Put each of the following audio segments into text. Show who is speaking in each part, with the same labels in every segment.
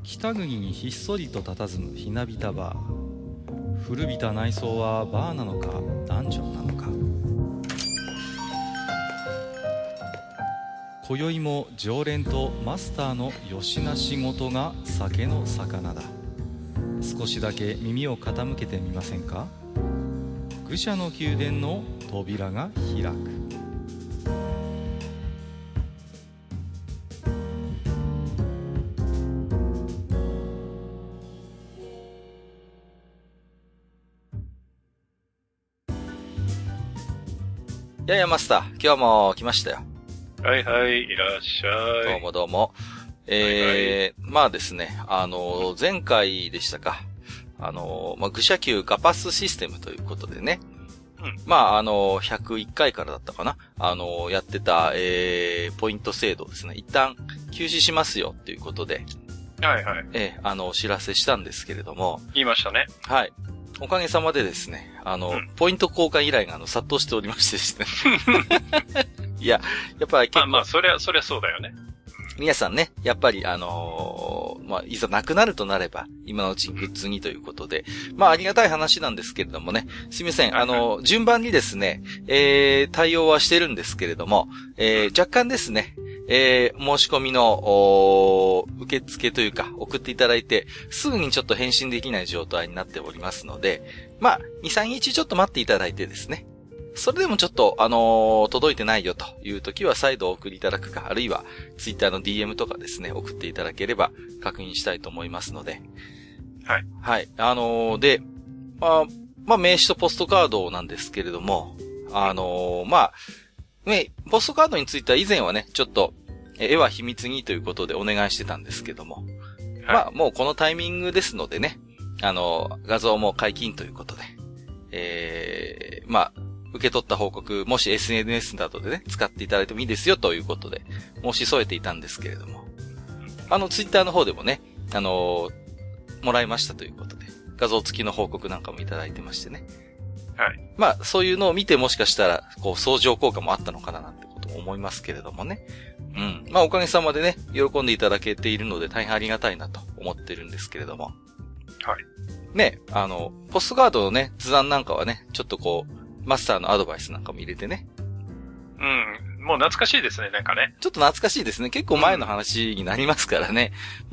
Speaker 1: 北国にひっそりと佇むひなびたバー。古びた内装はバーなのかダンジョンなのか。今宵も常連とマスターのよしな仕事が酒の魚だ。少しだけ耳を傾けてみませんか。愚者の宮殿の扉が開く。いやいやマスター、今日も来ましたよ。
Speaker 2: はいはい、いらっしゃい。
Speaker 1: どうもどうも。まあですね、前回でしたか。愚者級ガパスシステムということでね。
Speaker 2: うん。
Speaker 1: まあ、101回からだったかな。やってた、ポイント制度ですね。一旦休止しますよっていうことで。
Speaker 2: はいはい。
Speaker 1: お知らせしたんですけれども。
Speaker 2: 言いましたね。
Speaker 1: はい。おかげさまでですね、ポイント交換依頼が殺到しておりましてですね。いや、やっぱり結構。
Speaker 2: まあ、そりゃそうだよね。
Speaker 1: 皆さんね、やっぱりまあ、いざなくなるとなれば、今のうちにグッズにということで、まあ、ありがたい話なんですけれどもね、すみません、順番にですね、対応はしてるんですけれども、若干ですね、申し込みの、受付というか、送っていただいて、すぐにちょっと返信できない状態になっておりますので、まあ、2、3日ちょっと待っていただいてですね、それでもちょっと、届いてないよという時は再度お送りいただくか、あるいは、ツイッターの DM とかですね、送っていただければ確認したいと思いますので。
Speaker 2: はい。
Speaker 1: はい。で、まあ、名刺とポストカードなんですけれども、まあ、ね、ポストカードについては以前はね、ちょっと、絵は秘密にということでお願いしてたんですけども、はい、まあ、もうこのタイミングですのでね、画像も解禁ということで、まあ、受け取った報告、もし SNS などでね、使っていただいてもいいですよということで、申し添えていたんですけれども、ツイッターの方でもね、もらいましたということで、画像付きの報告なんかもいただいてましてね。
Speaker 2: はい。
Speaker 1: まあ、そういうのを見てもしかしたら、こう、相乗効果もあったのかななんてことも思いますけれどもね。うん。まあ、おかげさまでね、喜んでいただけているので大変ありがたいなと思ってるんですけれども。
Speaker 2: はい。
Speaker 1: ね、ポストカードのね、図案なんかはね、ちょっとこう、マスターのアドバイスなんかも入れてね。
Speaker 2: うん。もう懐かしいですね、なんかね。
Speaker 1: ちょっと懐かしいですね。結構前の話になりますからね。うん。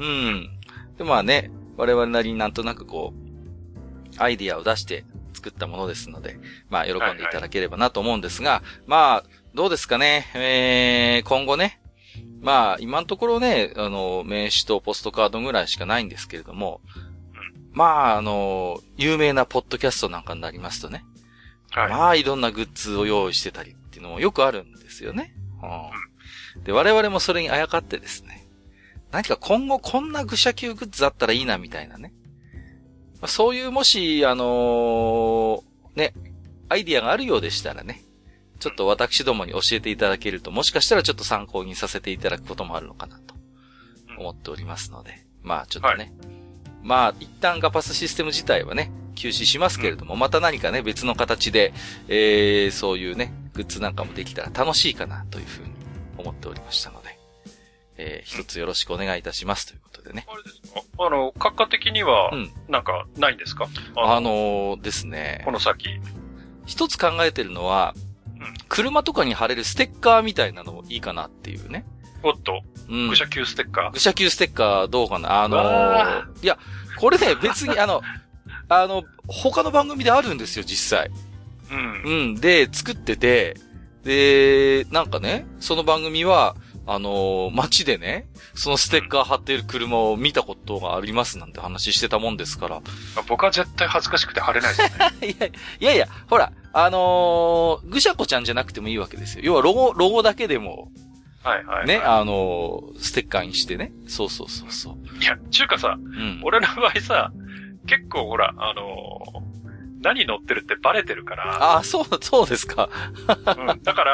Speaker 1: で、まあね、我々なりになんとなくこう、アイディアを出して作ったものですので、まあ喜んでいただければなと思うんですが、まあ、どうですかね。今後ね、まあ、今のところね、名刺とポストカードぐらいしかないんですけれども、まあ、有名なポッドキャストなんかになりますとね、はい、まあ、いろんなグッズを用意してたりっていうのもよくあるんですよね。うん、で、我々もそれにあやかってですね、何か今後こんな愚者級グッズあったらいいなみたいなね。そういうもし、ね、アイディアがあるようでしたらね、ちょっと私どもに教えていただけると、もしかしたらちょっと参考にさせていただくこともあるのかなと思っておりますので、まあちょっとね、はい、まあ一旦ガパスシステム自体はね、休止しますけれども、また何かね、別の形で、そういうね、グッズなんかもできたら楽しいかなというふうに思っておりましたので、一つよろしくお願いいたしますということでね。
Speaker 2: あれですか？閣下的には、なんか、ないんですか？
Speaker 1: ですね。
Speaker 2: この先。
Speaker 1: 一つ考えてるのは、車とかに貼れるステッカーみたいなのいいかなっていうね。
Speaker 2: おっと、愚者級ステッカー。
Speaker 1: 愚者級ステッカーどうかな。いや、これね、別に他の番組であるんですよ、実際。で、作ってて、で、なんかね、その番組は、街でね、そのステッカー貼っている車を見たことがありますなんて話してたもんですから。
Speaker 2: 僕は絶対恥ずかしくて貼れないです
Speaker 1: ね。いや、ほら、ぐしゃこちゃんじゃなくてもいいわけですよ。要はロゴだけでも、ね、ステッカーにしてね。そう。
Speaker 2: いや、中華さ、俺の場合さ、結構ほら、何乗ってるってバレてるから。
Speaker 1: あ、そうですか。
Speaker 2: だから、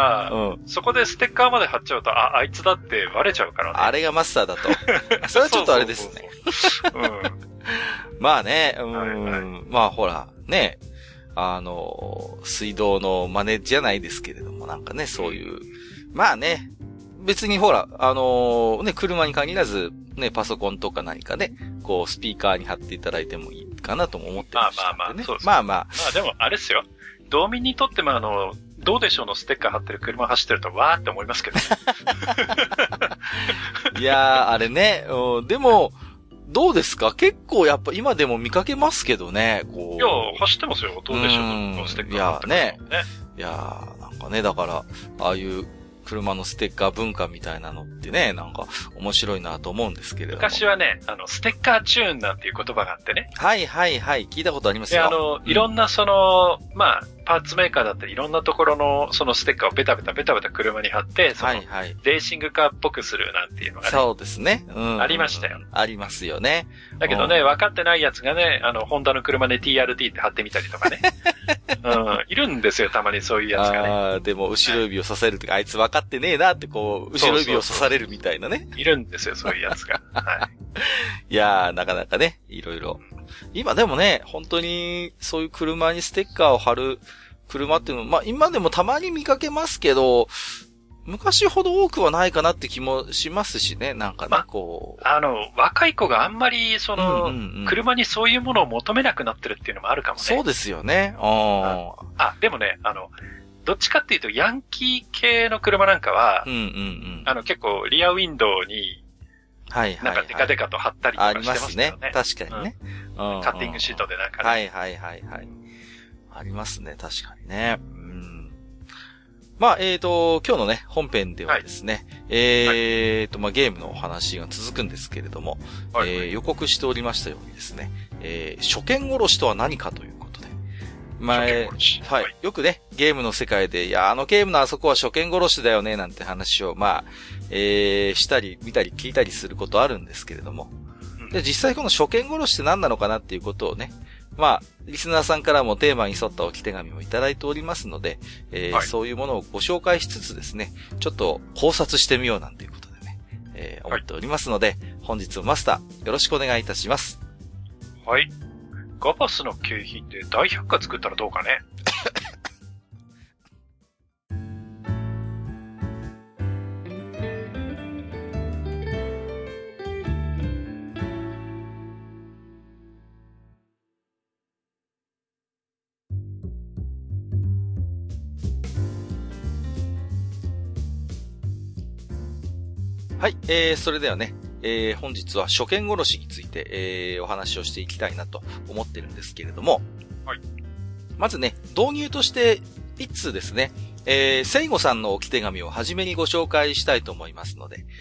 Speaker 2: そこでステッカーまで貼っちゃうと、あいつだってバレちゃうからね。
Speaker 1: あれがマスターだと。それはちょっとあれですね。まあね、まあほら、ね、水道の真似じゃないですけれども、なんかね、そういう、まあね、 別にほら、ね、車に限らず、ね、パソコンとか何かね、こう、スピーカーに貼っていただいてもいいかなとも思ってましたんでね。
Speaker 2: そうですね。
Speaker 1: まあ。
Speaker 2: まあでも、あれですよ。道民にとってもどうでしょうのステッカー貼ってる車走ってると、わーって思いますけどね。
Speaker 1: いやー、あれね、でも、どうですか？結構やっぱ今でも見かけますけどね、こう。
Speaker 2: いや、走ってますよ。どうでしょうのステッカー貼ってる、ね。
Speaker 1: いやー、なんかね、だから、ああいう車のステッカー文化みたいなのってね、なんか面白いなと思うんですけれども。
Speaker 2: 昔はね、ステッカーチューンなんていう言葉があってね。
Speaker 1: はいはいはい、聞いたことありますよ。
Speaker 2: いろんなまあ、パーツメーカーだったり、いろんなところのそのステッカーをベタベタ車に貼って、
Speaker 1: はいはい。
Speaker 2: レーシングカーっぽくするなんていうのがね。
Speaker 1: そうですね。
Speaker 2: ありましたよ。
Speaker 1: ありますよね。
Speaker 2: だけどね、分かってないやつがね、ホンダの車で TRT って貼ってみたりとかね。いるんですよ、たまにそういうやつがね。
Speaker 1: でも、後ろ指を刺されるとか、あいつ分かってねえなって、こう、後ろ指を刺されるみたいなね。
Speaker 2: いるんですよ、そういうやつが。はい。
Speaker 1: いやー、なかなかね、いろいろ。今でもね、本当に、そういう車にステッカーを貼る車っていうのも、まあ今でもたまに見かけますけど、昔ほど多くはないかなって気もしますしね、なんかね、こう。
Speaker 2: 若い子があんまり、車にそういうものを求めなくなってるっていうのもあるかもね。
Speaker 1: そうですよね。
Speaker 2: でもね、どっちかっていうと、ヤンキー系の車なんかは、結構、リアウィンドウに、なんかデカデカと貼ったりとかしてますね。
Speaker 1: ありますね。確かにね。
Speaker 2: カッティングシートでなんか
Speaker 1: ね。はい。ありますね、確かにね。まあ、今日のね、本編ではですね、まあ、ゲームのお話が続くんですけれども、予告しておりましたようにですね、初見殺しとは何かということで、前、はい、よくね、ゲームの世界で、いや、ゲームのあそこは初見殺しだよね、なんて話を、まあ、したり、見たり、聞いたりすることあるんですけれども、で、実際この初見殺しって何なのかなっていうことをね、まあ、リスナーさんからもテーマに沿った置き手紙もいただいておりますので、そういうものをご紹介しつつですね、ちょっと考察してみようなんていうことでね、思っておりますので、本日もマスター、よろしくお願いいたします。
Speaker 2: はい。ガバスの景品で大百科作ったらどうかね。
Speaker 1: はい、それではね、本日は初見殺しについて、お話をしていきたいなと思ってるんですけれども、
Speaker 2: はい。
Speaker 1: まずね、導入として一通ですね、聖子さんの置き手紙を初めにご紹介したいと思いますので、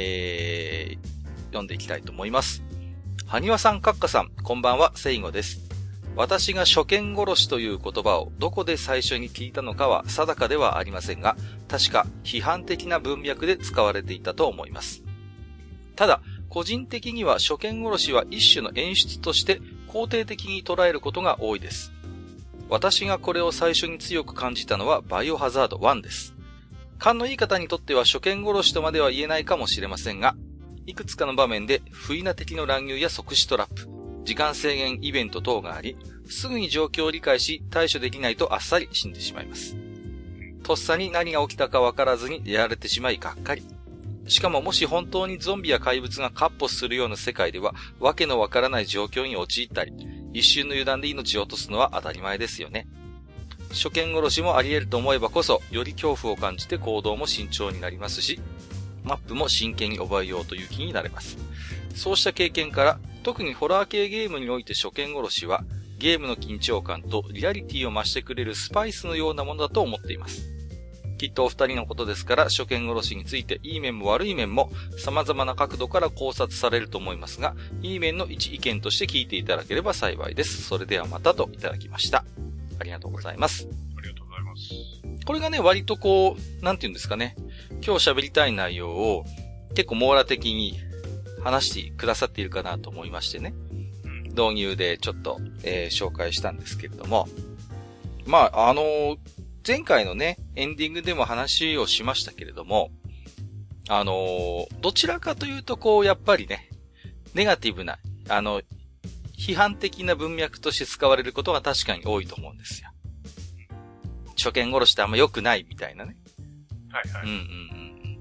Speaker 1: 読んでいきたいと思います。はにわさん、かっかさん、こんばんは、聖子です。私が初見殺しという言葉をどこで最初に聞いたのかは定かではありませんが、確か批判的な文脈で使われていたと思います。ただ、個人的には初見殺しは一種の演出として肯定的に捉えることが多いです。私がこれを最初に強く感じたのはバイオハザード1です。勘のいい方にとっては初見殺しとまでは言えないかもしれませんが、いくつかの場面で不意な敵の乱入や即死トラップ、時間制限イベント等があり、すぐに状況を理解し対処できないとあっさり死んでしまいます。とっさに何が起きたかわからずにやられてしまいがっかり。しかももし本当にゾンビや怪物が闊歩するような世界では、わけのわからない状況に陥ったり、一瞬の油断で命を落とすのは当たり前ですよね。初見殺しもあり得ると思えばこそ、より恐怖を感じて行動も慎重になりますし、マップも真剣に覚えようという気になれます。そうした経験から、特にホラー系ゲームにおいて初見殺しは、ゲームの緊張感とリアリティを増してくれるスパイスのようなものだと思っています。きっとお二人のことですから、初見殺しについていい面も悪い面も様々な角度から考察されると思いますが、いい面の一意見として聞いていただければ幸いです。それではまたといただきました。ありがとうございます。
Speaker 2: ありがとうございます。
Speaker 1: これがね、割とこう、なんて言うんですかね。今日喋りたい内容を結構網羅的に話してくださっているかなと思いましてね。導入でちょっと、紹介したんですけれども。まあ、前回のね、エンディングでも話をしましたけれども、どちらかというとこう、やっぱりね、ネガティブな、批判的な文脈として使われることが確かに多いと思うんですよ。初見殺しってあんま良くないみたいなね。
Speaker 2: はいはい。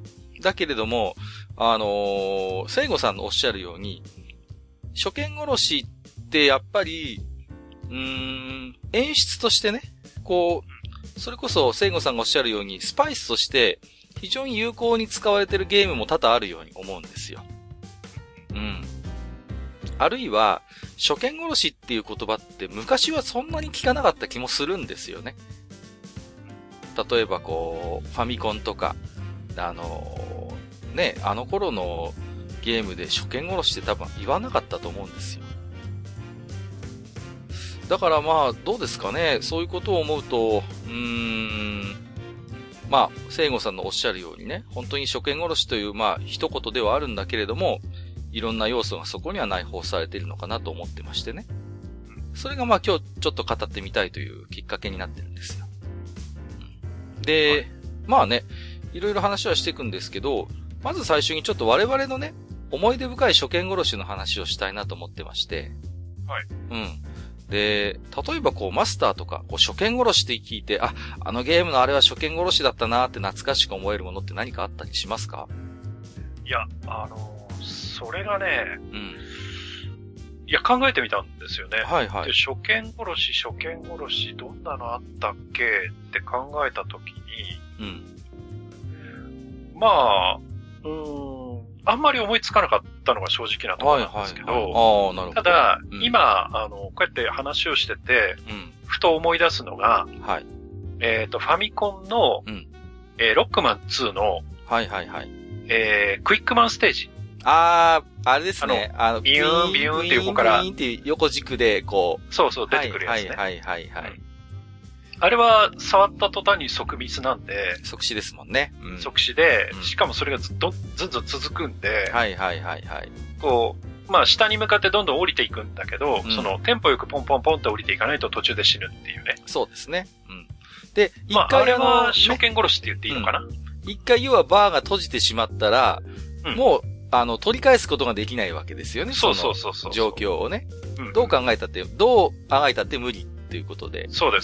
Speaker 1: だけれども、聖子さんのおっしゃるように、初見殺しってやっぱり、演出としてね、こう、それこそ聖子さんがおっしゃるように、スパイスとして非常に有効に使われているゲームも多々あるように思うんですよ。あるいは、初見殺しっていう言葉って昔はそんなに聞かなかった気もするんですよね。例えばこう、ファミコンとか、あの頃のゲームで初見殺しって多分言わなかったと思うんですよ。だからまあ、どうですかね。そういうことを思うと、まあ、聖子さんのおっしゃるようにね、本当に初見殺しという、まあ、一言ではあるんだけれども、いろんな要素がそこには内包されているのかなと思ってましてね。それがまあ今日ちょっと語ってみたいというきっかけになってるんですよ。で、まあね、いろいろ話はしていくんですけど、まず最初にちょっと我々のね、思い出深い初見殺しの話をしたいなと思ってまして。
Speaker 2: はい。
Speaker 1: で、例えばこうマスターとか、こう初見殺しって聞いて、あのゲームのあれは初見殺しだったなーって懐かしく思えるものって何かあったりしますか？
Speaker 2: いや、それがね、いや、考えてみたんですよね。
Speaker 1: はいはい。
Speaker 2: で、初見殺し、どんなのあったっけって考えたときに、まあ、あんまり思いつかなかったのが正直なところなんですけど、ただ、今、こうやって話をしてて、ふと思い出すのが、ファミコンの、ロックマン2の、クイックマンステージ。
Speaker 1: あれですね。
Speaker 2: ビューンビューンって横から。
Speaker 1: ビューンって横軸で、こう。
Speaker 2: そうそう、出てくるやつね。
Speaker 1: はい。
Speaker 2: あれは、触った途端に即ミスなんで。
Speaker 1: 即死ですもんね。
Speaker 2: 即死で、しかもそれがずんずん続くんで。こう、まあ、下に向かってどんどん降りていくんだけど、その、テンポよくポンポンポンって降りていかないと途中で死ぬっていうね。
Speaker 1: そうですね。で、
Speaker 2: 一回あれは初見殺しって言っていいのかな？
Speaker 1: 一回要はバーが閉じてしまったら、もう、取り返すことができないわけですよね。
Speaker 2: そう。
Speaker 1: 状況をね。どう考えたって無理っていうことで。
Speaker 2: そうです。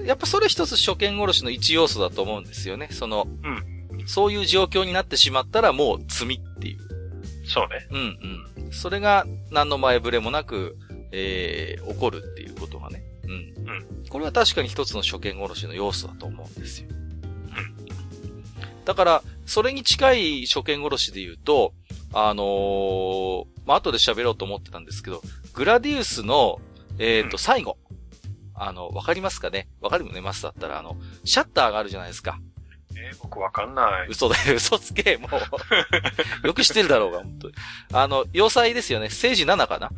Speaker 1: やっぱそれ一つ初見殺しの一要素だと思うんですよね。そういう状況になってしまったらもう罪っていう。
Speaker 2: そうね。
Speaker 1: それが何の前触れもなく、起こるっていうことがね。これは確かに一つの初見殺しの要素だと思うんですよ。だから、それに近い初見殺しで言うと、まあ、後で喋ろうと思ってたんですけど、グラディウスの、最後。わかりますかね？わかるよね、マスだったら、シャッターがあるじゃないですか。
Speaker 2: 僕わかんない。
Speaker 1: 嘘だよ、嘘つけ、もう。よく知ってるだろうが、本当に。要塞ですよね。ステージ7かな？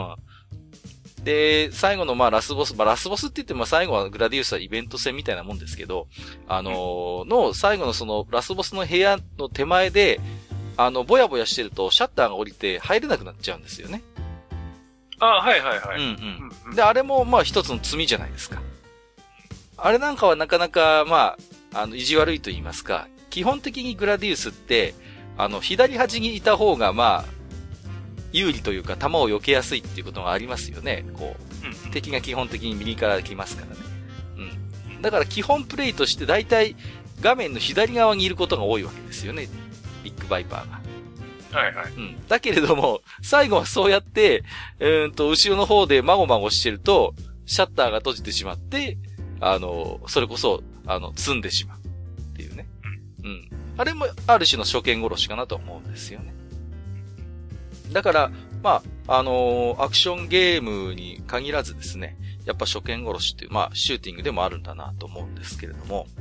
Speaker 1: で、最後のラスボスって言っても最後はグラディウスはイベント戦みたいなもんですけど、最後のそのラスボスの部屋の手前で、ぼやぼやしてるとシャッターが降りて入れなくなっちゃうんですよね。
Speaker 2: はい。
Speaker 1: で、あれも一つの罪じゃないですか。あれなんかはなかなか意地悪いと言いますか、基本的にグラディウスって、左端にいた方が有利というか、弾を避けやすいっていうことがありますよね。こう、敵が基本的に右から来ますからね。だから基本プレイとして大体画面の左側にいることが多いわけですよね。ビッグバイパーが。だけれども、最後はそうやって、後ろの方でまごまごしてると、シャッターが閉じてしまって、それこそ、積んでしまう。っていうね。あれもある種の初見殺しかなと思うんですよね。だから、アクションゲームに限らずですね、やっぱ初見殺しっていう、シューティングでもあるんだなと思うんですけれども。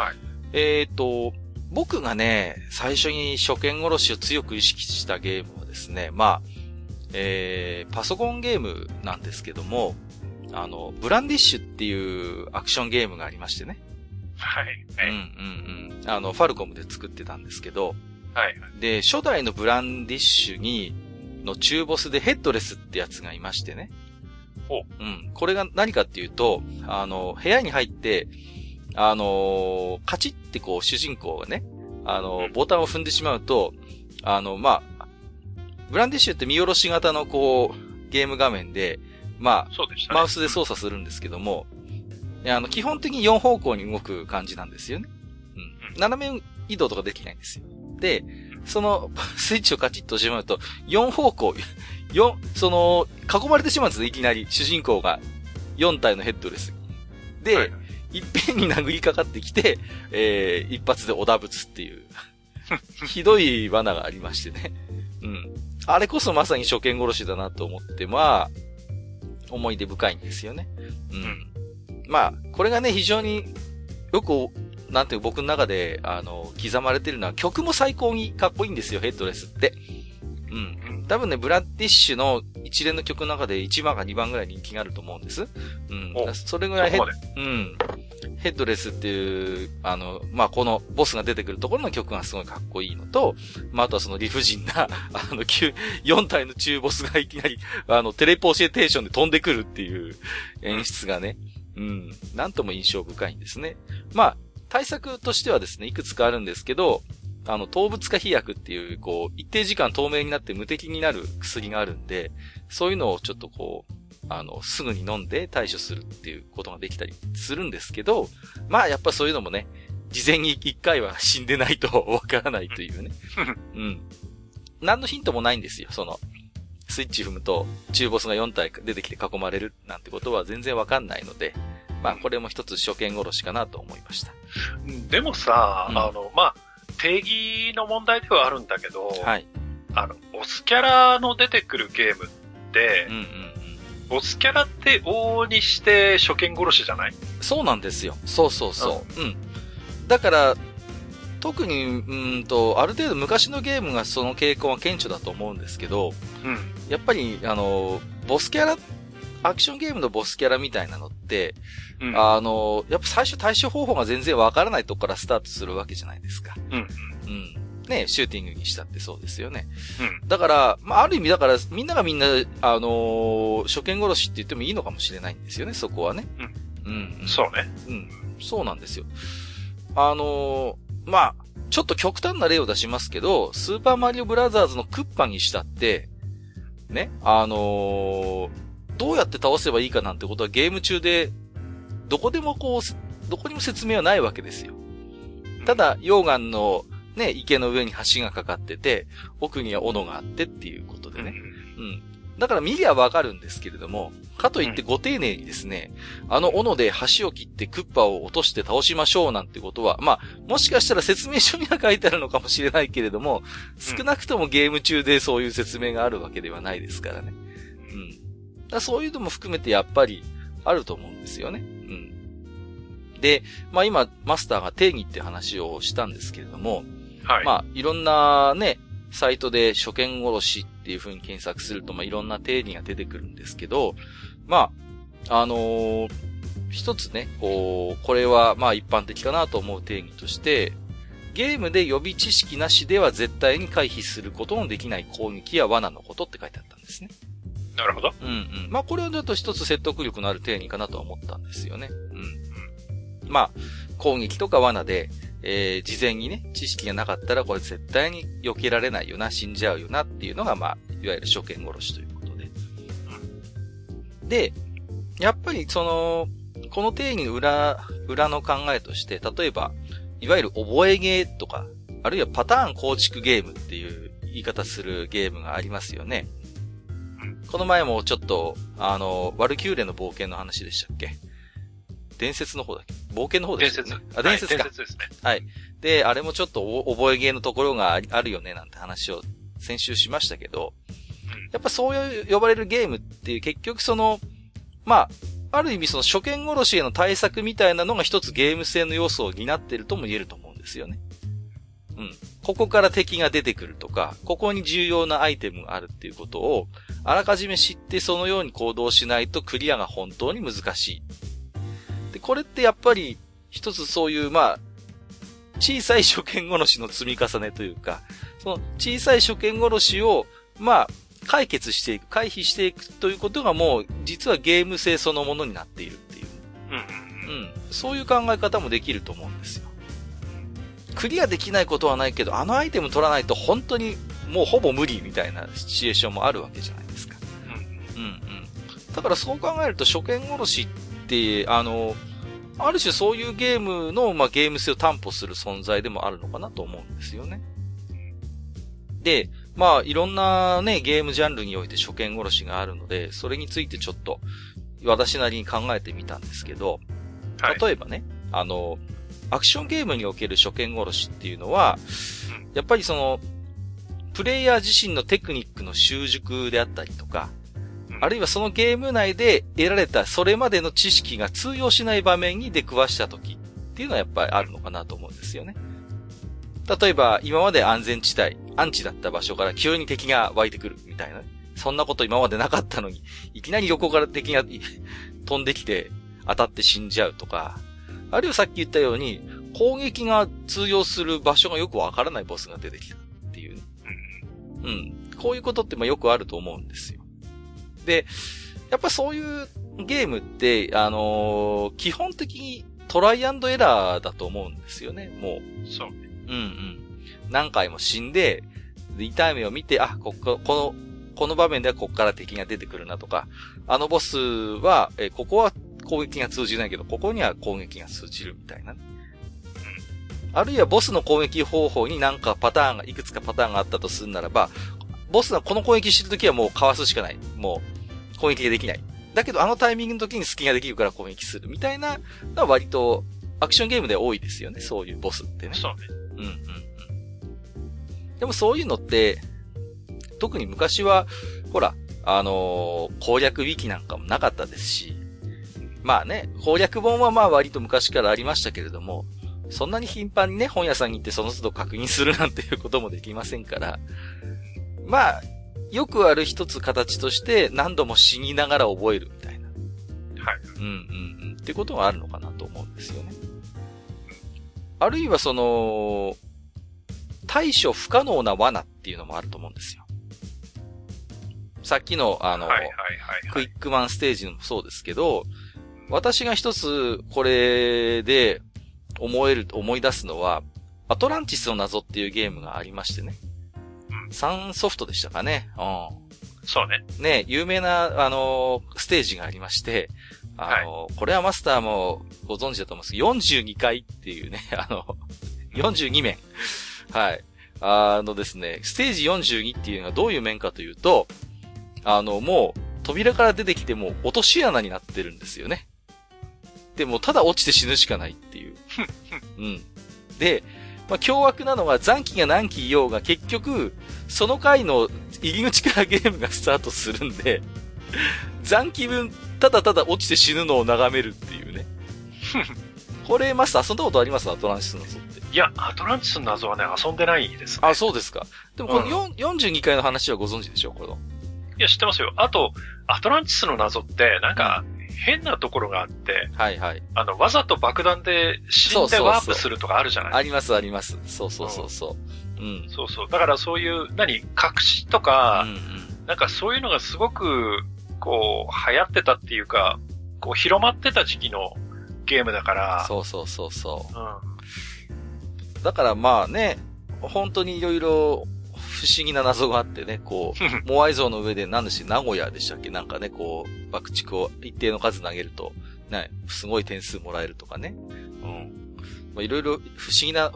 Speaker 1: 僕がね、最初に初見殺しを強く意識したゲームはですね、パソコンゲームなんですけども、ブランディッシュっていうアクションゲームがありましてね。ファルコムで作ってたんですけど、で、初代のブランディッシュの中ボスでヘッドレスってやつがいましてね。これが何かっていうと、部屋に入って、カチッってこう主人公がね、ボタンを踏んでしまうと、ブランディッシュって見下ろし型のこう、ゲーム画面で、マウスで操作するんですけども、基本的に4方向に動く感じなんですよね。斜め移動とかできないんですよ。 で、そのスイッチをカチッと押しまうと、4方向、囲まれてしまうんですね、いきなり。主人公が4体のヘッドレス。で、はい、いっぺんに殴りかかってきて、一発でおだぶつっていう、ひどい罠がありましてね。うん。あれこそまさに初見殺しだなと思って、まあ、思い出深いんですよね。うん。まあ、これがね、非常によく、なんていう僕の中で、刻まれてるのは曲も最高にかっこいいんですよ、ヘッドレスって。うん。多分ね、ブラッディッシュの一連の曲の中で1番か2番ぐらい人気があると思うんです。うん。それぐらいヘッドレスっていう、まあ、このボスが出てくるところの曲がすごいかっこいいのと、まあ、あとはその理不尽な、4体の中ボスがいきなり、テレポーテーションで飛んでくるっていう演出がね、うん、なんとも印象深いんですね。まあ、対策としてはですね、いくつかあるんですけど、動物化飛薬っていう、こう、一定時間透明になって無敵になる薬があるんで、そういうのをちょっとこう、すぐに飲んで対処するっていうことができたりするんですけど、まあやっぱそういうのもね、事前に一回は死んでないとわからないというね。うん。何のヒントもないんですよ、スイッチ踏むと中ボスが4体出てきて囲まれるなんてことは全然わかんないので、まあこれも一つ初見殺しかなと思いました。
Speaker 2: でもさ、まあ、定義の問題ではあるんだけど、はい。ボスキャラの出てくるゲームって、ボスキャラって往々にして初見殺しじゃない？
Speaker 1: そうなんですよ。そうそうそう。うん。だから、特に、ある程度昔のゲームがその傾向は顕著だと思うんですけど、うん。やっぱり、ボスキャラ、アクションゲームのボスキャラみたいなのって、うん、やっぱ最初対処方法が全然わからないとこからスタートするわけじゃないですか。うん。うん。ね、シューティングにしたってそうですよね。うん。だから、まあ、ある意味だから、みんながみんな、初見殺しって言ってもいいのかもしれないんですよね、そこはね。
Speaker 2: うん。うん。そうね。
Speaker 1: うん。そうなんですよ。まあ、ちょっと極端な例を出しますけど、スーパーマリオブラザーズのクッパにしたって、ね、どうやって倒せばいいかなんてことはゲーム中で、どこにも説明はないわけですよ。ただ、溶岩の、ね、池の上に橋がかかってて、奥には斧があってっていうことでね。うん。だから見りゃわかるんですけれども、かといってご丁寧にですね、斧で橋を切ってクッパを落として倒しましょうなんてことは、まあ、もしかしたら説明書には書いてあるのかもしれないけれども、少なくともゲーム中でそういう説明があるわけではないですからね。うん。だそういうのも含めてやっぱりあると思うんですよね。うん。で、まあ今、マスターが定義って話をしたんですけれども、はい。まあ、いろんなね、サイトで初見殺しっていう風に検索すると、まあ、いろんな定義が出てくるんですけど、まあ、一つね、これはまあ一般的かなと思う定義として、ゲームで予備知識なしでは絶対に回避することのできない攻撃や罠のことって書いてあったんですね。
Speaker 2: なるほど。
Speaker 1: うんうん。まあ、これはちょっと一つ説得力のある定義かなとは思ったんですよね。うん。まあ、攻撃とか罠で、事前にね、知識がなかったらこれ絶対に避けられないよな、死んじゃうよなっていうのが、まあ、いわゆる初見殺しということで。で、やっぱりこの定義の裏の考えとして、例えば、いわゆる覚えゲーとか、あるいはパターン構築ゲームっていう言い方するゲームがありますよね。この前もちょっと、ワルキューレの冒険の話でしたっけ？伝説の方だっけ？冒険の方ですよね。伝説か。
Speaker 2: 伝説ですね。
Speaker 1: はい。で、あれもちょっと覚えゲーのところがあるよねなんて話を先週しましたけど、やっぱそういう呼ばれるゲームっていう結局まあ、ある意味初見殺しへの対策みたいなのが一つゲーム性の要素を担っているとも言えると思うんですよね。うん。ここから敵が出てくるとか、ここに重要なアイテムがあるっていうことを、あらかじめ知ってそのように行動しないとクリアが本当に難しい。で、これってやっぱり一つそういう、まあ、小さい初見殺しの積み重ねというか、その小さい初見殺しを、まあ、解決していく、回避していくということがもう、実はゲーム性そのものになっているっていう。うん。そういう考え方もできると思うんですよ。クリアできないことはないけど、あのアイテム取らないと本当にもうほぼ無理みたいなシチュエーションもあるわけじゃないですか。だからそう考えると初見殺しって、ある種そういうゲームの、まあ、ゲーム性を担保する存在でもあるのかなと思うんですよね。 で、まあ、いろんなね、ゲームジャンルにおいて初見殺しがあるので、それについてちょっと、私なりに考えてみたんですけど、例えばね、アクションゲームにおける初見殺しっていうのは、やっぱりプレイヤー自身のテクニックの習熟であったりとか、あるいはそのゲーム内で得られたそれまでの知識が通用しない場面に出くわした時っていうのはやっぱりあるのかなと思うんですよね。例えば、今まで安全地帯、安地だった場所から急に敵が湧いてくるみたいなね。そんなこと今までなかったのに、いきなり横から敵が飛んできて当たって死んじゃうとか、あるいはさっき言ったように、攻撃が通用する場所がよくわからないボスが出てきたっていう、ね。うん。こういうことってよくあると思うんですよ。で、やっぱそういうゲームって、基本的にトライアンドエラーだと思うんですよね、もう。
Speaker 2: そうね。
Speaker 1: うんうん。何回も死んで、痛い目を見て、この場面ではこっから敵が出てくるなとか、あのボスは、ここは攻撃が通じないけど、ここには攻撃が通じるみたいな、ね。あるいはボスの攻撃方法にいくつかパターンがあったとするならば、ボスがこの攻撃してるときはもうかわすしかない。もう攻撃ができない。だけどあのタイミングの時に隙ができるから攻撃するみたいなのは割とアクションゲームで多いですよね。そういうボスってね。
Speaker 2: そうね。
Speaker 1: うんうんうん。でもそういうのって、特に昔は、ほら、攻略ウィキなんかもなかったですし、まあね、攻略本はまあ割と昔からありましたけれども、そんなに頻繁にね、本屋さんに行ってその都度確認するなんていうこともできませんから、まあ、よくある一つ形として何度も死にながら覚えるみたいな。
Speaker 2: はい。
Speaker 1: うんうんうん。ってことがあるのかなと思うんですよね。あるいは対処不可能な罠っていうのもあると思うんですよ。さっきのクイックマンステージもそうですけど、私が一つこれで思い出すのは、アトランティスの謎っていうゲームがありましてね。3ソフトでしたかね。うん。
Speaker 2: そうね。
Speaker 1: ね、有名な、ステージがありまして、これはマスターもご存知だと思うんですけど、42回っていうね、42面。はい。ですね、ステージ42っていうのがどういう面かというと、もう、扉から出てきても落とし穴になってるんですよね。で、もうただ落ちて死ぬしかないっていう。うん。で、凶悪なのは残機が何機いようが結局、その回の入り口からゲームがスタートするんで、残機分、ただただ落ちて死ぬのを眺めるっていうね。これ、マスター遊んだことありますアトランティスの謎って。
Speaker 2: いや、アトランティスの謎はね、遊んでないですね。
Speaker 1: そうですか。でもこの42回の話はご存知でしょこれの。
Speaker 2: いや、知ってますよ。あと、アトランティスの謎って、なんか、変なところがあって、
Speaker 1: はいはい。
Speaker 2: わざと爆弾で死んでワープするとかあるじゃない
Speaker 1: ありますあります。そうそうそうそう。うん。
Speaker 2: そうそう。だからそういう、隠しとか、なんかそういうのがすごく、こう、流行ってたっていうか、こう、広まってた時期のゲームだから。
Speaker 1: そうそうそうそう。だからまあね、本当にいろいろ不思議な謎があってね、こう、モアイ像の上で名古屋でしたっけなんかね、こう、爆竹を一定の数投げると、ね、すごい点数もらえるとかね。いろいろ不思議な、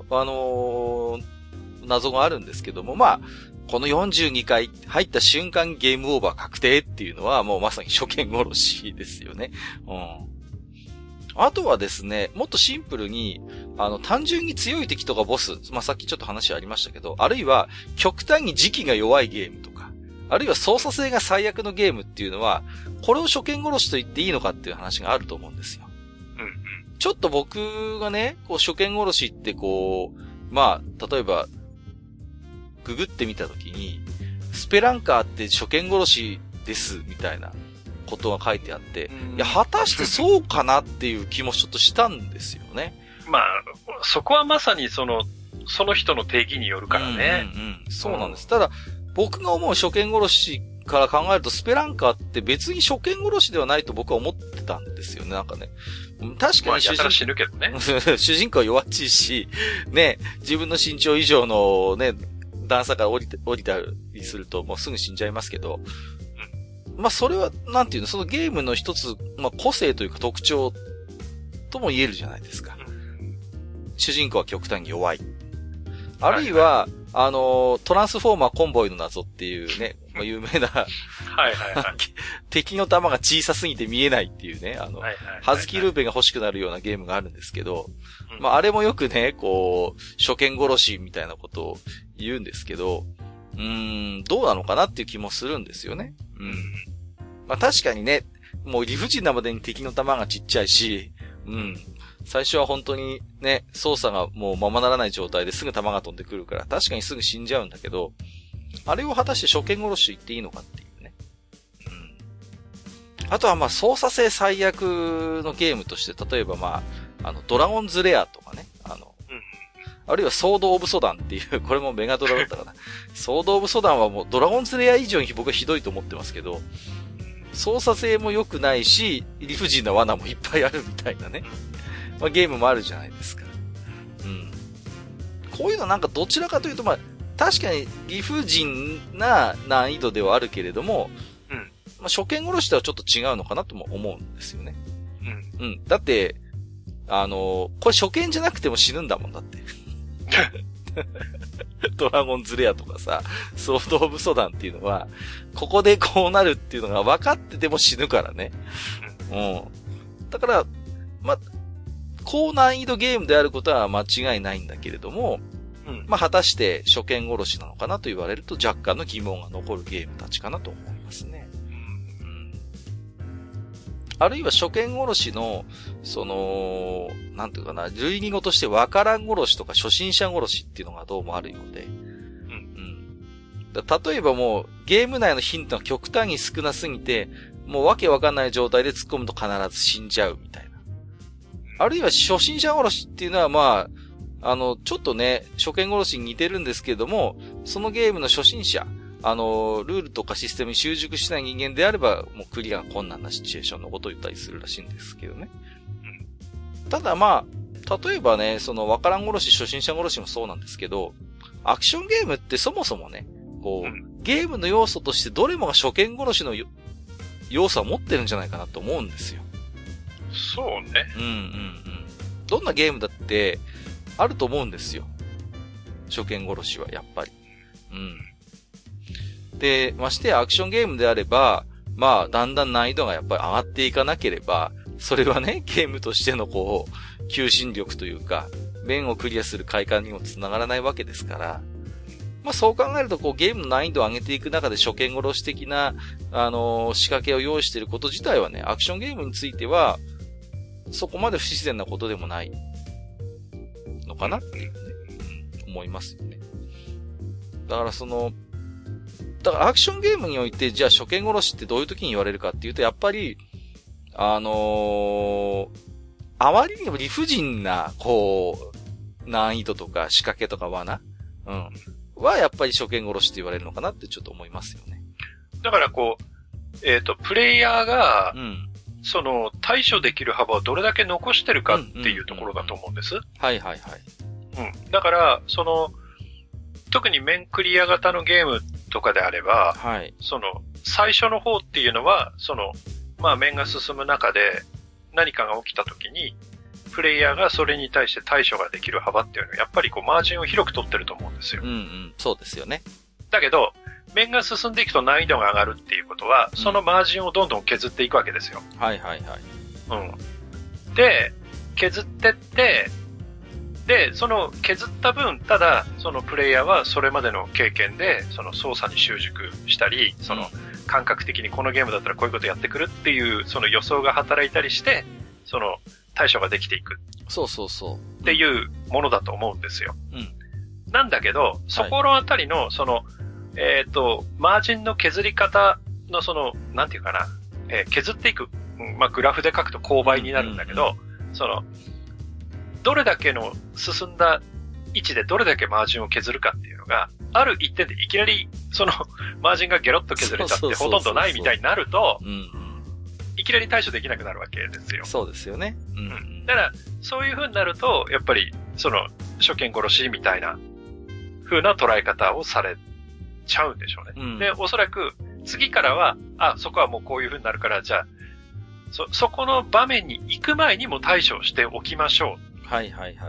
Speaker 1: 謎があるんですけども、まあ、この42回入った瞬間ゲームオーバー確定っていうのはもうまさに初見殺しですよね。あとはですね、もっとシンプルに、単純に強い敵とかボス、さっきちょっと話ありましたけど、あるいは極端に時期が弱いゲームとか、あるいは操作性が最悪のゲームっていうのは、これを初見殺しと言っていいのかっていう話があると思うんですよ。ちょっと僕がね、こう初見殺しってこう、例えば、ググってみたときに、スペランカーって初見殺しです、みたいなことが書いてあって、いや、果たしてそうかなっていう気もちょっとしたんですよね。
Speaker 2: そこはまさにその人の定義によるからね。
Speaker 1: そうなんです。ただ、僕が思う初見殺しから考えると、スペランカーって別に初見殺しではないと僕は思ってたんですよね、なんかね。確かに
Speaker 2: やたら死ぬけどね。
Speaker 1: 主人公は弱っちいし、ね、自分の身長以上のね、段差から降りたりするともうすぐ死んじゃいますけど、それは、なんていうの、そのゲームの一つ、個性というか特徴とも言えるじゃないですか。主人公は極端に弱い。 あるいは、トランスフォーマーコンボイの謎っていうね、有名な
Speaker 2: はいはいはい。
Speaker 1: 敵の弾が小さすぎて見えないっていうね、ハズキルーペンが欲しくなるようなゲームがあるんですけど、まあ、あれもよくね、こう、初見殺しみたいなことを言うんですけど、どうなのかなっていう気もするんですよね。まあ、確かにね、もう理不尽なまでに敵の弾がちっちゃいし、最初は本当にね、操作がもうままならない状態ですぐ弾が飛んでくるから、確かにすぐ死んじゃうんだけど、あれを果たして初見殺しと言っていいのかっていうね。あとはまあ操作性最悪のゲームとして、例えばまあ、ドラゴンズレアとかね、あるいはソードオブソダンっていう、これもメガドラだったかな。ソードオブソダンはもうドラゴンズレア以上に僕はひどいと思ってますけど、操作性も良くないし、理不尽な罠もいっぱいあるみたいなね。まあ、ゲームもあるじゃないですか。こういうのなんかどちらかというと、まあ、確かに理不尽な難易度ではあるけれども、まあ、初見殺しとはちょっと違うのかなとも思うんですよね。だって、これ初見じゃなくても死ぬんだもんだって。ドラゴンズレアとかさ、ソードオブソダンっていうのは、ここでこうなるっていうのが分かってても死ぬからね。だから、ま、高難易度ゲームであることは間違いないんだけれども、まあ、果たして初見殺しなのかなと言われると若干の疑問が残るゲームたちかなと思いますね。あるいは初見殺しの、なんていうかな、類義語としてわからん殺しとか初心者殺しっていうのがどうもあるようで。例えばもう、ゲーム内のヒントが極端に少なすぎて、もうわけわかんない状態で突っ込むと必ず死んじゃうみたいな。あるいは初心者殺しっていうのはまあ、ちょっとね、初見殺しに似てるんですけれども、そのゲームの初心者、ルールとかシステムに習熟しない人間であれば、もうクリアが困難なシチュエーションのことを言ったりするらしいんですけどね。ただまあ、例えばね、わからん殺し、初心者殺しもそうなんですけど、アクションゲームってそもそもね、こう、ゲームの要素としてどれもが初見殺しの要素は持ってるんじゃないかなと思うんですよ。
Speaker 2: そうね。
Speaker 1: どんなゲームだって、あると思うんですよ。初見殺しは、やっぱり。で、ましてやアクションゲームであれば、まあ、だんだん難易度がやっぱり上がっていかなければ、それはね、ゲームとしてのこう、求心力というか、面をクリアする快感にもつながらないわけですから、まあそう考えると、こう、ゲームの難易度を上げていく中で初見殺し的な、仕掛けを用意していること自体はね、アクションゲームについては、そこまで不自然なことでもないのかなっていうね、思いますよね。だからアクションゲームにおいて、じゃあ初見殺しってどういう時に言われるかっていうと、やっぱり、あまりにも理不尽な、こう、難易度とか仕掛けとか罠はやっぱり初見殺しって言われるのかなってちょっと思いますよね。
Speaker 2: だからこう、プレイヤーが、対処できる幅をどれだけ残してるかっていうところだと思うんです。
Speaker 1: はいはいはい。
Speaker 2: だから、特に面クリア型のゲームとかであれば、最初の方っていうのは、まあ面が進む中で何かが起きた時に、プレイヤーがそれに対して対処ができる幅っていうのは、やっぱりこうマージンを広く取ってると思うんですよ。
Speaker 1: そうですよね。
Speaker 2: だけど、面が進んでいくと難易度が上がるっていうことは、そのマージンをどんどん削っていくわけですよ。
Speaker 1: はいはいはい。
Speaker 2: で、削ってって、で、その削った分、ただ、そのプレイヤーはそれまでの経験で、その操作に習熟したり、感覚的にこのゲームだったらこういうことやってくるっていう、その予想が働いたりして、対処ができていく。
Speaker 1: そうそうそう。
Speaker 2: っていうものだと思うんですよ。なんだけど、そこのあたりの、マージンの削り方のなんていうかな、削っていく。まあ、グラフで書くと勾配になるんだけど、どれだけの進んだ位置でどれだけマージンを削るかっていうのが、ある一点でいきなり、マージンがゲロッと削れちゃってほとんどないみたいになると、いきなり対処できなくなるわけですよ。
Speaker 1: そうですよね。
Speaker 2: だから、そういう風になると、やっぱり、初見殺しみたいな風な捉え方をされちゃうんでしょうね。で、おそらく、次からは、そこはもうこういう風になるから、じゃあ、そこの場面に行く前にも対処しておきましょう。
Speaker 1: はいはいはい。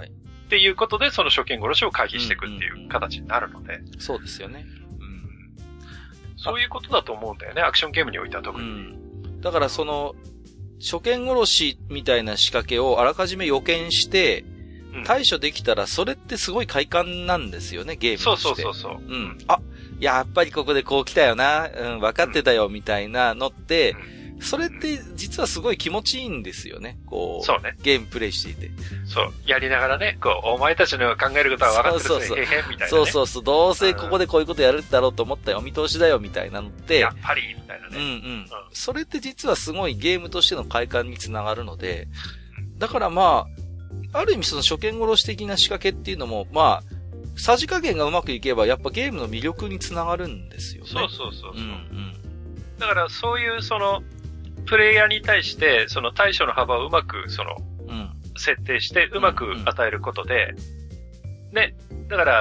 Speaker 2: っていうことで、その初見殺しを回避していくっていう形になるので。
Speaker 1: そうですよね。
Speaker 2: そういうことだと思うんだよね、アクションゲームにおいては特に。
Speaker 1: だからその、初見殺しみたいな仕掛けをあらかじめ予見して、対処できたら、それってすごい快感なんですよね、ゲームとして。
Speaker 2: そう。
Speaker 1: あ、やっぱりここでこう来たよな、分かってたよ、みたいなのって、それって実はすごい気持ちいいんですよね。こう。
Speaker 2: そうね。
Speaker 1: ゲームプレイしていて。
Speaker 2: そう。やりながらね、お前たちの考えることは分かってるぜ、へへみたいな、ね。
Speaker 1: そう。どうせここでこういうことやるだろうと思ったよ、お見通しだよ、みたいなのって。
Speaker 2: やっぱり、みたいなね。
Speaker 1: それって実はすごいゲームとしての快感につながるので、だからまあ、ある意味その初見殺し的な仕掛けっていうのも、まあ、さじ加減がうまくいけば、やっぱゲームの魅力につながるんですよね。
Speaker 2: そう。だからそういうプレイヤーに対して、その対処の幅をうまく、設定して、うまく与えることで、ね、だから、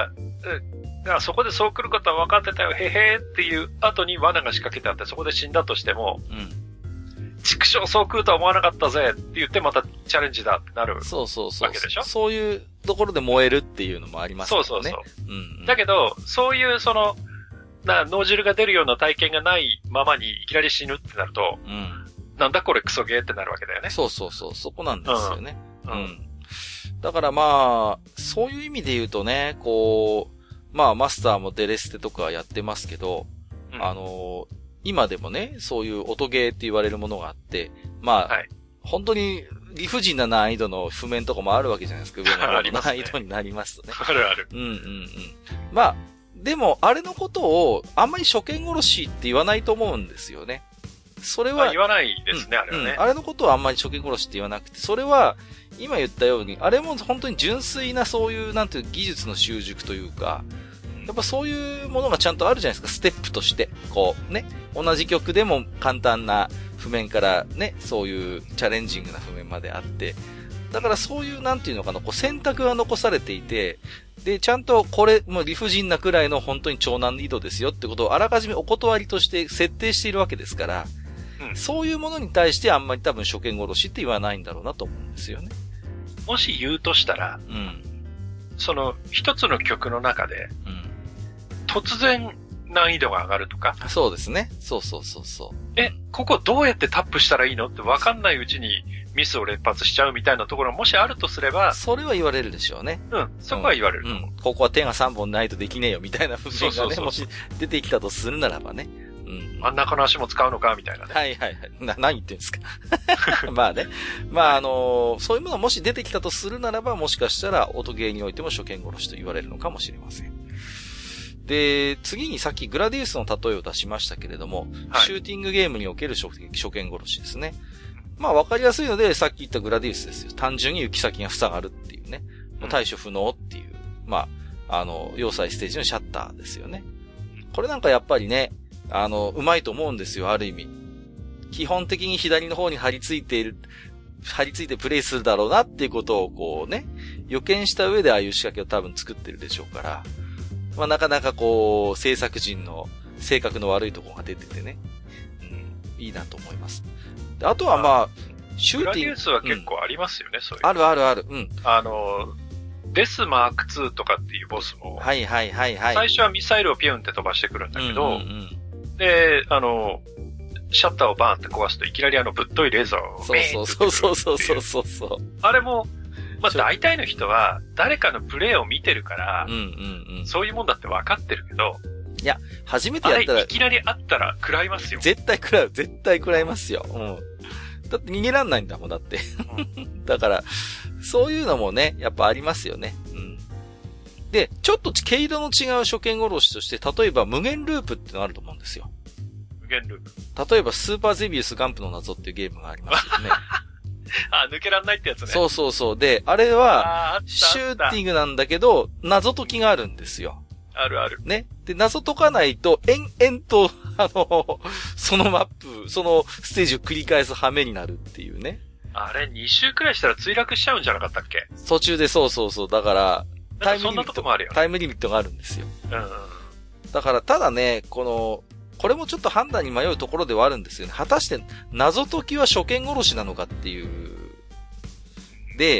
Speaker 2: そこでそう来ることは分かってたよ、へへーっていう後に罠が仕掛けてあって、そこで死んだとしても、畜生そう来るとは思わなかったぜって言ってまたチャレンジだってなるわけでしょ。
Speaker 1: そういうところで燃えるっていうのもありますからね。
Speaker 2: そう。だけど、そういう脳汁が出るような体験がないままにいきなり死ぬってなると、なんだこれクソゲーってなるわけだよね。
Speaker 1: そう。そこなんですよね。だからまあ、そういう意味で言うとね、こう、まあマスターもデレステとかやってますけど、今でもね、そういう音ゲーって言われるものがあって、まあ、本当に理不尽な難易度の譜面とかもあるわけじゃないですか。上の難易度になりますとね。
Speaker 2: ある。
Speaker 1: まあ、でも、あれのことを、あんまり初見殺しって言わないと思うんですよね。それは。
Speaker 2: 言わないですね、あれはね。
Speaker 1: あれのことはあんまり初見殺しって言わなくて、それは、今言ったように、あれも本当に純粋なそういう、なんていう技術の習熟というか、やっぱそういうものがちゃんとあるじゃないですか、ステップとして。こう、ね。同じ曲でも簡単な譜面からね、そういうチャレンジングな譜面まであって、だからそういう、なんていうのかな、こう選択が残されていて、で、ちゃんとこれ、もう理不尽なくらいの本当に超難易度ですよってことをあらかじめお断りとして設定しているわけですから、そういうものに対してあんまり多分初見殺しって言わないんだろうなと思うんですよね。
Speaker 2: もし言うとしたら、その一つの曲の中で、突然難易度が上がるとか。
Speaker 1: そうですね。そう。
Speaker 2: ここどうやってタップしたらいいのって分かんないうちにミスを連発しちゃうみたいなところがもしあるとすれば。
Speaker 1: それは言われるでしょうね。
Speaker 2: そこは言われる。
Speaker 1: ここは手が3本ないとできねえよみたいな不正がね、もし出てきたとするならばね。
Speaker 2: 真ん中の足も使うのかみたいなね。
Speaker 1: はい。何言ってんですか。まあね。まあそういうものがもし出てきたとするならば、もしかしたら音ゲーにおいても初見殺しと言われるのかもしれません。で、次にさっきグラディウスの例えを出しましたけれども、シューティングゲームにおける初見殺しですね。まあわかりやすいので、さっき言ったグラディウスですよ。単純に行き先が塞がるっていうね。もう対処不能っていう、まあ、要塞ステージのシャッターですよね。これなんかやっぱりね、うまいと思うんですよ、ある意味。基本的に左の方に張り付いてプレイするだろうなっていうことをこうね、予見した上でああいう仕掛けを多分作ってるでしょうから、まあなかなかこう、制作陣の性格の悪いところが出ててね、いいなと思います。であとはまあ、シューティング。グラディウ
Speaker 2: スは結構ありますよね、そういう。
Speaker 1: ある。
Speaker 2: デスマーク2とかっていうボスも。
Speaker 1: はい。最
Speaker 2: 初はミサイルをピュンって飛ばしてくるんだけど、で、シャッターをバーンって壊すといきなりぶっといレーザーを
Speaker 1: そう。
Speaker 2: あれも、まあ大体の人は誰かのプレイを見てるから、そういうもんだって分かってるけど、
Speaker 1: いや、初めてやったら。
Speaker 2: いきなりあったら食らいますよ。
Speaker 1: 絶対食らいますよ。だって逃げらんないんだもん、だって。だから、そういうのもね、やっぱありますよね。で、ちょっと毛色の違う初見殺しとして、例えば無限ループってのあると思うんですよ。
Speaker 2: 無限ループ。
Speaker 1: 例えばスーパーゼビウスガンプの謎っていうゲームがありますよね。
Speaker 2: 抜けらんないってやつね。
Speaker 1: そう。で、あれは、シューティングなんだけど、謎解きがあるんですよ。
Speaker 2: ある。
Speaker 1: ね。で、謎解かないと、延々と、そのマップ、そのステージを繰り返す羽目になるっていうね。
Speaker 2: あれ、2周くらいしたら墜落しちゃうんじゃなかったっけ？
Speaker 1: 途中でそう。だから、タイムリミットがあるんですよ。だから、ただね、これもちょっと判断に迷うところではあるんですよね。果たして、謎解きは初見殺しなのかっていう。で、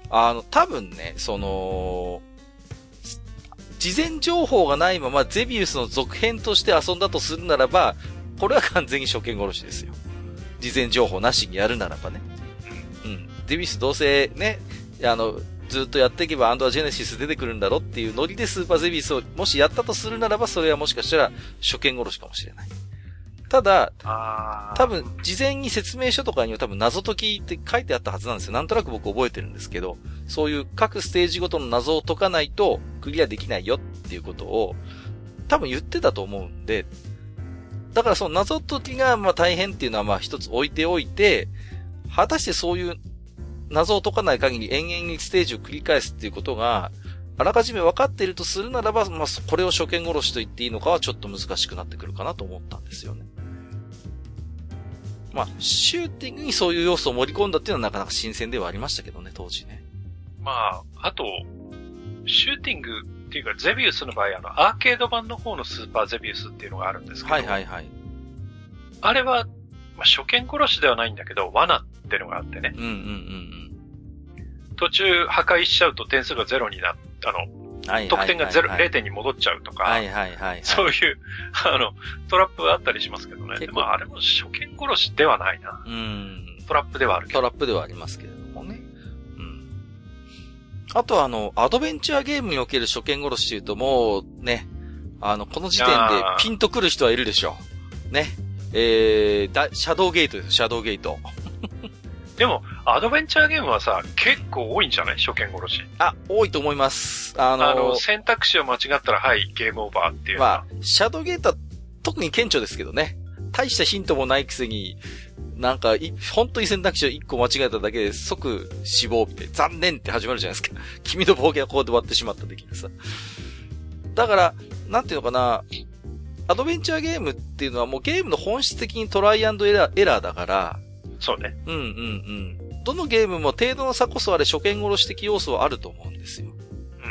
Speaker 1: 多分ね、事前情報がないままゼビウスの続編として遊んだとするならば、これは完全に初見殺しですよ。事前情報なしにやるならばね。うん。ゼビウスどうせね、ずっとやっていけばアンドアジェネシス出てくるんだろっていうノリでスーパーゼビウスをもしやったとするならば、それはもしかしたら初見殺しかもしれない。ただ、多分、事前に説明書とかには多分謎解きって書いてあったはずなんですよ。なんとなく僕覚えてるんですけど、そういう各ステージごとの謎を解かないとクリアできないよっていうことを多分言ってたと思うんで、だからその謎解きがまあ大変っていうのはまあ一つ置いておいて、果たしてそういう謎を解かない限り延々にステージを繰り返すっていうことが、あらかじめ分かっているとするならば、まあこれを初見殺しと言っていいのかはちょっと難しくなってくるかなと思ったんですよね。まあ、シューティングにそういう要素を盛り込んだっていうのはなかなか新鮮ではありましたけどね、当時ね。
Speaker 2: まあ、あと、シューティングっていうか、ゼビウスの場合、アーケード版の方のスーパーゼビウスっていうのがあるんですけど。
Speaker 1: はいはいはい。
Speaker 2: あれは、まあ、初見殺しではないんだけど、罠っていうのがあってね。
Speaker 1: うんうんうんうん。
Speaker 2: 途中破壊しちゃうと点数がゼロになって、得点が0点に戻っちゃうとか、
Speaker 1: はいはいはい。
Speaker 2: そういう、トラップがあったりしますけどね。まあ、あれも初見殺しではないな。トラップではあるけど。
Speaker 1: トラップではありますけれどもね。うん。あとアドベンチャーゲームにおける初見殺しというともう、ね、この時点でピンとくる人はいるでしょう。ね。シャドウゲートです、シャドウゲート。
Speaker 2: でも、アドベンチャーゲームはさ、結構多いんじゃない？初見殺し。
Speaker 1: 多いと思います。
Speaker 2: 選択肢を間違ったら、はい、ゲームオーバーっていう。
Speaker 1: まあ、シャドウゲートは特に顕著ですけどね。大したヒントもないくせに、なんか、本当に選択肢を1個間違えただけで即死亡みたいな。残念って始まるじゃないですか。君の冒険はここで終わってしまった時にさ。だから、なんていうのかな、アドベンチャーゲームっていうのはもうゲームの本質的にトライアンドエラーだから、
Speaker 2: そうね。
Speaker 1: うんうんうん。どのゲームも程度の差こそあれ初見殺し的要素はあると思うんですよ。うん。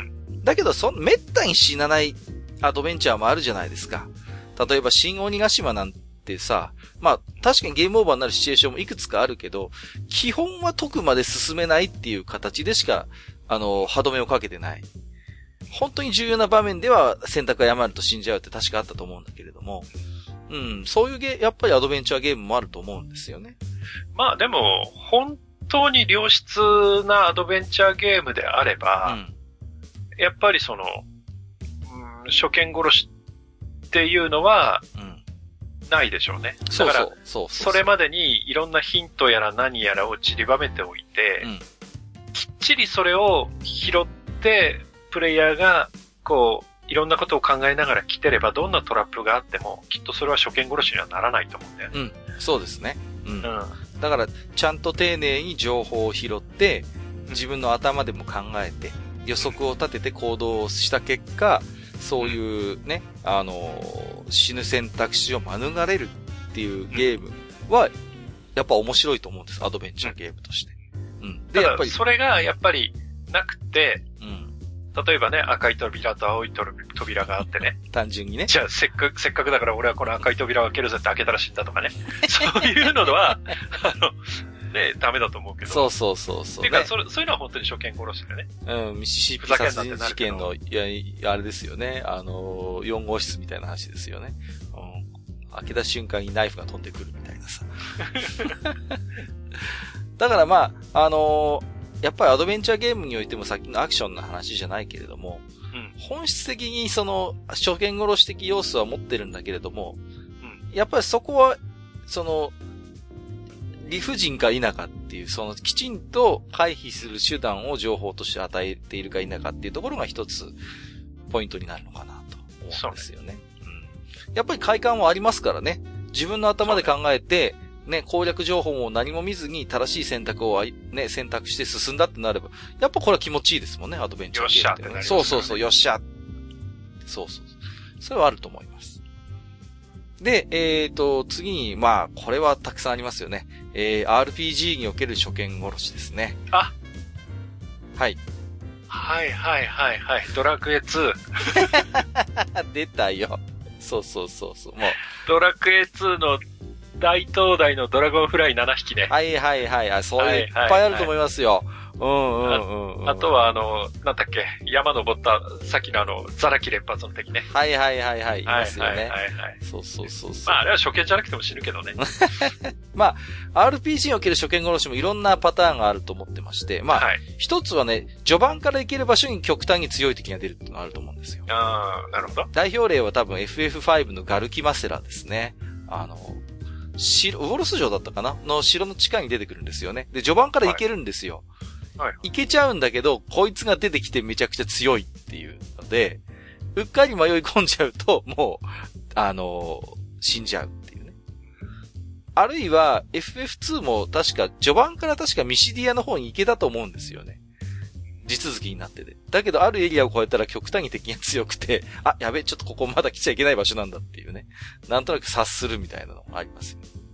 Speaker 1: だけどめったに死なないアドベンチャーもあるじゃないですか。例えば新鬼ヶ島なんてさ、まあ確かにゲームオーバーになるシチュエーションもいくつかあるけど、基本は解くまで進めないっていう形でしか、歯止めをかけてない。本当に重要な場面では選択が誤ると死んじゃうって確かあったと思うんだけれども、うん、そういうやっぱりアドベンチャーゲームもあると思うんですよね。
Speaker 2: まあでも、本当に良質なアドベンチャーゲームであれば、やっぱり初見殺しっていうのは、ないでしょうね。だから、それまでにいろんなヒントやら何やらを散りばめておいて、きっちりそれを拾って、プレイヤーが、いろんなことを考えながら来てれば、どんなトラップがあっても、きっとそれは初見殺しにはならないと思うんだよね。
Speaker 1: うん、そうですね。うん。だから、ちゃんと丁寧に情報を拾って、自分の頭でも考えて、予測を立てて行動をした結果、そういうね、死ぬ選択肢を免れるっていうゲームは、やっぱ面白いと思うんです。アドベンチャーゲームとして。うん。
Speaker 2: で、やっぱり。それが、やっぱり、なくて、例えばね、赤い扉と青い扉があってね。
Speaker 1: 単純にね。
Speaker 2: じゃあ、せっかくだから俺はこの赤い扉を開けるぜって開けたら死んだとかね。そういうのは、ね、ダメだと思うけど。
Speaker 1: そう。
Speaker 2: てか、そういうのは本当に初見殺しでね。
Speaker 1: うん、ミシシッピ殺人事件の、あれですよね。4号室みたいな話ですよね。開けた瞬間にナイフが飛んでくるみたいなさ。だからまあ、やっぱりアドベンチャーゲームにおいてもさっきのアクションの話じゃないけれども、本質的に初見殺し的要素は持ってるんだけれども、やっぱりそこは、理不尽か否かっていう、きちんと回避する手段を情報として与えているか否かっていうところが一つ、ポイントになるのかなと思うんですよね。やっぱり快感はありますからね。自分の頭で考えて、ね、攻略情報も何も見ずに正しい選択をね、選択して進んだってなれば、やっぱこれは気持ちいいですもんね、アドベンチャーゲームって、ね。よっしゃってなりますね。そう、よっしゃ。そう。それはあると思います。で、次に、まあ、これはたくさんありますよね。RPG における初見殺しですね。
Speaker 2: あ、
Speaker 1: はい。
Speaker 2: はい。ドラクエ2。
Speaker 1: 出たよ。そう。もう。
Speaker 2: ドラクエ2の大東大のドラゴンフライ7匹ね。
Speaker 1: はい。そういういっぱいあると思いますよ。
Speaker 2: あとはなんだっけ、山登った先のザラキ連発の敵ね。
Speaker 1: はいはいはいはい。いますよね。
Speaker 2: はいはいはい。
Speaker 1: そうそうそう。
Speaker 2: まああれは初見じゃなくても死ぬけどね。
Speaker 1: まあ、RPG における初見殺しもいろんなパターンがあると思ってまして、まあ、はい、一つはね、序盤から行ける場所に極端に強い敵が出るっていうのがあると思うんですよ。
Speaker 2: ああ、なるほど。
Speaker 1: 代表例は多分 FF5 のガルキマセラですね。ウォルス城だったかなの城の地下に出てくるんですよね。で、序盤から行けるんですよ。はい。行けちゃうんだけど、こいつが出てきてめちゃくちゃ強いっていうので、うっかり迷い込んじゃうと、もう、死んじゃうっていうね。あるいは、FF2 も序盤から確かミシディアの方に行けたと思うんですよね。地続きになってて。だけど、あるエリアを越えたら極端に敵が強くて、あ、やべ、ちょっとここまだ来ちゃいけない場所なんだっていうね。なんとなく察するみたいなのがありますよ。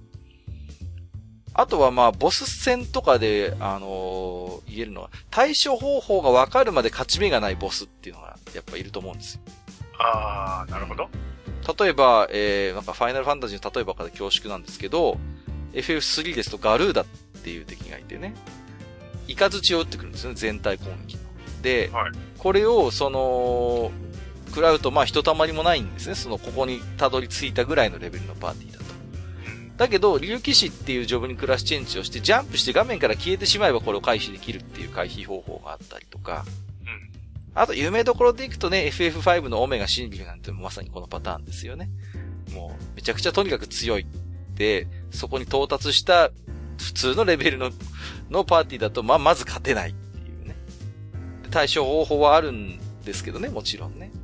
Speaker 1: あとはまあ、ボス戦とかで、言えるのは、対処方法が分かるまで勝ち目がないボスっていうのが、やっぱいると思うんですよ。
Speaker 2: あー、なるほど。
Speaker 1: 例えば、なんかファイナルファンタジーの例えばから恐縮なんですけど、FF3 ですとガルーダっていう敵がいてね、イカズチを撃ってくるんですよね、全体攻撃の。で、はい、これを、食らうと、まあ、ひとたまりもないんですね。ここにたどり着いたぐらいのレベルのパーティーだと。だけど、竜騎士っていうジョブにクラスチェンジをして、ジャンプして画面から消えてしまえばこれを回避できるっていう回避方法があったりとか。あと、有名どころでいくとね、FF5 のオメガシンビルなんてまさにこのパターンですよね。もう、めちゃくちゃとにかく強い。で、そこに到達した普通のレベルのパーティーだと、まあ、まず勝てないっていうね。対処方法はあるんですけどね、もちろんね。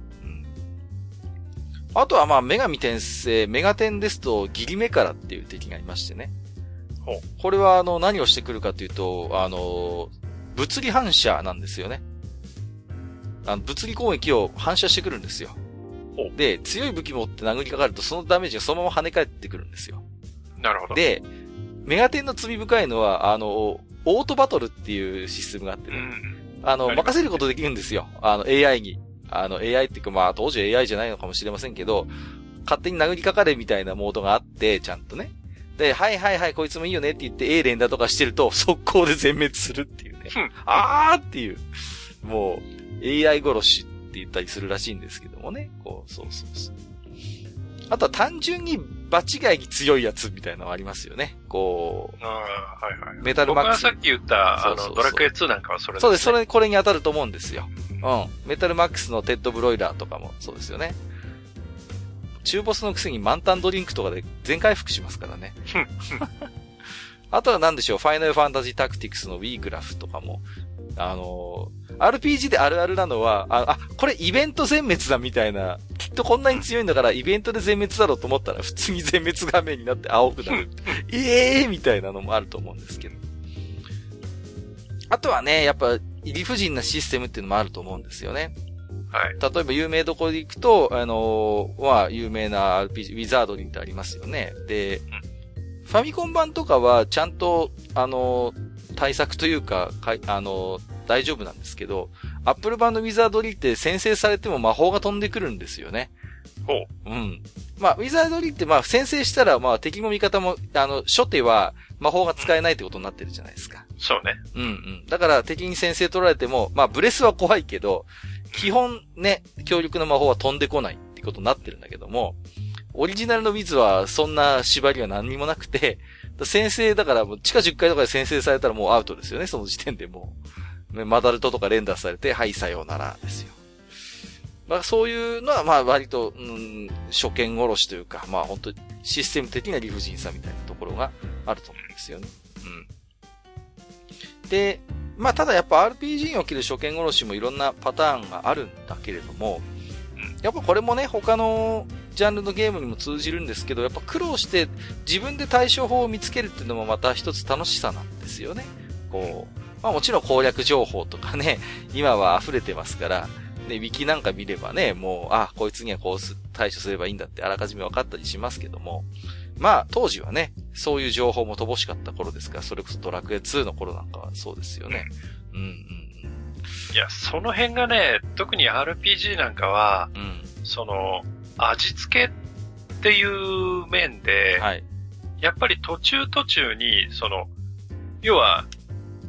Speaker 1: あとはまあ、女神転生、メガテンですと、ギリメカラっていう敵がいましてね。これは何をしてくるかというと、物理反射なんですよね。物理攻撃を反射してくるんですよ。で、強い武器持って殴りかかると、そのダメージがそのまま跳ね返ってくるんですよ。
Speaker 2: なるほど。
Speaker 1: で、メガテンの罪深いのは、オートバトルっていうシステムがあってね。任せることできるんですよ。AI に。AI っていうかまあ当時 AI じゃないのかもしれませんけど、勝手に殴りかかれみたいなモードがあって、ちゃんとね。で、はいはいはい、こいつもいいよねって言って A 連打とかしてると、速攻で全滅するっていうね。あーっていう。もう、AI 殺しって言ったりするらしいんですけどもね。そう。あとは単純に場違いに強いやつみたいなのがありますよね。
Speaker 2: はいはい。
Speaker 1: メタルマックス。
Speaker 2: 僕がさっき言った、ドラクエ2なんかはそれですね。
Speaker 1: そうです。これに当たると思うんですよ。メタルマックスのテッドブロイラーとかもそうですよね。中ボスのくせに満タンドリンクとかで全回復しますからね。あとは何でしょう、ファイナルファンタジータクティクスのウィーグラフとかも、RPG であるあるなのは、これイベント全滅だみたいな、きっとこんなに強いんだからイベントで全滅だろうと思ったら普通に全滅画面になって青くなる。みたいなのもあると思うんですけど。あとはね、やっぱ理不尽なシステムっていうのもあると思うんですよね。
Speaker 2: はい。
Speaker 1: 例えば有名どころで行くと、有名な RPG、ウィザードリーってありますよね。で、ファミコン版とかはちゃんと、対策というか、大丈夫なんですけど、アップル版のウィザードリーって先制されても魔法が飛んでくるんですよね。まあ、ウィザードリーってまあ、先制したらまあ、敵も味方も、初手は魔法が使えないってことになってるじゃないですか。
Speaker 2: そうね。
Speaker 1: だから敵に先制取られても、まあ、ブレスは怖いけど、基本ね、強力な魔法は飛んでこないってことになってるんだけども、オリジナルのウィズはそんな縛りは何にもなくて、先制だからもう地下10階とかで先制されたらもうアウトですよね、その時点でもう。マダルトとか連打されて、はい、さようならですよ。まあそういうのはまあ割と、初見殺しというか、まあ本当システム的な理不尽さみたいなところがあると思うんですよね。で、まあただやっぱ RPG における初見殺しもいろんなパターンがあるんだけれども、やっぱこれもね、他のジャンルのゲームにも通じるんですけど、やっぱ苦労して自分で対処法を見つけるっていうのもまた一つ楽しさなんですよね。まあもちろん攻略情報とかね、今は溢れてますから、で、ウィキなんか見ればね、もう、こいつにはこう対処すればいいんだってあらかじめ分かったりしますけども、まあ当時はね、そういう情報も乏しかった頃ですから、それこそドラクエ2の頃なんかはそうですよね。
Speaker 2: いや、その辺がね、特に RPG なんかは、味付けっていう面で、はい、やっぱり途中に、要は、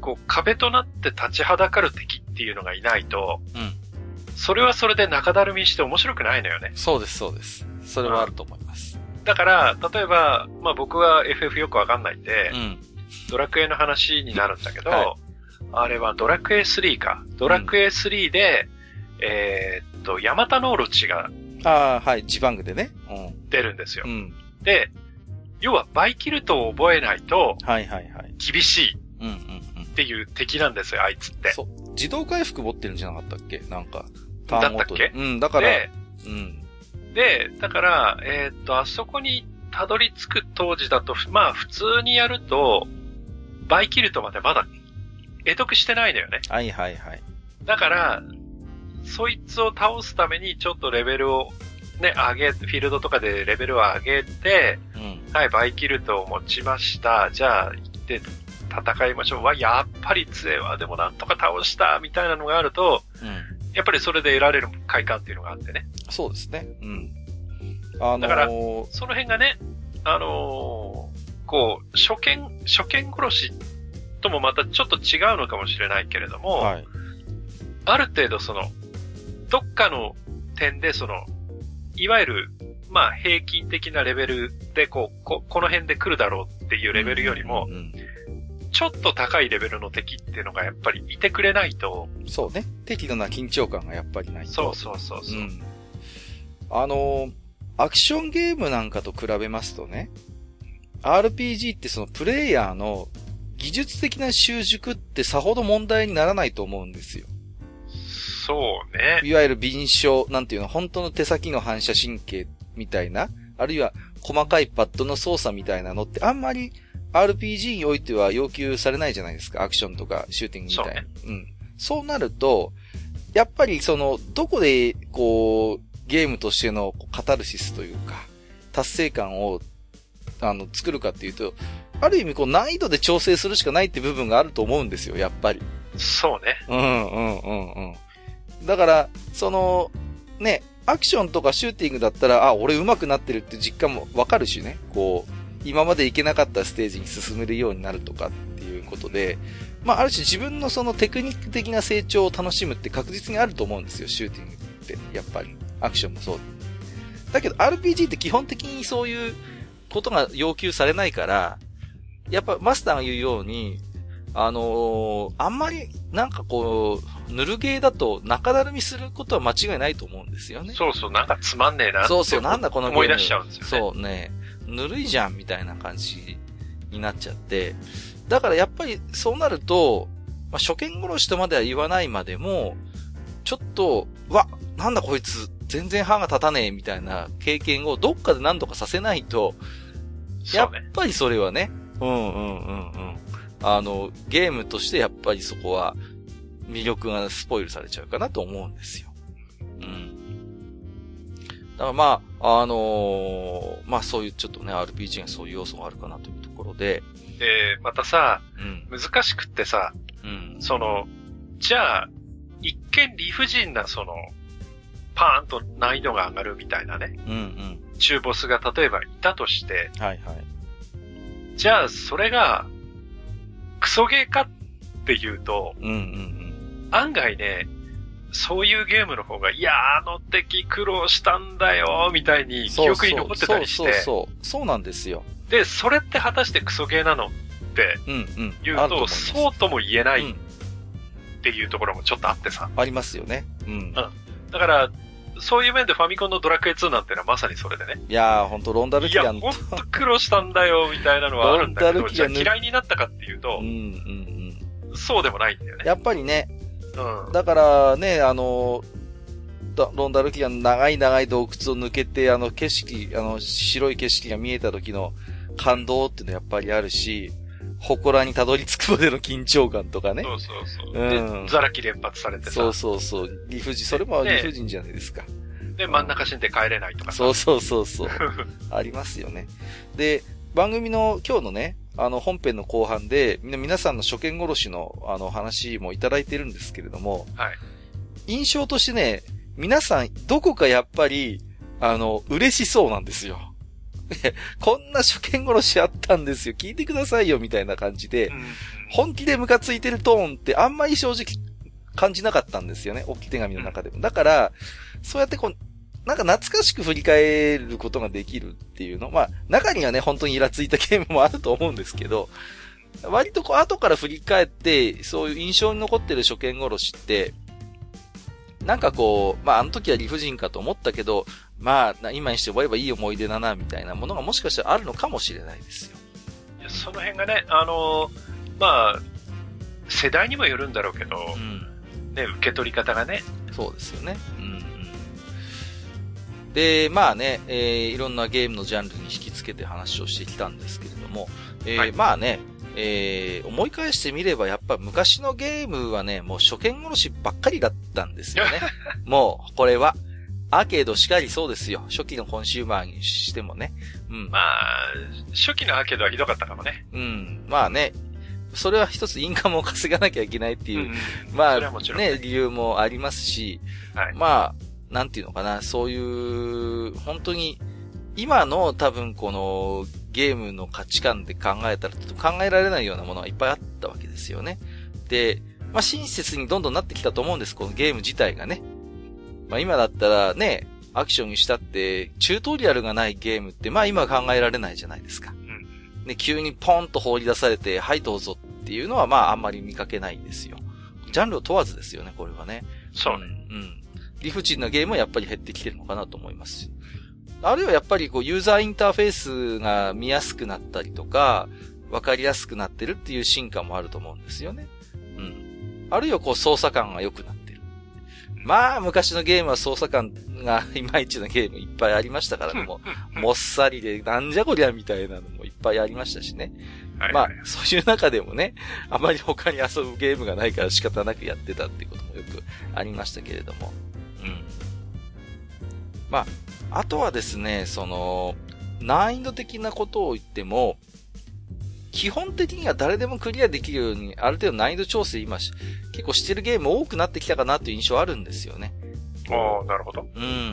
Speaker 2: こう、壁となって立ちはだかる敵っていうのがいないと、それはそれで中だるみして面白くないのよね。
Speaker 1: そうです、そうです。それはあると思います。
Speaker 2: だから、例えば、まあ僕は FF よくわかんないんで、ドラクエの話になるんだけど、はい、あれはドラクエ3か。ドラクエ3で、ヤマタノオロチが、
Speaker 1: はい、ジバングでね。
Speaker 2: 出るんですよ。で、要はバイキルトを覚えないと、厳しいっていう敵なんですよ、あいつって。
Speaker 1: そう。自動回復持ってるんじゃなかったっけなんか。
Speaker 2: だったっけ
Speaker 1: だから、
Speaker 2: で、だから、あそこにたどり着く当時だと、まあ普通にやると、バイキルトまでまだ、得得してないのよね。だから、そいつを倒すためにちょっとレベルをね、フィールドとかでレベルを上げて、はい、バイキルトを持ちました。じゃあ、行って戦いましょう。やっぱり杖はでもなんとか倒したみたいなのがあると、やっぱりそれで得られる快感っていうのがあってね。
Speaker 1: そうですね。
Speaker 2: だから、その辺がね、こう、初見殺しともまたちょっと違うのかもしれないけれども、ある程度どっかの点でいわゆる、まあ平均的なレベルでこの辺で来るだろうっていうレベルよりも、ちょっと高いレベルの敵っていうのがやっぱりいてくれないと。
Speaker 1: そうね。適度な緊張感がやっぱりないと。
Speaker 2: そう。
Speaker 1: アクションゲームなんかと比べますとね、RPG ってプレイヤーの技術的な習熟ってさほど問題にならないと思うんですよ。
Speaker 2: そうね。
Speaker 1: いわゆる敏捷、なんていうの、本当の手先の反射神経みたいな、あるいは細かいパッドの操作みたいなのってあんまりRPG においては要求されないじゃないですか。アクションとかシューティングみたいな。そうね。そうなると、やっぱりどこで、こう、ゲームとしてのカタルシスというか、達成感を、作るかっていうと、ある意味難易度で調整するしかないって部分があると思うんですよ、やっぱり。
Speaker 2: そうね。
Speaker 1: だから、ね、アクションとかシューティングだったら、俺上手くなってるって実感もわかるしね、こう、今まで行けなかったステージに進めるようになるとかっていうことで、まあ、ある種自分のテクニック的な成長を楽しむって確実にあると思うんですよ、シューティングって。やっぱり。アクションもそう。だけど RPG って基本的にそういうことが要求されないから、やっぱマスターが言うように、あんまりなんかこう、ぬるゲーだと中だるみすることは間違いないと思うんですよね。
Speaker 2: そう、なんかつまんねえなって。
Speaker 1: そう、なんだこのゲーム。
Speaker 2: 思い出しちゃうんですよね。
Speaker 1: そうね。ぬるいじゃんみたいな感じになっちゃって。だからやっぱりそうなると、まあ、初見殺しとまでは言わないまでも、ちょっと、なんだこいつ、全然歯が立たねえみたいな経験をどっかで何度かさせないと、やっぱりそれはね、ゲームとしてやっぱりそこは魅力がスポイルされちゃうかなと思うんですよ。だからまあ、まあそういうちょっとね、RPG がそういう要素があるかなというところで。
Speaker 2: で、またさ、難しくってさ、じゃあ、一見理不尽なパーンと難易度が上がるみたいなね。中ボスが例えばいたとして、じゃあそれが、クソゲーかっていうと、案外ね、そういうゲームの方が、いや敵苦労したんだよ、みたいに記憶に残ってたりして。
Speaker 1: そうなんですよ。
Speaker 2: で、それって果たしてクソゲーなのって言うと、そうとも言えない。っていうところもちょっとあってさ。
Speaker 1: ありますよね。
Speaker 2: だから、そういう面でファミコンのドラクエ2なんてのはまさにそれでね。
Speaker 1: いやー、ほんとロンダルキアン。
Speaker 2: いや、ほんと苦労したんだよ、みたいなのはあるんだけど、じゃあ嫌いになったかっていうと、そうでもないんだよね。
Speaker 1: やっぱりね。だからね、ロンダルキアン長い洞窟を抜けて、景色、白い景色が見えた時の感動っていうのはやっぱりあるし、祠にたどり着くまでの緊張感とかね。
Speaker 2: そう。で、ザラキ連発されてさ。
Speaker 1: そう。理不尽、それも理不尽じゃないですか。
Speaker 2: で、真ん中死んで帰れないとか
Speaker 1: さ。そう。ありますよね。で、番組の今日のね、本編の後半で、皆さんの初見殺しの、話もいただいてるんですけれども、印象としてね、皆さん、どこかやっぱり、嬉しそうなんですよ。 こんな初見殺しあったんですよ。聞いてくださいよ、みたいな感じで、本気でムカついてるトーンってあんまり正直感じなかったんですよね。置き手紙の中でも。だから、そうやってなんか懐かしく振り返ることができるっていうの。まあ、中にはね、本当にイラついたゲームもあると思うんですけど、割と後から振り返って、そういう印象に残ってる初見殺しって、なんかまあ、あの時は理不尽かと思ったけど、まあ、今にして覚えばいい思い出だな、みたいなものがもしかしたらあるのかもしれないですよ。
Speaker 2: いや、その辺がね、まあ、世代にもよるんだろうけど、ね、受け取り方がね。
Speaker 1: そうですよね。で、まあね、いろんなゲームのジャンルに引き付けて話をしてきたんですけれども、まあね、思い返してみればやっぱ昔のゲームはね、もう初見殺しばっかりだったんですよね。もう、これは。アーケードしかりそうですよ。初期のコンシューマーにしてもね。
Speaker 2: まあ、初期のアーケードはひどかったかもね。
Speaker 1: まあね、それは一つインカムを稼がなきゃいけないっていう、まあね、理由もありますし、まあ、なんていうのかな、そういう、本当に、今の多分このゲームの価値観で考えたら考えられないようなものがいっぱいあったわけですよね。で、まあ親切にどんどんなってきたと思うんです、このゲーム自体がね。まあ今だったらね、アクションにしたってチュートリアルがないゲームってまあ今は考えられないじゃないですか。で、急にポンと放り出されて、はいどうぞっていうのはまああんまり見かけないんですよ。ジャンルを問わずですよね、これはね。
Speaker 2: そうね。
Speaker 1: 理不尽なゲームはやっぱり減ってきてるのかなと思います。あるいはやっぱりユーザーインターフェースが見やすくなったりとか、わかりやすくなってるっていう進化もあると思うんですよね。あるいは操作感が良くなってる。まあ昔のゲームは操作感がいまいちなゲームいっぱいありましたからね、もっさりでなんじゃこりゃみたいなのもいっぱいありましたしね。まあそういう中でもね、あまり他に遊ぶゲームがないから仕方なくやってたっていうこともよくありましたけれども。まあ、あとはですね、難易度的なことを言っても、基本的には誰でもクリアできるように、ある程度難易度調整今結構してるゲーム多くなってきたかなという印象あるんですよね。
Speaker 2: ああ、なるほど。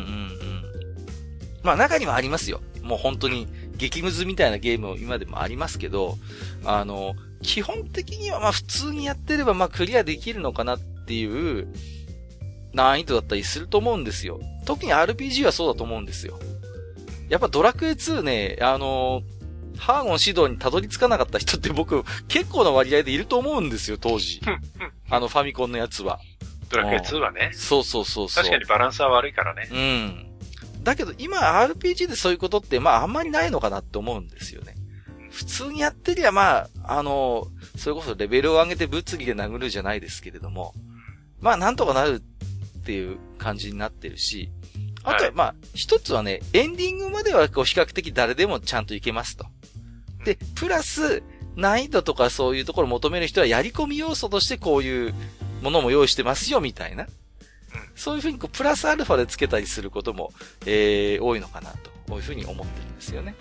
Speaker 1: まあ中にはありますよ。もう本当に激ムズみたいなゲームも今でもありますけど、基本的にはまあ普通にやってればまあクリアできるのかなっていう難易度だったりすると思うんですよ。特に RPG はそうだと思うんですよ。やっぱドラクエ2ね、ハーゴン指導にたどり着かなかった人って僕結構な割合でいると思うんですよ、当時。ファミコンのやつは。
Speaker 2: ドラクエ2はね。
Speaker 1: そう。
Speaker 2: 確かにバランスは悪いからね。
Speaker 1: だけど今 RPG でそういうことってまああんまりないのかなって思うんですよね。普通にやってりゃまあ、それこそレベルを上げて物理で殴るじゃないですけれども、まあなんとかなるっていう感じになってるし、あとはまあ、一つはね、エンディングまでは比較的誰でもちゃんといけますと。で、プラス、難易度とかそういうところを求める人はやり込み要素としてこういうものも用意してますよみたいな。そういうふうにプラスアルファでつけたりすることも、多いのかなというふうに思ってるんですよね。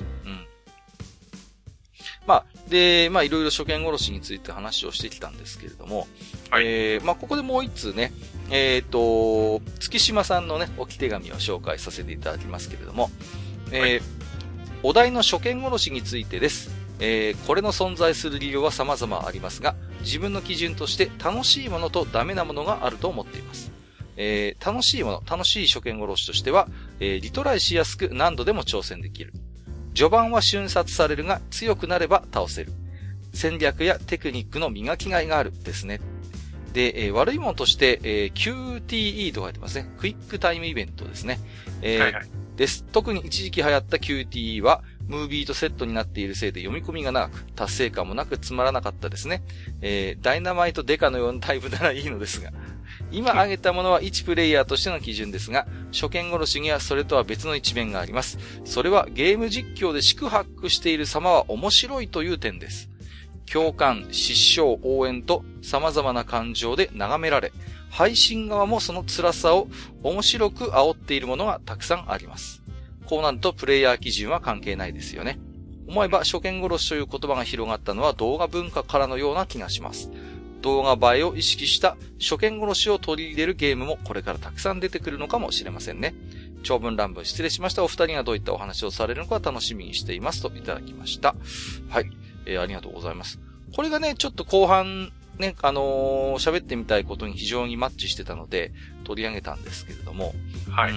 Speaker 1: まあ、で、まあいろいろ初見殺しについて話をしてきたんですけれども、まあここでもう一通ね、月島さんのね、置き手紙を紹介させていただきますけれども、お題の初見殺しについてです。これの存在する理由は様々ありますが、自分の基準として楽しいものとダメなものがあると思っています。楽しいもの、楽しい初見殺しとしては、リトライしやすく何度でも挑戦できる。序盤は瞬殺されるが強くなれば倒せる。戦略やテクニックの磨きがいがあるですね。で、悪いものとして、QTE と書いてますね。クイックタイムイベントですね。です。特に一時期流行った QTE は、ムービーとセットになっているせいで読み込みが長く、達成感もなくつまらなかったですね。ダイナマイトデカのようなタイプならいいのですが。今挙げたものは1プレイヤーとしての基準ですが、初見殺しにはそれとは別の一面があります。それはゲーム実況で四苦八苦している様は面白いという点です。共感、失笑、応援と様々な感情で眺められ、配信側もその辛さを面白く煽っているものがたくさんあります。こうなるとプレイヤー基準は関係ないですよね。思えば初見殺しという言葉が広がったのは動画文化からのような気がします。動画映えを意識した初見殺しを取り入れるゲームもこれからたくさん出てくるのかもしれませんね。 長文乱文失礼しました。お二人がどういったお話をされるのか楽しみにしていますといただきました。はい。ありがとうございます。これがね、ちょっと後半、ね、喋ってみたいことに非常にマッチしてたので、取り上げたんですけれども。
Speaker 2: はい。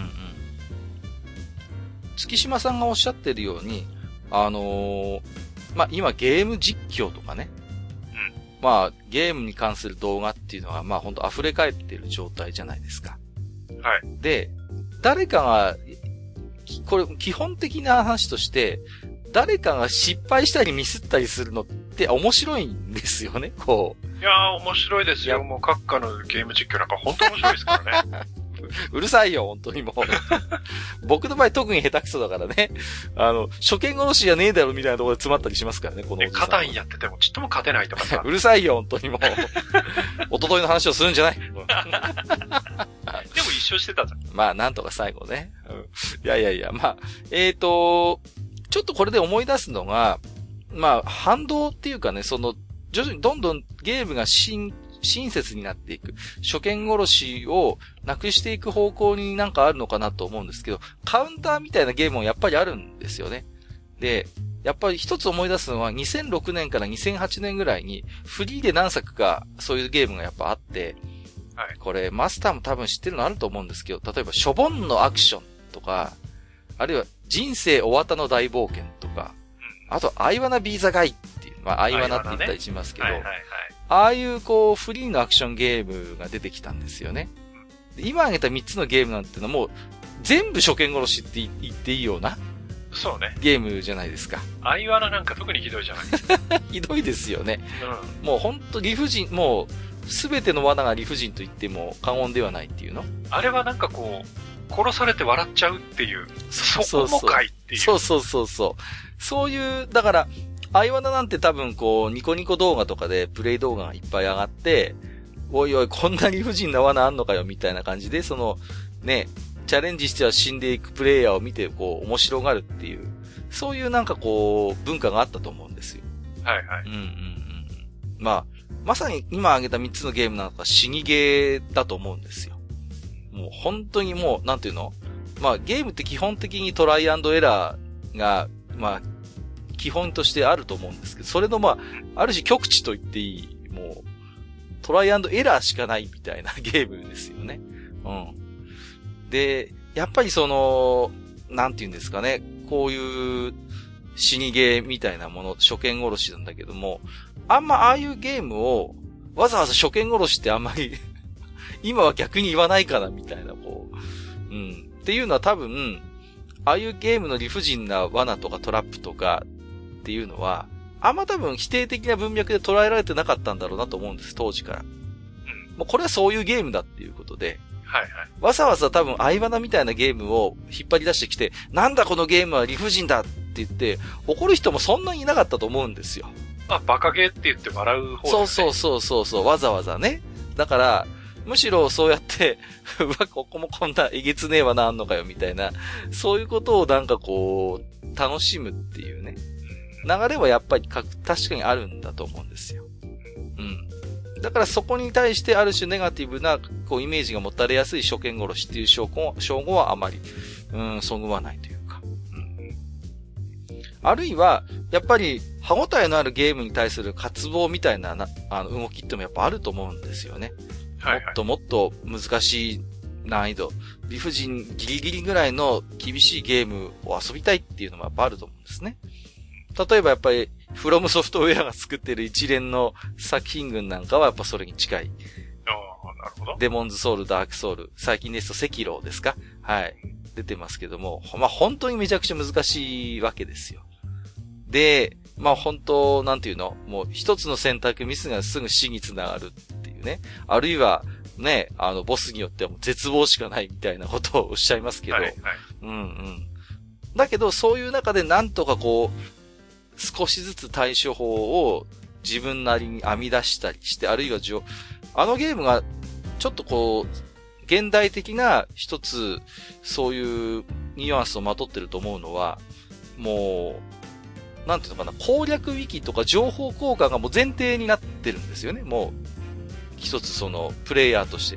Speaker 1: 月島さんがおっしゃってるように、今ゲーム実況とかね。ゲームに関する動画っていうのは、ほんと溢れ返っている状態じゃないですか。
Speaker 2: はい。
Speaker 1: で、誰かが、これ基本的な話として、誰かが失敗したりミスったりするのって面白いんですよね、こう。
Speaker 2: いやー、面白いですよ。もう閣下のゲーム実況なんか本当面白いですからね。
Speaker 1: うるさいよ、本当にもう。僕の場合特に下手くそだからね。初見殺しじゃねえだろみたいなところで詰まったりしますからね、このおじさん。
Speaker 2: カタンやっててもちっとも勝てないとかさ。
Speaker 1: うるさいよ、本当にもう。一昨日の話をするんじゃない。でも
Speaker 2: 一緒してたじゃん。
Speaker 1: まあ、なんとか最後ね。いや、ちょっとこれで思い出すのが、反動っていうかね、徐々にどんどんゲームが親切になっていく。初見殺しをなくしていく方向になんかあるのかなと思うんですけど、カウンターみたいなゲームもやっぱりあるんですよね。で、やっぱり一つ思い出すのは2006年から2008年ぐらいにフリーで何作かそういうゲームがやっぱあって、
Speaker 2: はい、
Speaker 1: これマスターも多分知ってるのあると思うんですけど、例えばショボンのアクションとか、あるいは人生お綿の大冒険とか、あとアイワナビーザガイっていう、アイワナって言ったりしますけど、ああいうフリーのアクションゲームが出てきたんですよね。で今挙げた3つのゲームなんてのはもう全部初見殺しって言っていいような
Speaker 2: そうね。
Speaker 1: ゲームじゃないですか。
Speaker 2: アイワナなんか特にひどいじゃない
Speaker 1: ひどいですよね。もうほんと理不尽、もうすべての罠が理不尽と言っても過言ではないっていうの。
Speaker 2: あれはなんか殺されて笑っちゃうっていう。そこもかいっていう。
Speaker 1: そう。そういう、だから、アイワナなんて多分ニコニコ動画とかでプレイ動画がいっぱい上がって、おいおい、こんな理不尽な罠あんのかよ、みたいな感じで、チャレンジしては死んでいくプレイヤーを見て、面白がるっていう、そういうなんか文化があったと思うんですよ。
Speaker 2: はいはい。
Speaker 1: まさに今挙げた3つのゲームなんか死にゲーだと思うんですよ。もう本当にもう、なんていうの？ゲームって基本的にトライアンドエラーが、基本としてあると思うんですけど、それのある種極致と言っていい、もう、トライアンドエラーしかないみたいなゲームですよね。で、やっぱりなんていうんですかね、こういう死にゲーみたいなもの、初見殺しなんだけども、ああいうゲームを、わざわざ初見殺しってあんまり、今は逆に言わないかな、みたいな、っていうのは多分、ああいうゲームの理不尽な罠とかトラップとかっていうのは、あんま多分否定的な文脈で捉えられてなかったんだろうなと思うんです、当時から。もうこれはそういうゲームだっていうことで、
Speaker 2: はいはい。
Speaker 1: わざわざ多分アイワナみたいなゲームを引っ張り出してきて、なんだこのゲームは理不尽だって言って、怒る人もそんなにいなかったと思うんですよ。
Speaker 2: バカゲーって言って笑う方ですね。
Speaker 1: そう、わざわざね。だから、むしろそうやって、ここもこんなえげつねえわなあんのかよみたいな、そういうことをなんか楽しむっていうね。流れはやっぱり確かにあるんだと思うんですよ。だからそこに対してある種ネガティブな、イメージが持たれやすい初見殺しっていう称号はあまり、そぐわないというか。あるいは、やっぱり、歯応えのあるゲームに対する渇望みたいな動きってもやっぱあると思うんですよね。
Speaker 2: はいはい、
Speaker 1: もっと難しい難易度、理不尽ギリギリぐらいの厳しいゲームを遊びたいっていうのもやっぱあると思うんですね。例えばやっぱり、フロムソフトウェアが作ってる一連の作品群なんかはやっぱそれに近い。
Speaker 2: なるほど。
Speaker 1: デモンズソウル、ダークソウル、最近ですと赤狼ですか？はい。出てますけども、本当にめちゃくちゃ難しいわけですよ。で、本当、なんていうの？もう一つの選択ミスがすぐ死につながるっていうね。あるいは、ね、ボスによってはもう絶望しかないみたいなことをおっしゃいますけど。はいはい。だけど、そういう中でなんとか少しずつ対処法を自分なりに編み出したりして、あるいはあのゲームがちょっと現代的な一つそういうニュアンスをまとってると思うのは、もう、なんていうのかな、攻略ウィキとか情報交換がもう前提になってるんですよね。もう、一つプレイヤーとして。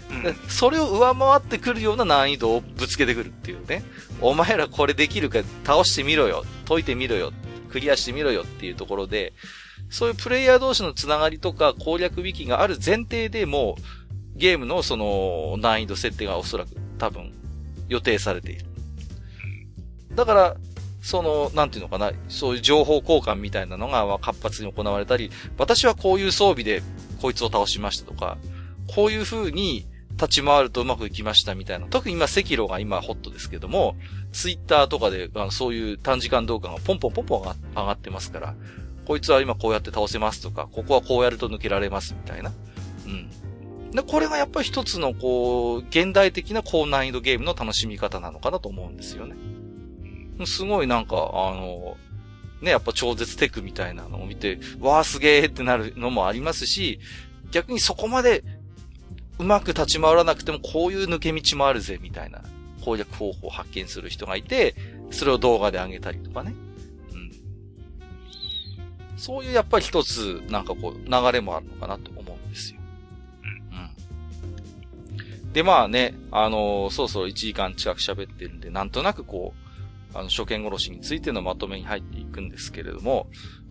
Speaker 1: でそれを上回ってくるような難易度をぶつけてくるっていうね。お前らこれできるか倒してみろよ。解いてみろよ。クリアしてみろよっていうところで、そういうプレイヤー同士のつながりとか攻略ウィキがある前提でもうゲームのその難易度設定がおそらく多分予定されている。だから、なんていうのかな、そういう情報交換みたいなのが活発に行われたり、私はこういう装備でこいつを倒しましたとか、こういう風に立ち回るとうまくいきましたみたいな。特に今、赤炉が今ホットですけども、ツイッターとかでそういう短時間動画がポンポン上がってますから、こいつは今こうやって倒せますとか、ここはこうやると抜けられますみたいな。うん。で、これがやっぱり一つの現代的な高難易度ゲームの楽しみ方なのかなと思うんですよね。すごいなんか、やっぱ超絶テクみたいなのを見て、わーすげーってなるのもありますし、逆にそこまでうまく立ち回らなくてもこういう抜け道もあるぜみたいな攻略方法を発見する人がいて、それを動画で上げたりとかね。うん。そういうやっぱり一つなんか流れもあるのかなと思うんですよ。うん。でまあね、そろそろ1時間近く喋ってるんで、なんとなく初見殺しについてのまとめに入っていくんですけれども、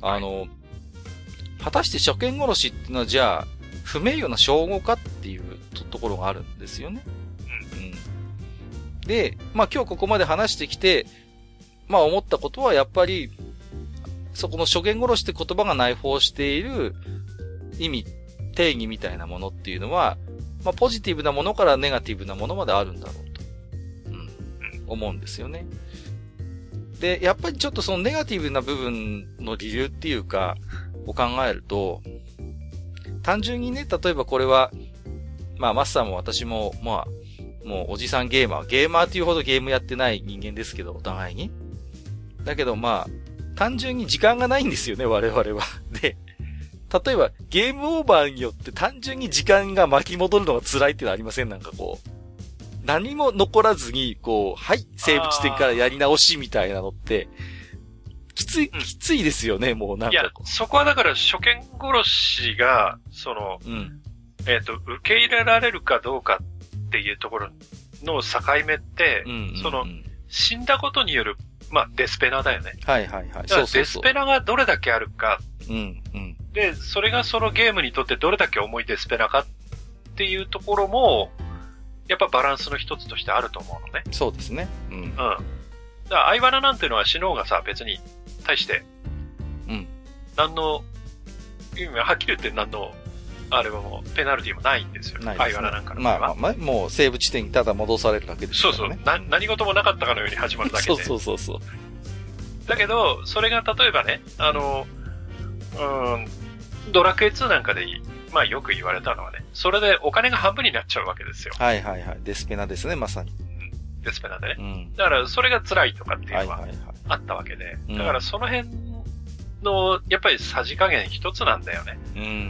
Speaker 1: 果たして初見殺しっていうのはじゃあ、不名誉な称号かっていうところがあるんですよね。うん。で、まあ今日ここまで話してきて、まあ思ったことはやっぱり、そこの初見殺しって言葉が内包している意味、定義みたいなものっていうのは、まあポジティブなものからネガティブなものまであるんだろうと、思うんですよね。で、やっぱりちょっとそのネガティブな部分の理由っていうか、を考えると、単純にね、例えばこれは、まあマスターも私も、まあ、もうおじさんゲーマーっていうほどゲームやってない人間ですけど、お互いに。だけどまあ、単純に時間がないんですよね、我々は。で、例えばゲームオーバーによって単純に時間が巻き戻るのが辛いっていうのはありません？なんか何も残らずに、はい、セーブ地点からやり直しみたいなのって、きついですよね、もうなんか。
Speaker 2: いや、そこはだから初見殺しが、受け入れられるかどうかっていうところの境目って、死んだことによる、まあ、デスペナだよね。
Speaker 1: はいはいはい。
Speaker 2: そう。デスペナがどれだけあるか。で、それがそのゲームにとってどれだけ重いデスペナかっていうところも、やっぱバランスの一つとしてあると思うのね。
Speaker 1: そうですね。うん。
Speaker 2: だからアイワナなんていうのは死のうがさ、別に対して、何の、はっきり言って何の、あれはもうペナルティもないんですよ。ないですね。アイワナなんかの場合は。
Speaker 1: まあ、もうセーブ地点にただ戻されるだけですからね。
Speaker 2: そう。何事もなかったかのように始まるだけで。
Speaker 1: そう。
Speaker 2: だけど、それが例えばね、ドラクエ2なんかでまあよく言われたのはね、それでお金が半分になっちゃうわけですよ。
Speaker 1: はいはいはい。デスペナですね、まさに。
Speaker 2: デスペナでね。だからそれが辛いとかっていうのはあったわけで。だからその辺の、やっぱりさじ加減一つなんだよね。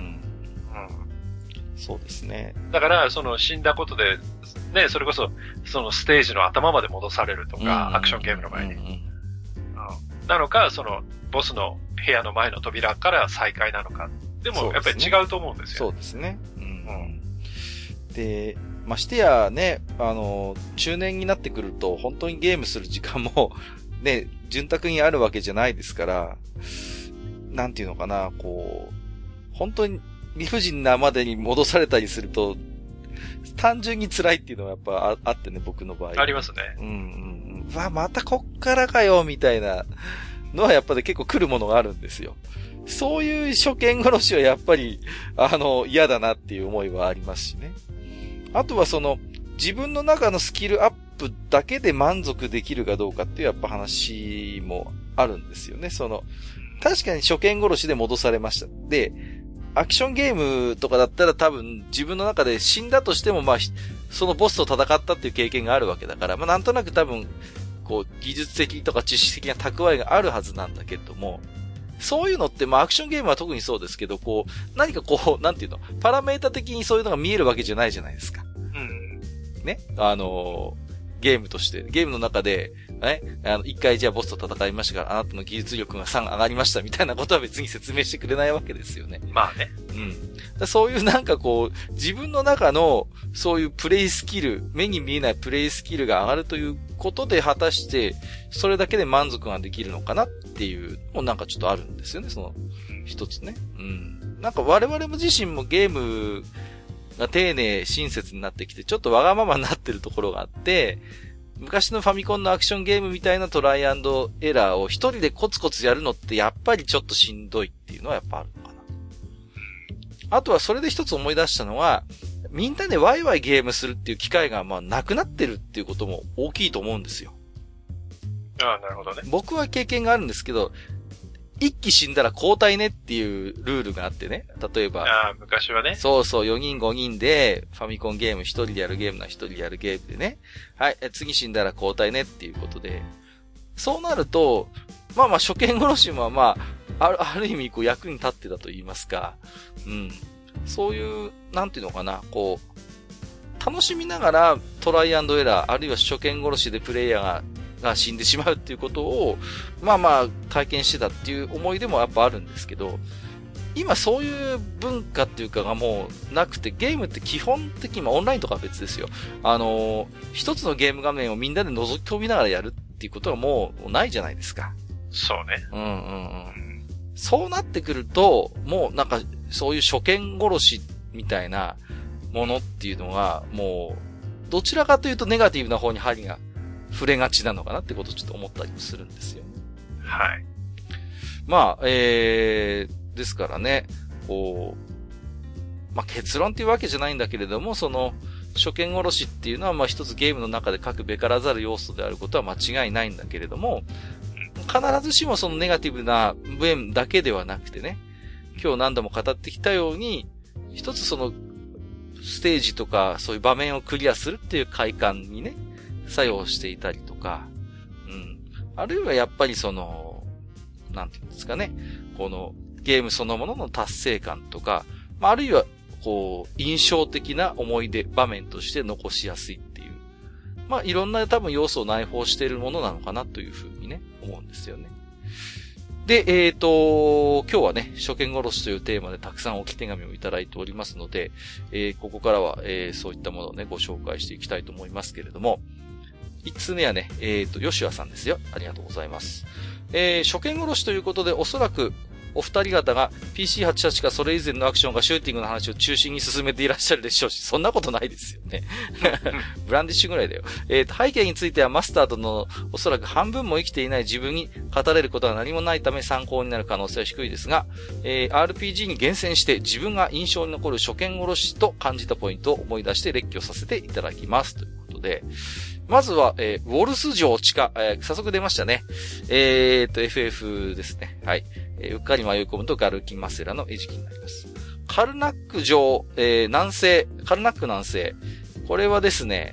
Speaker 1: そうですね。
Speaker 2: だから、死んだことで、ね、それこそ、ステージの頭まで戻されるとか、アクションゲームの場合に。なのか、ボスの部屋の前の扉から再開なのか。でも、やっぱり違うと思うんですよ。
Speaker 1: そうですね。で、ましてやね、中年になってくると、本当にゲームする時間も、ね、潤沢にあるわけじゃないですから、なんていうのかな、本当に理不尽なまでに戻されたりすると、単純に辛いっていうのはやっぱあってね、僕の場合。
Speaker 2: ありますね。
Speaker 1: またこっからかよ、みたいなのはやっぱり結構来るものがあるんですよ。そういう初見殺しはやっぱり、嫌だなっていう思いはありますしね。あとは自分の中のスキルアップだけで満足できるかどうかっていうやっぱ話もあるんですよね。確かに初見殺しで戻されました。で、アクションゲームとかだったら多分自分の中で死んだとしてもまあ、そのボスと戦ったっていう経験があるわけだから、まあなんとなく多分、技術的とか知識的な蓄えがあるはずなんだけれども、そういうのって、まあアクションゲームは特にそうですけど、何かなんていうの、パラメータ的にそういうのが見えるわけじゃないじゃないですか。ね。ゲームとして、ゲームの中で、 一回じゃあボスと戦いましたから、あなたの技術力が3上がりましたみたいなことは別に説明してくれないわけですよね。
Speaker 2: まあね。
Speaker 1: そういうなんかこう、自分の中の、そういうプレイスキル、目に見えないプレイスキルが上がるということで果たして、それだけで満足ができるのかなっていうのもなんかちょっとあるんですよね、その、一つね。なんか我々も自身もゲームが丁寧、親切になってきて、ちょっとわがままになってるところがあって、昔のファミコンのアクションゲームみたいなトライアンドエラーを一人でコツコツやるのってやっぱりちょっとしんどいっていうのはやっぱあるのかな。あとはそれで一つ思い出したのは、みんなでワイワイゲームするっていう機会がまあなくなってるっていうことも大きいと思うんですよ。
Speaker 2: ああ、なるほどね。
Speaker 1: 僕は経験があるんですけど、一機死んだら交代ねっていうルールがあってね。例えば。
Speaker 2: ああ、昔はね。
Speaker 1: そうそう、4人5人で、ファミコンゲーム1人でやるゲームな1人でやるゲームでね。はい、次死んだら交代ねっていうことで。そうなると、まあまあ初見殺しもまあ、ある意味こう役に立ってたと言いますか。そういう、なんていうのかな、こう、楽しみながらトライアンドエラー、あるいは初見殺しでプレイヤーが死んでしまうっていうことを、まあまあ体験してたっていう思い出もやっぱあるんですけど、今そういう文化っていうかがもうなくて、ゲームって基本的にオンラインとかは別ですよ。一つのゲーム画面をみんなで覗き込みながらやるっていうことはもうないじゃないですか。
Speaker 2: そうね。
Speaker 1: そうなってくると、もうなんかそういう初見殺しみたいなものっていうのが、もう、どちらかというとネガティブな方に針が触れがちなのかなってことをちょっと思ったりもするんですよ。
Speaker 2: はい。
Speaker 1: まあ、ですからね、こう、まあ結論っていうわけじゃないんだけれども、その、初見殺しっていうのはまあ一つゲームの中で各べからざる要素であることは間違いないんだけれども、必ずしもそのネガティブな面だけではなくてね、今日何度も語ってきたように、一つその、ステージとかそういう場面をクリアするっていう快感にね、作用していたりとか、あるいはやっぱりその、なんていうんですかね、このゲームそのものの達成感とか、あるいはこう、印象的な思い出、場面として残しやすいっていう、まあいろんな多分要素を内包しているものなのかなというふうにね、思うんですよね。で、今日はね、初見殺しというテーマでたくさん置き手紙をいただいておりますので、ここからは、そういったものをね、ご紹介していきたいと思いますけれども、一通目はね、ヨシュアさんですよ。ありがとうございます。初見殺しということで、おそらく、お二人方が PC88 かそれ以前のアクションがシューティングの話を中心に進めていらっしゃるでしょうし、そんなことないですよね。ブランディッシュぐらいだよ。背景についてはマスターとのおそらく半分も生きていない自分に語れることは何もないため参考になる可能性は低いですが、RPG に厳選して自分が印象に残る初見殺しと感じたポイントを思い出して列挙させていただきます。ということで、まずは、ウォルス城地下、早速出ましたね。FF ですね。はい。うっかり迷い込むとガルキンマセラの餌食になります。カルナック城、南西、カルナック南西。これはですね、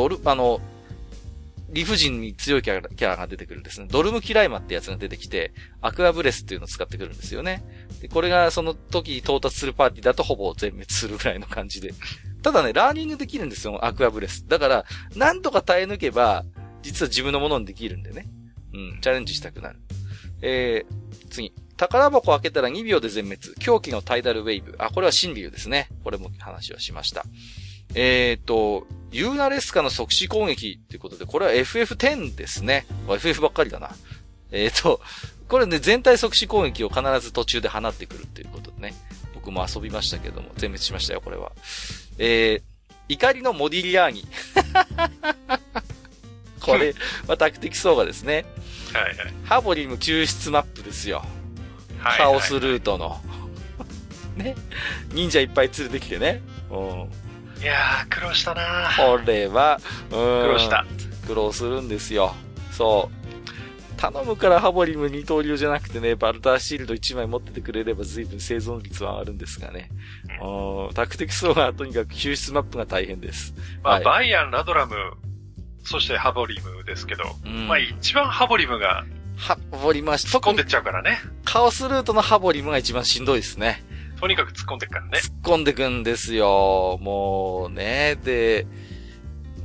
Speaker 1: 理不尽に強いキャラが出てくるんですね。ドルムキライマってやつが出てきて、アクアブレスっていうのを使ってくるんですよね。で、これがその時到達するパーティーだとほぼ全滅するぐらいの感じで。ただね、ラーニングできるんですよ、アクアブレス。だから、なんとか耐え抜けば、実は自分のものにできるんでね。チャレンジしたくなる。次。宝箱を開けたら2秒で全滅。狂気のタイダルウェイブ。これは新竜ですね。これも話はしました。ユーナレスカの即死攻撃っていうことで、これは FF10 ですね。FF ばっかりだな。これね、全体即死攻撃を必ず途中で放ってくるっていうことでね。僕も遊びましたけども、全滅しましたよ、これは。怒りのモディリアーニ。これはタクティクスオーガですね。
Speaker 2: はいはい。
Speaker 1: ハボリム救出マップですよ。
Speaker 2: はい。
Speaker 1: カオスルートの。ね。忍者いっぱい連れてきてね。
Speaker 2: いやー、苦労したな
Speaker 1: これは、
Speaker 2: 苦労した。
Speaker 1: 苦労するんですよ。そう。頼むからハボリム二刀流じゃなくてね、バルターシールド1枚持っててくれれば随分生存率は上がるんですがね。タクティクスオーガはとにかく救出マップが大変です。
Speaker 2: まあ、はい、バイアン、ラドラム、そしてハボリムですけど、まあ一番ハボリムが、
Speaker 1: ハボリムは
Speaker 2: 突っ込んでっちゃうからね。
Speaker 1: カオスルートのハボリムが一番しんどいですね。
Speaker 2: とにかく突っ込んでっからね。
Speaker 1: 突っ込んでくんですよ。もうね。で、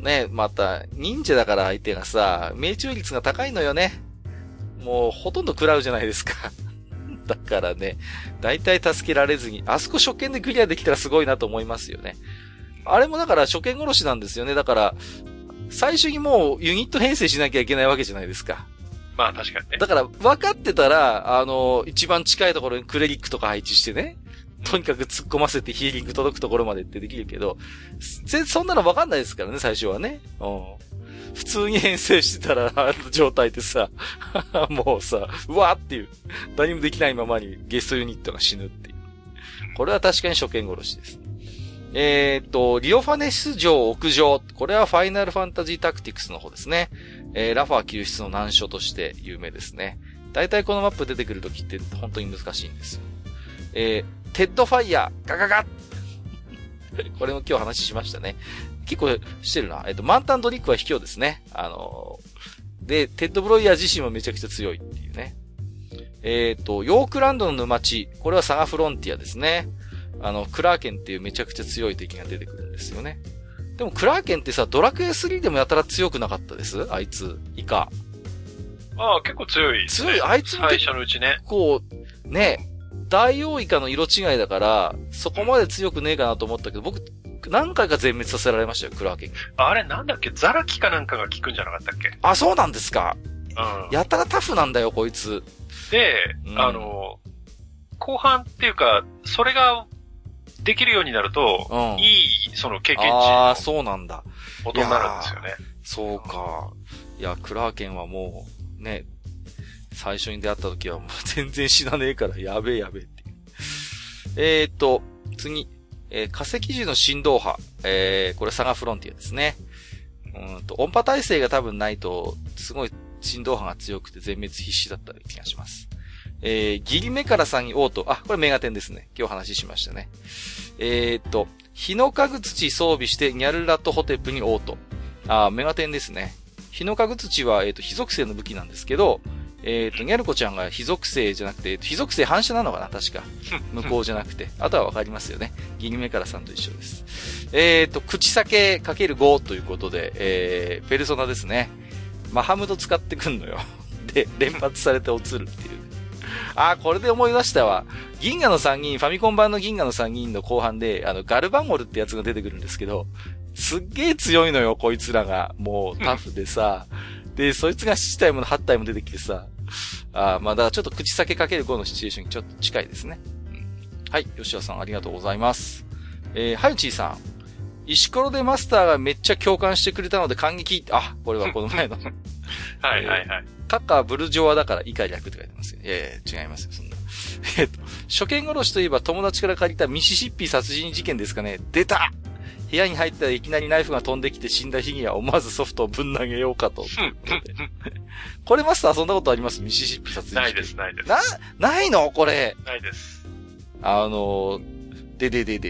Speaker 1: ね、また、忍者だから相手がさ、命中率が高いのよね。もう、ほとんど食らうじゃないですか。だからね、大体助けられずに、あそこ初見でクリアできたらすごいなと思いますよね。あれもだから初見殺しなんですよね。だから、最初にもうユニット編成しなきゃいけないわけじゃないですか。
Speaker 2: まあ確かにね。
Speaker 1: だから分かってたら、一番近いところにクレリックとか配置してね、とにかく突っ込ませてヒーリング届くところまでってできるけど、そんなの分かんないですからね、最初はね。普通に編成してたら、状態でさ、もうさ、うわーっていう、何もできないままにゲストユニットが死ぬっていう。これは確かに初見殺しです。リオファネス城屋上。これはファイナルファンタジータクティクスの方ですね。ラファー救出の難所として有名ですね。大体このマップ出てくるときって本当に難しいんですよ。テッドファイヤー、ガガガこれも今日話しましたね。結構してるな。満タンドリックは卑怯ですね。で、テッドブロイヤー自身もめちゃくちゃ強いっていうね。ヨークランドの沼地。これはサガフロンティアですね。クラーケンっていうめちゃくちゃ強い敵が出てくるんですよね。でもクラーケンってさ、ドラクエ3でもやたら強くなかったですあいつ、イカ。
Speaker 2: ああ、結構強いですね。
Speaker 1: 強い、あいつも
Speaker 2: 最初のうちね。
Speaker 1: こう、ね、大王イカの色違いだから、そこまで強くねえかなと思ったけど、僕、何回か全滅させられましたよ、クラーケン。
Speaker 2: あれなんだっけザラキかなんかが効くんじゃなかったっけ？
Speaker 1: あ、そうなんですか。
Speaker 2: うん。
Speaker 1: やたらタフなんだよ、こいつ。
Speaker 2: で、後半っていうか、それができるようになると、いい、その経験値の
Speaker 1: そうなんだ。
Speaker 2: 元になるんですよね。
Speaker 1: そうか。いや、クラーケンはもう、ね、最初に出会った時はもう全然死なねえからやべえっていう。次、化石樹の振動波。これサガフロンティアですね。音波耐性が多分ないと、すごい振動波が強くて全滅必至だった気がします。ギリメカラさんにオート。あ、これメガテンですね。今日話しましたね。ヒノカグ土装備してニャルラとホテップにオート。あ、メガテンですね。ヒノカグ土は、火属性の武器なんですけど、ニャルコちゃんが火属性じゃなくて、火属性反射なのかな確か。向こうじゃなくて。あとはわかりますよね。ギリメカラさんと一緒です。口裂け ×5 ということで、ペルソナですね。マハムド使ってくんのよ。で、連発されて落ちるっていう。あ、これで思い出したわ。銀河の参議院、ファミコン版の銀河の参議院の後半で、ガルバンゴルってやつが出てくるんですけど、すっげえ強いのよ、こいつらが。もう、タフでさ。で、そいつが7体も8体も出てきてさ。まあ、だからちょっと口裂け ×5 のシチュエーションにちょっと近いですね。はい、吉田さんありがとうございます。はゆちーさん。石ころでマスターがめっちゃ共感してくれたので感激。あ、これはこの前の。
Speaker 2: はいはいはい。
Speaker 1: カッカーブルジョアだから以下略って書いてますよ。いやいや、違いますよ、そんな。初見殺しといえば友達から借りたミシシッピ殺人事件ですかね。出た！部屋に入ったらいきなりナイフが飛んできて死んだ日には思わずソフトをぶん投げようかと。これマスターそんなことあります？ミシシッピ殺人事件。
Speaker 2: ないです、ないです。
Speaker 1: ないのこれ。
Speaker 2: ないです。
Speaker 1: で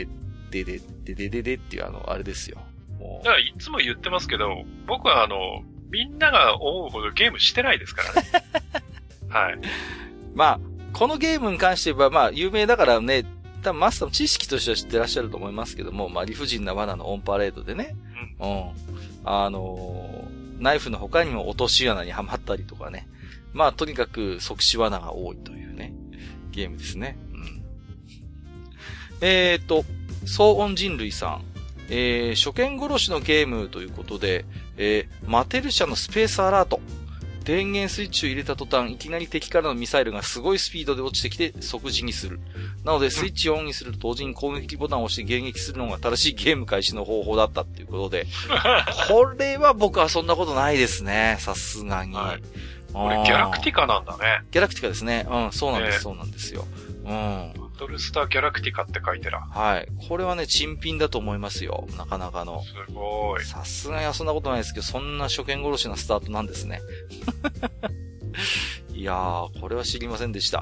Speaker 1: っていうあれですよ。もう
Speaker 2: だからいつも言ってますけど、僕はみんなが思うほどゲームしてないですからね。はい。
Speaker 1: まあ、このゲームに関して言えば、まあ、有名だからね、多分マスターの知識としては知ってらっしゃると思いますけども、まあ、理不尽な罠のオンパレードでね、ナイフの他にも落とし穴にはまったりとかね、まあ、とにかく即死罠が多いというね、ゲームですね。騒音人類さん。初見殺しのゲームということで、マテル社のスペースアラート。電源スイッチを入れた途端、いきなり敵からのミサイルがすごいスピードで落ちてきて即時にする。なので、スイッチをオンにすると同時に攻撃ボタンを押して迎撃するのが正しいゲーム開始の方法だったっていうことで。これは僕はそんなことないですね。さすがに。
Speaker 2: はい、これギャラクティカなんだね。
Speaker 1: ギャラクティカですね。うん、そうなんです、そうなんですよ。
Speaker 2: バトルスターギャラクティカって書いてら。
Speaker 1: はい。これはね、珍品だと思いますよ。なかなかの。
Speaker 2: すごい。
Speaker 1: さすがにはそんなことないですけど、そんな初見殺しなスタートなんですね。いやー、これは知りませんでした。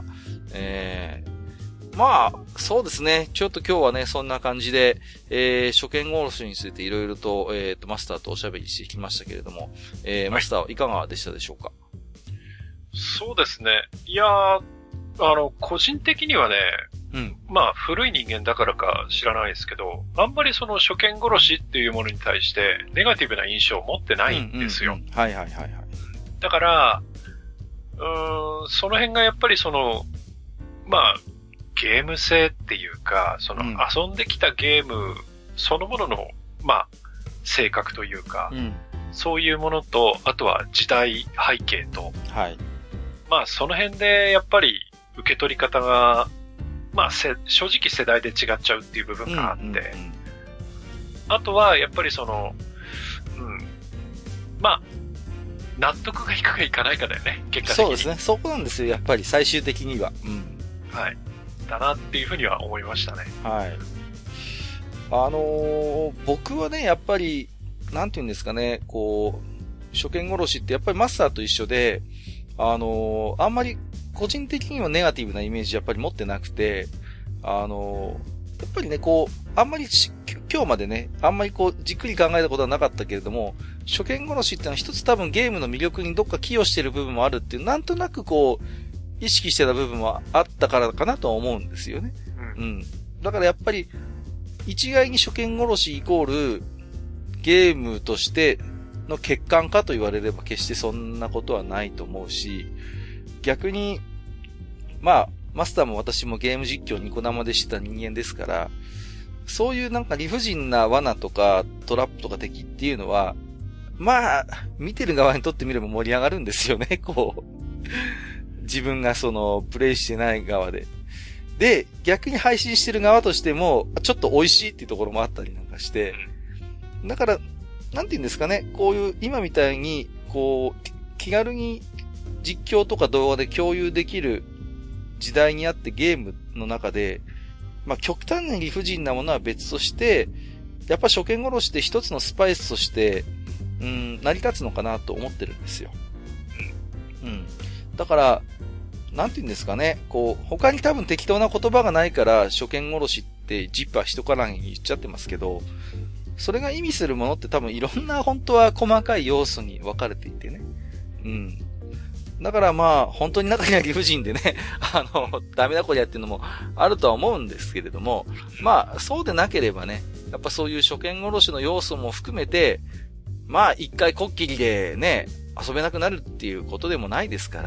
Speaker 1: まあ、そうですね。ちょっと今日はね、そんな感じで、初見殺しについていろいろと、マスターとおしゃべりしてきましたけれども、マスターはいかがでしたでしょうか？
Speaker 2: そうですね。いやー、個人的にはね、
Speaker 1: うん。
Speaker 2: まあ、古い人間だからか知らないですけど、あんまりその初見殺しっていうものに対して、ネガティブな印象を持ってないんですよ。
Speaker 1: はいはいはいはい。
Speaker 2: だから、その辺がやっぱりその、まあ、ゲーム性っていうか、その遊んできたゲームそのものの、まあ、性格というか、そういうものと、あとは時代背景と、
Speaker 1: はい。
Speaker 2: まあ、その辺でやっぱり受け取り方が、まあ、正直世代で違っちゃうっていう部分があって、あとはやっぱりその、まあ、納得がいくかいかないかだよね、結果的に。
Speaker 1: そうですね。そこなんですよ、やっぱり最終的には。
Speaker 2: はい。だなっていうふうには思いましたね。
Speaker 1: はい。僕はね、やっぱり、なんていうんですかね、こう、初見殺しってやっぱりマスターと一緒で、あんまり個人的にはネガティブなイメージやっぱり持ってなくて、やっぱりね、こう、あんまり今日までね、あんまりこう、じっくり考えたことはなかったけれども、初見殺しってのは一つ多分ゲームの魅力にどっか寄与してる部分もあるっていう、なんとなくこう、意識してた部分もあったからかなとは思うんですよね。だからやっぱり、一概に初見殺しイコール、ゲームとしての欠陥かと言われれば決してそんなことはないと思うし、逆に、まあ、マスターも私もゲーム実況ニコ生でしてた人間ですから、そういうなんか理不尽な罠とかトラップとか敵っていうのは、まあ、見てる側にとってみれば盛り上がるんですよね、こう。自分がその、プレイしてない側で。で、逆に配信してる側としても、ちょっと美味しいっていうところもあったりなんかして、だから、なんて言うんですかね、こういう今みたいに、こう、気軽に実況とか動画で共有できる時代にあってゲームの中で、まあ極端に理不尽なものは別として、やっぱ初見殺しって一つのスパイスとして、成り立つのかなと思ってるんですよ。だから、なんて言うんですかね、こう、他に多分適当な言葉がないから初見殺しってジッパー一からに言っちゃってますけど、それが意味するものって多分いろんな本当は細かい要素に分かれていてね。だからまあ、本当に中には理不尽でね、ダメだこりゃっていうのもあるとは思うんですけれども、まあ、そうでなければね、やっぱそういう初見殺しの要素も含めて、まあ、一回こっきりでね、遊べなくなるっていうことでもないですから、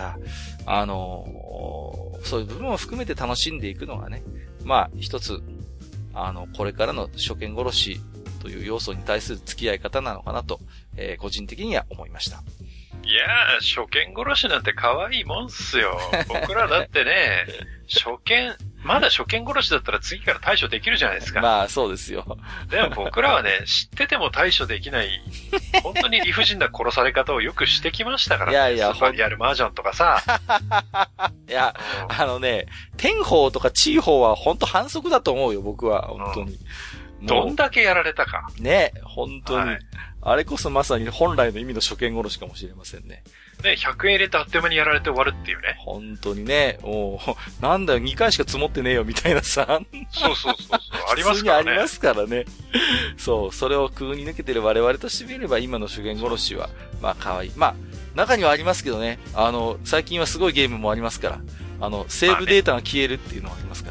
Speaker 1: そういう部分を含めて楽しんでいくのがね、まあ、一つ、これからの初見殺しという要素に対する付き合い方なのかなと、個人的には思いました。
Speaker 2: いやー、初見殺しなんて可愛いもんっすよ。僕らだってね、まだ初見殺しだったら次から対処できるじゃないですか。
Speaker 1: まあ、そうですよ。
Speaker 2: でも僕らはね、知ってても対処できない、本当に理不尽な殺され方をよくしてきましたからね。
Speaker 1: いや、
Speaker 2: スーパーリアルマージャンとかさ。
Speaker 1: いや、天宝とか地宝は本当反則だと思うよ、僕は、本当に。
Speaker 2: どんだけやられたか。
Speaker 1: ね、本当に。はい、あれこそまさに本来の意味の初見殺しかもしれませんね。
Speaker 2: ね、100円入れてあっという間にやられて終わるっていうね。
Speaker 1: 本当にね、なんだよ、2回しか積もってねえよ、みたいなさ。
Speaker 2: そう。ありますからね。
Speaker 1: 普通にありますからね。そう、それを空に抜けてる我々としてみれば、今の初見殺しは、まあ、可愛い。まあ、中にはありますけどね、最近はすごいゲームもありますから、セーブデータが消えるっていうのがありますから、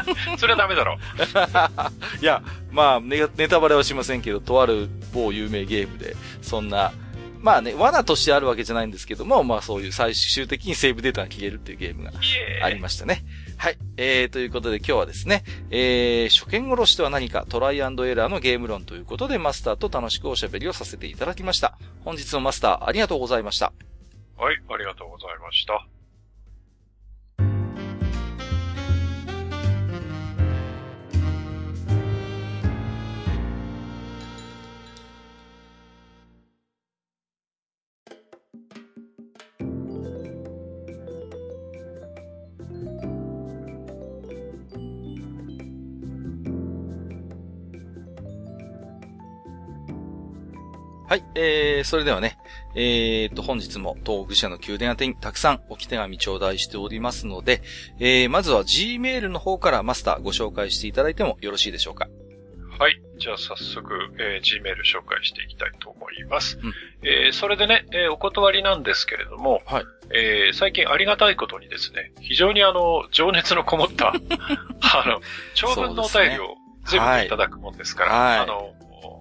Speaker 2: ね。それはダメだろ。
Speaker 1: いや、まあ、ネタバレはしませんけど、とある某有名ゲームで、そんな、まあね、罠としてあるわけじゃないんですけども、まあそういう最終的にセーブデータが消えるっていうゲームがありましたね。はい。ということで今日はですね、初見殺しとは何かトライアンドエラーのゲーム論ということでマスターと楽しくおしゃべりをさせていただきました。本日のマスターありがとうございました。
Speaker 2: はい、ありがとうございました。
Speaker 1: はい、それではね、本日も東北社の宮殿宛てにたくさん置き手紙頂戴しておりますので、まずは Gmail の方からマスターご紹介していただいてもよろしいでしょうか。
Speaker 2: はい、 じゃあ早速、Gmail 紹介していきたいと思います。それでね、お断りなんですけれども、はい。最近ありがたいことにですね、非常に情熱のこもった、長文のお便りを全部いただくもんですから、はい、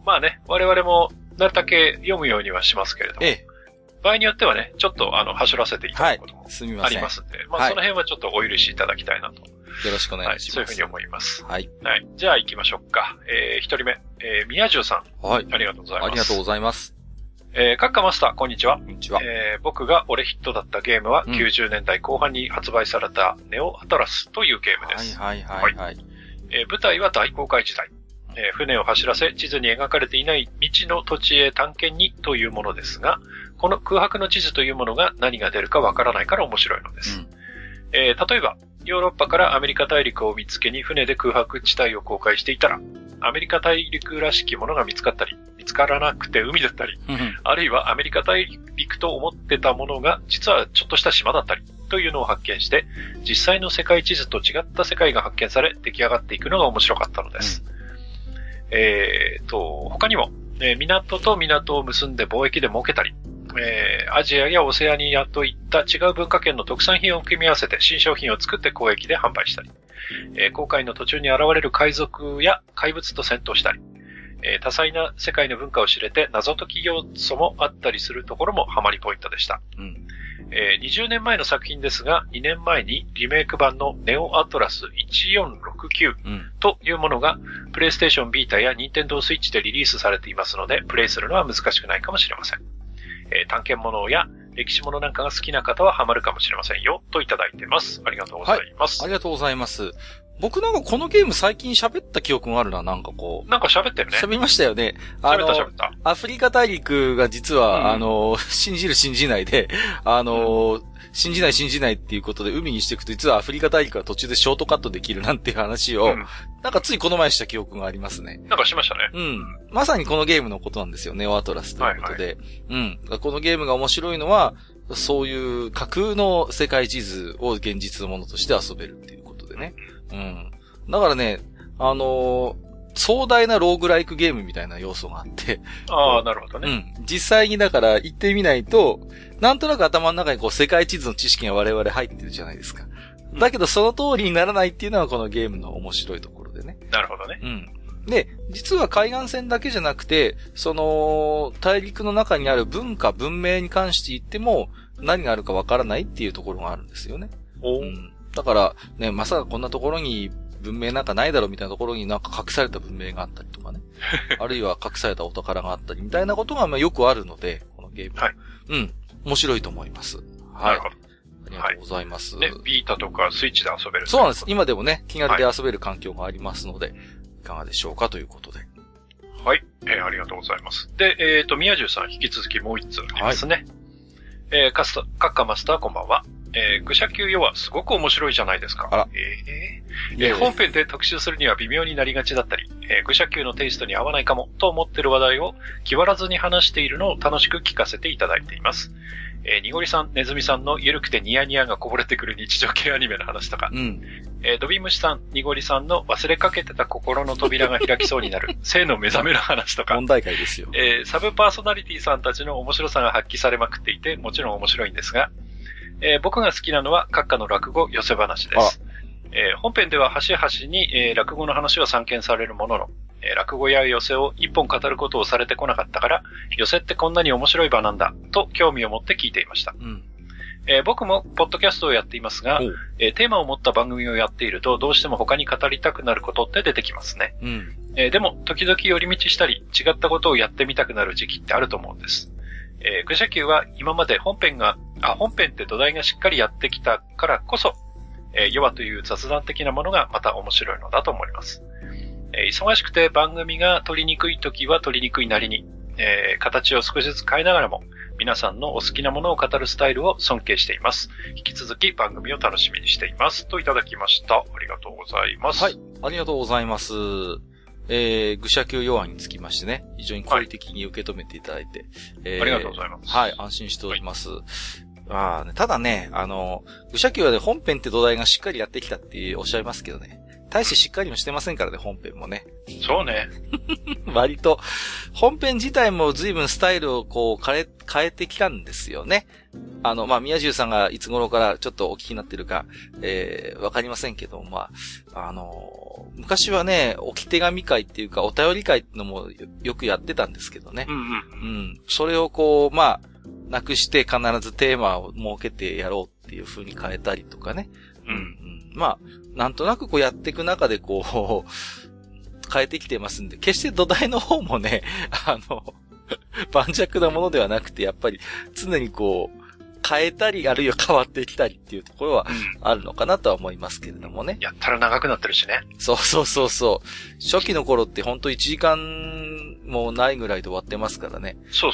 Speaker 2: まあね、我々もなるだけ読むようにはしますけれども、場合によってはね、ちょっと走らせていただくこともありますんで、まあその辺はちょっとお許しいただきたいなと。
Speaker 1: よろしくお願いします。
Speaker 2: そういうふうに思います。
Speaker 1: はい。
Speaker 2: はい。じゃあ行きましょうか。一人目、宮中さん。はい。ありがとうございます。
Speaker 1: ありがとうございます。
Speaker 2: カッカマスター、こんにちは。
Speaker 1: こんにちは。
Speaker 2: 僕が俺ヒットだったゲームは、90年代後半に発売されたネオアトラスというゲームです。
Speaker 1: はいはいはい、はい。
Speaker 2: 舞台は大航海時代。船を走らせ、地図に描かれていない未知の土地へ探検にというものですが、この空白の地図というものが何が出るかわからないから面白いのです。例えば、ヨーロッパからアメリカ大陸を見つけに船で空白地帯を航海していたら、アメリカ大陸らしきものが見つかったり、見つからなくて海だったり、あるいはアメリカ大陸と思ってたものが実はちょっとした島だったり、というのを発見して、実際の世界地図と違った世界が発見され、出来上がっていくのが面白かったのです。他にも、港と港を結んで貿易で儲けたり、アジアやオセアニアといった違う文化圏の特産品を組み合わせて新商品を作って交易で販売したり、航海の途中に現れる海賊や怪物と戦闘したり、多彩な世界の文化を知れて謎解き要素もあったりするところもハマりポイントでした。20年前の作品ですが、2年前にリメイク版のネオアトラス1469というものが、プレイステーションビータやニンテンドースイッチでリリースされていますので、プレイするのは難しくないかもしれません。探検物や歴史物なんかが好きな方はハマるかもしれませんよ、といただいてます。ありがとうございます。
Speaker 1: はい、ありがとうございます。僕なんかこのゲーム最近喋った記憶があるな、なんかこう。
Speaker 2: なんか喋ったよね。
Speaker 1: 喋りましたよね。
Speaker 2: 喋った。
Speaker 1: アフリカ大陸が実は、信じる信じないで、信じないっていうことで海にしていくと実はアフリカ大陸は途中でショートカットできるなんていう話を、なんかついこの前した記憶がありますね。
Speaker 2: なんかしましたね。
Speaker 1: まさにこのゲームのことなんですよ、ネオアトラスということで。このゲームが面白いのは、そういう架空の世界地図を現実のものとして遊べるっていうことでね。だからね、壮大なローグライクゲームみたいな要素があって。
Speaker 2: ああ、なるほどね。
Speaker 1: 実際にだから行ってみないと、なんとなく頭の中にこう世界地図の知識が我々入ってるじゃないですか。だけどその通りにならないっていうのはこのゲームの面白いところでね。
Speaker 2: なるほどね。
Speaker 1: で、実は海岸線だけじゃなくて、その大陸の中にある文化、文明に関して言っても何があるかわからないっていうところがあるんですよね。だからね、まさかこんなところに文明なんかないだろうみたいなところになんか隠された文明があったりとかね。あるいは隠されたお宝があったりみたいなことがまあよくあるので、このゲーム。はい。面白いと思います。はい。なるほど。ありがとうございます。
Speaker 2: ね、ビータとかスイッチで遊べる。
Speaker 1: そうなんです。今でもね、気軽で遊べる環境がありますので、いかがでしょうかということで。
Speaker 2: はい。ありがとうございます。で、宮中さん引き続きもう一つありますね。カッカマスターこんばんは。愚者級ヨはすごく面白いじゃないですか。
Speaker 1: あら。
Speaker 2: 本編で特集するには微妙になりがちだったり、愚者級のテイストに合わないかもと思ってる話題を気張らずに話しているのを楽しく聞かせていただいています。にごりさん、ねずみさんのゆるくてニヤニヤがこぼれてくる日常系アニメの話とか、ドビムシさん、にごりさんの忘れかけてた心の扉が開きそうになる性の目覚めの話とか、
Speaker 1: 問題解ですよ。
Speaker 2: サブパーソナリティさんたちの面白さが発揮されまくっていて、もちろん面白いんですが、僕が好きなのは閣下の落語寄せ話です。本編では端々に、落語の話は散見されるものの、落語や寄せを一本語ることをされてこなかったから、寄せってこんなに面白い場なんだ、と興味を持って聞いていました。僕もポッドキャストをやっていますが、テーマを持った番組をやっているとどうしても他に語りたくなることって出てきますね。でも時々寄り道したり違ったことをやってみたくなる時期ってあると思うんです。愚者級は今まで本編って土台がしっかりやってきたからこそ、ヨワという雑談的なものがまた面白いのだと思います。忙しくて番組が撮りにくい時は撮りにくいなりに、形を少しずつ変えながらも皆さんのお好きなものを語るスタイルを尊敬しています。引き続き番組を楽しみにしています。といただきました。ありがとうございます。
Speaker 1: はい、ありがとうございます。愚者級ヨアにつきましてね、非常に好意的に受け止めていただいて、
Speaker 2: ありがとうございます。
Speaker 1: はい、安心しております。ただね、愚者級はね、本編って土台がしっかりやってきたっておっしゃいますけどね、 大してしっかりもしてませんからね、本編もね。
Speaker 2: そうね。
Speaker 1: 割と、本編自体も随分スタイルをこう変えてきたんですよね。宮中さんがいつ頃からちょっとお聞きになってるか、わかりませんけど、昔はね、置き手紙会っていうか、お便り会っていうのもよくやってたんですけどね。それをこう、なくして必ずテーマを設けてやろうっていう風に変えたりとかね。なんとなくこうやっていく中でこう、変えてきてますんで、決して土台の方もね、盤石なものではなくて、やっぱり常にこう、変えたり、あるいは変わってきたりっていうところはあるのかなとは思いますけれどもね。
Speaker 2: やったら長くなってるしね。
Speaker 1: そう。初期の頃ってほんと1時間もないぐらいで終わってますからね。
Speaker 2: そう。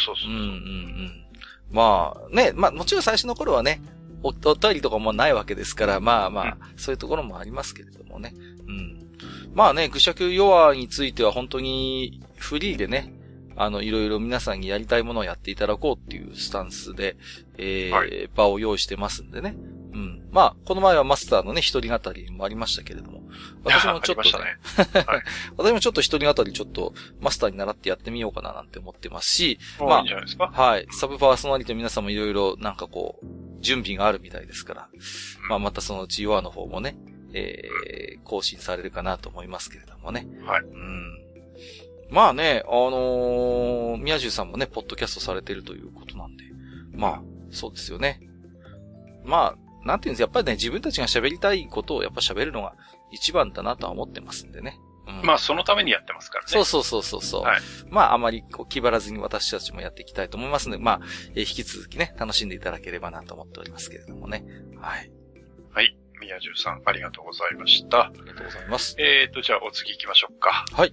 Speaker 1: もちろん最初の頃はね、お便りとかもないわけですから、そういうところもありますけれどもね。愚尺弱については本当にフリーでね、いろいろ皆さんにやりたいものをやっていただこうっていうスタンスで、場を用意してますんでね。この前はマスターのね、一人語りもありましたけれども。私もちょっとね、私もちょっと一人語りちょっとマスターに習ってやってみようかななんて思ってますし、
Speaker 2: いいんじゃないですか。
Speaker 1: はい。サブパーソナリティの皆さんもいろいろなんかこう、準備があるみたいですから、またそのうち弱の方もね、更新されるかなと思いますけれどもね。
Speaker 2: はい。
Speaker 1: 宮中さんもね、ポッドキャストされてるということなんで。そうですよね。なんていうんですか、やっぱりね、自分たちが喋りたいことをやっぱ喋るのが一番だなとは思ってますんでね。
Speaker 2: そのためにやってますからね。
Speaker 1: そう。はい。あまり気張らずに私たちもやっていきたいと思いますので、引き続きね、楽しんでいただければなと思っておりますけれどもね。はい。
Speaker 2: はい。宮中さん、ありがとうございました。
Speaker 1: ありがとうございます。
Speaker 2: じゃあお次行きましょうか。
Speaker 1: はい。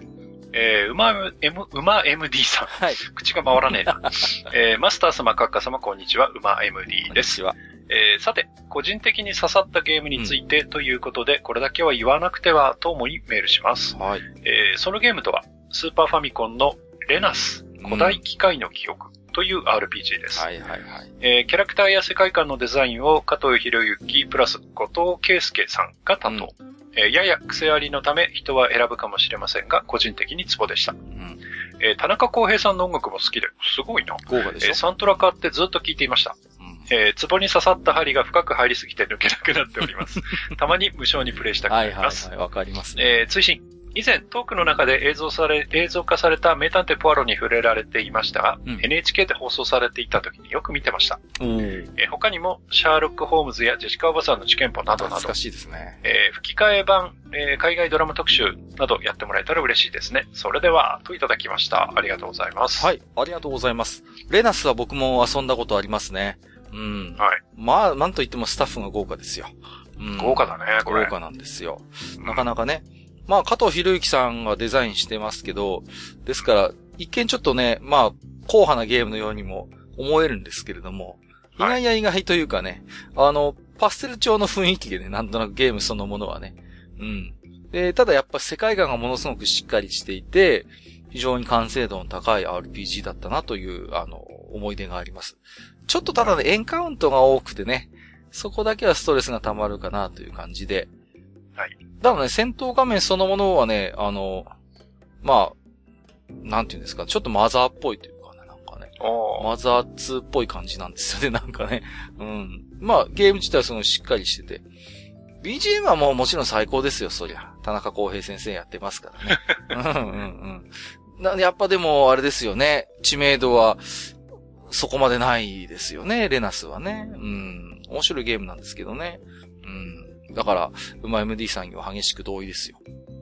Speaker 2: 馬 MD さん。
Speaker 1: はい。
Speaker 2: 口が回らねえな。マスター様、カッカ様、こんにちは。馬 MD です。
Speaker 1: こんにちは。
Speaker 2: さて、個人的に刺さったゲームについてということで、これだけは言わなくてはと思いメールします。
Speaker 1: はい。
Speaker 2: そのゲームとは、スーパーファミコンのレナス、古代機械の記憶という RPG です。
Speaker 1: はい。
Speaker 2: キャラクターや世界観のデザインを加藤博之プラス後藤圭介さんが担当。やや癖ありのため人は選ぶかもしれませんが、個人的にツボでした。田中康平さんの音楽も好きで、すごいな。
Speaker 1: 豪華でしょ。
Speaker 2: サントラ買ってずっと聴いていました。ツボに刺さった針が深く入りすぎて抜けなくなっております。たまに無償にプレイしたくなります。
Speaker 1: わかりますね。
Speaker 2: 追伸。以前トークの中で映像化された名探偵ポアロに触れられていましたが、NHK で放送されていた時によく見てました。他にもシャーロック・ホームズやジェシカ・おばさんの事件簿などなど、
Speaker 1: 懐かしいですね。
Speaker 2: 吹き替え版、海外ドラマ特集などやってもらえたら嬉しいですね。それでは、といただきました。ありがとうございます。
Speaker 1: はい、ありがとうございます。レナスは僕も遊んだことありますね。
Speaker 2: はい。
Speaker 1: なんといってもスタッフが豪華ですよ。
Speaker 2: 豪華だね、これ。
Speaker 1: 豪華なんですよ。なかなかね。加藤博之さんがデザインしてますけど、ですから、一見ちょっとね、硬派なゲームのようにも思えるんですけれども、意外や意外というかね、パステル調の雰囲気でね、なんとなくゲームそのものはね。で、ただやっぱ世界観がものすごくしっかりしていて、非常に完成度の高い RPG だったなという、思い出があります。ちょっとただね、エンカウントが多くてね、そこだけはストレスが溜まるかなという感じで。
Speaker 2: はい。
Speaker 1: だからね、戦闘画面そのものはね、なんていうんですか、ちょっとマザーっぽいというかね、なんかね。マザー2っぽい感じなんですよね、なんかね。ゲーム自体はすごいしっかりしてて。BGM はもちろん最高ですよ、そりゃ。田中康平先生やってますからね。やっぱでも、あれですよね。知名度は、そこまでないですよね、レナスはね。面白いゲームなんですけどね。だから、MD さんには激しく同意ですよ。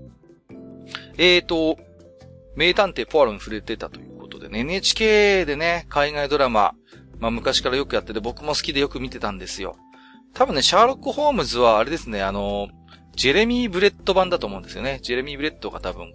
Speaker 1: 名探偵ポアロに触れてたということでね、NHK でね、海外ドラマ、昔からよくやってて、僕も好きでよく見てたんですよ。多分ね、シャーロック・ホームズはあれですね、ジェレミー・ブレッド版だと思うんですよね。ジェレミー・ブレッドが多分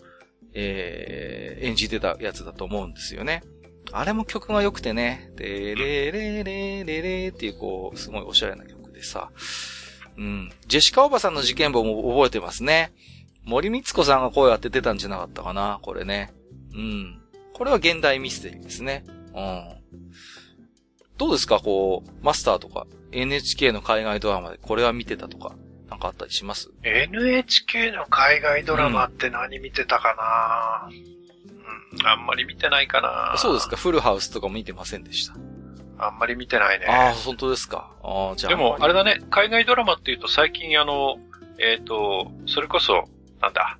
Speaker 1: 演じてたやつだと思うんですよね。あれも曲が良くてね、でレレレレレっていうすごいおしゃれな曲でさ、ジェシカおばさんの事件簿も覚えてますね。森光子さんが声当ててたんじゃなかったかな、これね。これは現代ミステリーですね。どうですか、マスターとか NHK の海外ドラマでこれは見てたとか、なんかあったりします？
Speaker 2: NHK の海外ドラマって何見てたかな、あんまり見てないかな。
Speaker 1: そうですか。フルハウスとかも見てませんでした。
Speaker 2: あんまり見てないね。
Speaker 1: ああ、本当ですか。じゃあ。
Speaker 2: でも、あれだね、海外ドラマっていうと最近それこそ、なんだ、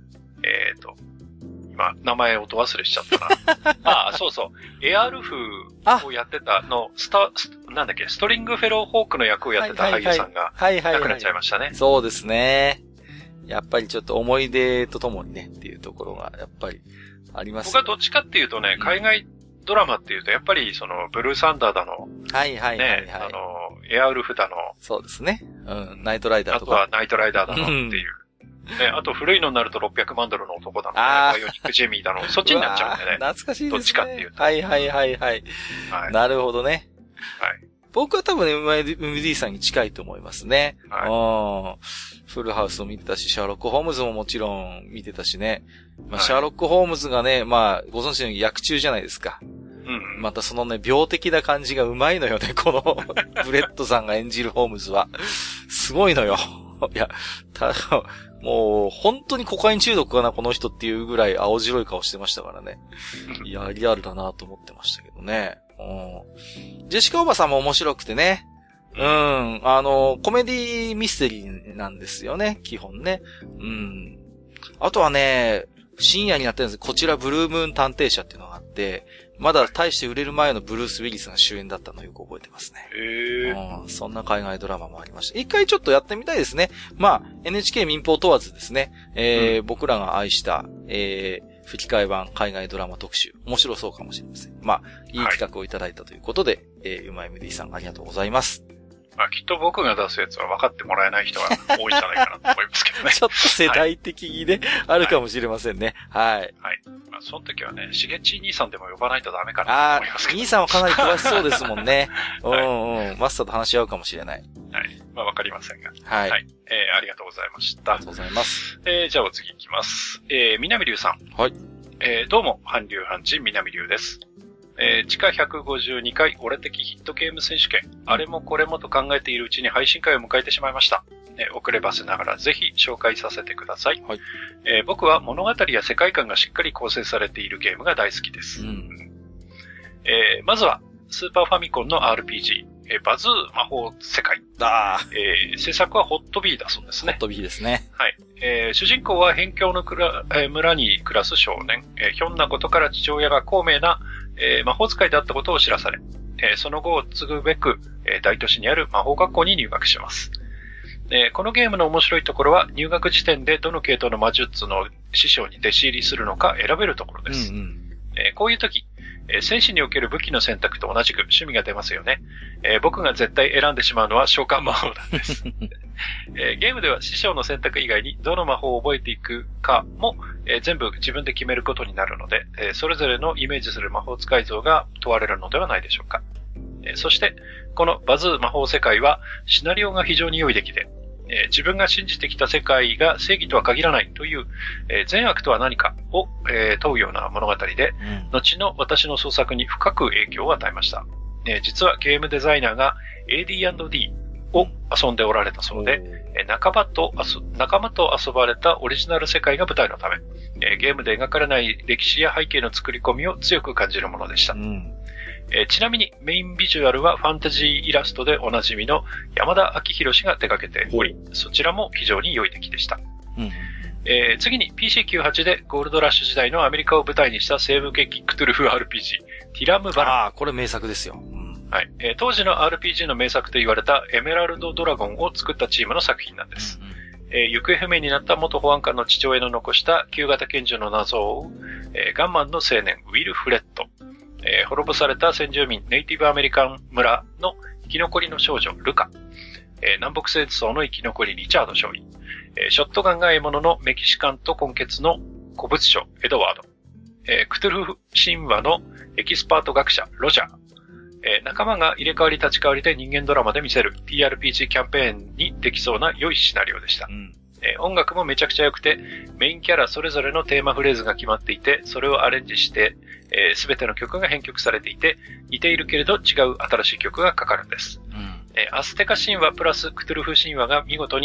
Speaker 2: 今、名前を忘れしちゃったな。そうそう。エアルフをやってたの、なんだっけ、ストリングフェローホークの役をやってた俳優さんが、亡くなっちゃいましたね。
Speaker 1: そうですね。やっぱりちょっと思い出とともにね、っていうところが、やっぱりあります、ね。
Speaker 2: 僕はどっちかっていうとね、海外ドラマっていうと、やっぱりブルーサンダーだの、エアウルフだの、
Speaker 1: そうですね。ナイトライダーとか。
Speaker 2: あとはナイトライダーだのっていう。ね、あと古いのになると600万ドルの男だの、バイオニックジェミーだの、そっちになっちゃうんでね。
Speaker 1: 懐かしいですね。
Speaker 2: どっちかっていうと。
Speaker 1: はい。なるほどね。
Speaker 2: はい。
Speaker 1: 僕は多分 MD さんに近いと思いますね。フルハウスを見てたし、シャーロック・ホームズももちろん見てたしね。シャーロック・ホームズがね、ご存知のように役中じゃないですか。またそのね、病的な感じがうまいのよね、このブレッドさんが演じるホームズは。すごいのよ。いや、もう、本当にコカイン中毒かな、この人っていうぐらい青白い顔してましたからね。いや、リアルだなと思ってましたけどね。ジェシカおばさんも面白くてね。コメディミステリーなんですよね、基本ね。あとはね、深夜になってるんです。こちらブルームーン探偵社っていうのがあって、まだ大して売れる前のブルース・ウィリスが主演だったのをよく覚えてますね。そんな海外ドラマもありました。一回ちょっとやってみたいですね。NHK 民放問わずですね。僕らが愛した、吹き替え版海外ドラマ特集。面白そうかもしれません。いい企画をいただいたということで、うまいMD さんありがとうございます。
Speaker 2: きっと僕が出すやつは分かってもらえない人が多いんじゃないかなと思いますけどね。
Speaker 1: ちょっと世代的にね、あるかもしれませんね。はい。
Speaker 2: その時はね、しげち兄さんでも呼ばないとダメかなと思いますけど。
Speaker 1: 兄さんはかなり詳しそうですもんね。マスターと話し合うかもしれない。
Speaker 2: はい。わかりませんが。
Speaker 1: はい。
Speaker 2: ありがとうございました。
Speaker 1: ありがとうございます。
Speaker 2: じゃあお次行きます。南龍さん。
Speaker 1: はい。
Speaker 2: どうも、韓流韓人南龍です。地下152回俺的ヒットゲーム選手権、あれもこれもと考えているうちに配信会を迎えてしまいました。遅ればせながらぜひ紹介させてください。僕は物語や世界観がしっかり構成されているゲームが大好きです。まずは、スーパーファミコンの RPG、バズー魔法世界。制作はホットビーだそうですね。
Speaker 1: ホットビーですね。
Speaker 2: はい。主人公は辺境の村に暮らす少年。ひょんなことから父親が高名な魔法使いであったことを知らされ、その後を継ぐべく、大都市にある魔法学校に入学します。このゲームの面白いところは、入学時点でどの系統の魔術の師匠に弟子入りするのか選べるところです。こういう時、戦士における武器の選択と同じく趣味が出ますよね。僕が絶対選んでしまうのは召喚魔法なんです。ゲームでは師匠の選択以外にどの魔法を覚えていくかも、全部自分で決めることになるので、それぞれのイメージする魔法使い像が問われるのではないでしょうか。そして、このバズー魔法世界はシナリオが非常に良い出来で、自分が信じてきた世界が正義とは限らないという、善悪とは何かを、問うような物語で、後の私の創作に深く影響を与えました。実はゲームデザイナーが AD&D を遊んでおられたそうで、仲間と遊ばれたオリジナル世界が舞台のため、ゲームで描かれない歴史や背景の作り込みを強く感じるものでした。ちなみにメインビジュアルはファンタジーイラストでおなじみの山田明宏氏が手掛けており、そちらも非常に良い出来でした。次に PC98 でゴールドラッシュ時代のアメリカを舞台にした西部劇クトゥルフ RPG、ティラムバラン。
Speaker 1: これ名作ですよ。
Speaker 2: はい。当時の RPG の名作と言われたエメラルドドラゴンを作ったチームの作品なんです。行方不明になった元保安官の父親の残した旧型拳銃の謎を追う、ガンマンの青年ウィル・フレッド、滅ぼされた先住民ネイティブアメリカン村の生き残りの少女ルカ、南北戦争の生き残りリチャード少尉、ショットガンが獲物のメキシカンと根血の古物商エドワード、クトゥルフ神話のエキスパート学者ロジャー、仲間が入れ替わり立ち替わりで人間ドラマで見せる TRPG キャンペーンにできそうな良いシナリオでした。音楽もめちゃくちゃ良くて、メインキャラそれぞれのテーマフレーズが決まっていて、それをアレンジして、すべての曲が編曲されていて、似ているけれど違う新しい曲がかかるんです。アステカ神話プラスクトゥルフ神話が見事に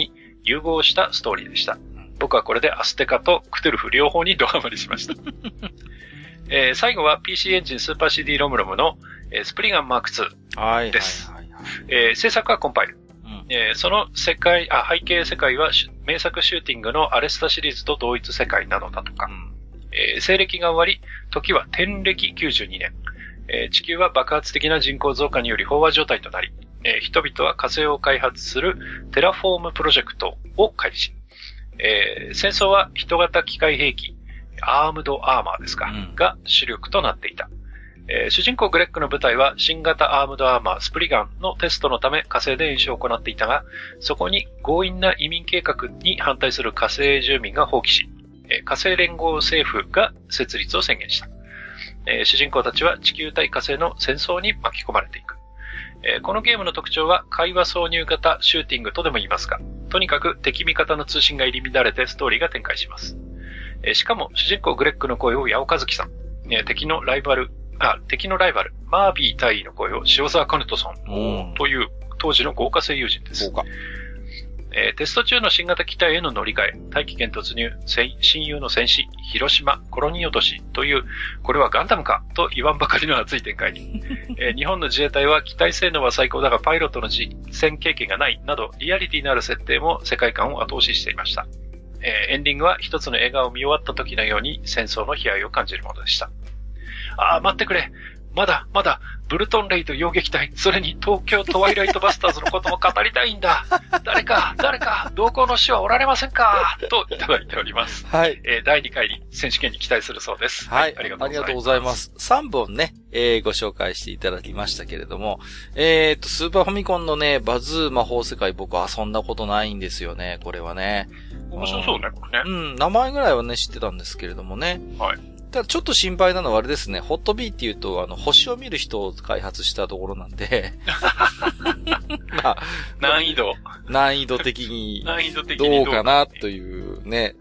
Speaker 2: 融合したストーリーでした。僕はこれでアステカとクトゥルフ両方にドハマりしました。最後は PC エンジンスーパー CD ロムロムの、スプリガンマーク2です。制作はコンパイル。その背景世界は名作シューティングのアレスタシリーズと同一世界なのだとか。西暦が終わり、時は天暦92年。地球は爆発的な人口増加により飽和状態となり、人々は火星を開発するテラフォームプロジェクトを開始。戦争は人型機械兵器、アームドアーマーですか、が主力となっていた。主人公グレッグの部隊は新型アームドアーマースプリガンのテストのため火星で演習を行っていたが、そこに強引な移民計画に反対する火星住民が放棄し、火星連合政府が設立を宣言した。主人公たちは地球対火星の戦争に巻き込まれていく。このゲームの特徴は会話挿入型シューティングとでも言いますが、とにかく敵味方の通信が入り乱れてストーリーが展開します。しかも主人公グレッグの声を八尾和樹さん、敵のライバル、マービー大尉の声を塩沢兼人さんという当時の豪華声優陣です。テスト中の新型機体への乗り換え、大気圏突入、親友の戦死、広島、コロニー落としという、これはガンダムかと言わんばかりの熱い展開に。日本の自衛隊は機体性能は最高だがパイロットの実戦経験がないなど、リアリティのある設定も世界観を後押ししていました。エンディングは一つの映画を見終わった時のように戦争の悲哀を感じるものでした。待ってくれ。まだ、ブルトンレイと洋劇隊、それに東京トワイライトバスターズのことも語りたいんだ。誰か、同行の師はおられませんかといただいております。
Speaker 1: はい。
Speaker 2: 第2回に選手権に期待するそうです。
Speaker 1: はい。ありがとうございます。3本ね、ご紹介していただきましたけれども、スーパーファミコンのね、バズー魔法世界僕遊んだことないんですよね、これはね。
Speaker 2: 面白そうね、これ
Speaker 1: ね。名前ぐらいはね、知ってたんですけれどもね。
Speaker 2: はい。
Speaker 1: ただちょっと心配なのはあれですね、ホットビーっていうと、星を見る人を開発したところなんで、まあ、難易度的に、どうかなというね、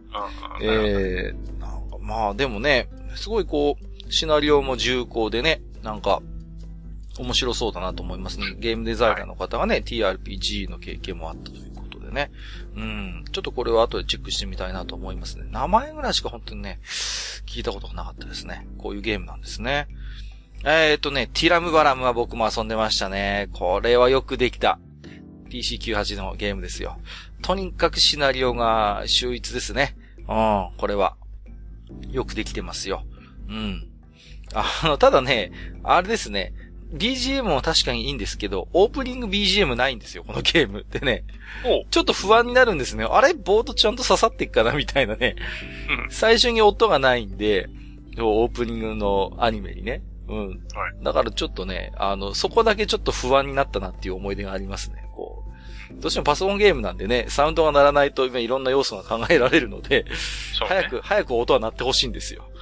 Speaker 1: まあでもね、すごいこう、シナリオも重厚でね、なんか、面白そうだなと思いますね。ゲームデザイナーの方がね、TRPG の経験もあったということでね。ちょっとこれは後でチェックしてみたいなと思いますね。名前ぐらいしか本当にね、聞いたことがなかったですね。こういうゲームなんですね。ティラムバラムは僕も遊んでましたね。これはよくできた。PC98 のゲームですよ。とにかくシナリオが秀逸ですね。これは。よくできてますよ。ただね、あれですね。BGM も確かにいいんですけど、オープニング BGM ないんですよ、このゲームってね。ちょっと不安になるんですね。あれボードちゃんと刺さってっかなみたいなね。最初に音がないんで、オープニングのアニメにね。だからちょっとね、そこだけちょっと不安になったなっていう思い出がありますね。こう。どうしてもパソコンゲームなんでね、サウンドが鳴らないと今いろんな要素が考えられるので、早く音は鳴ってほしいんですよ。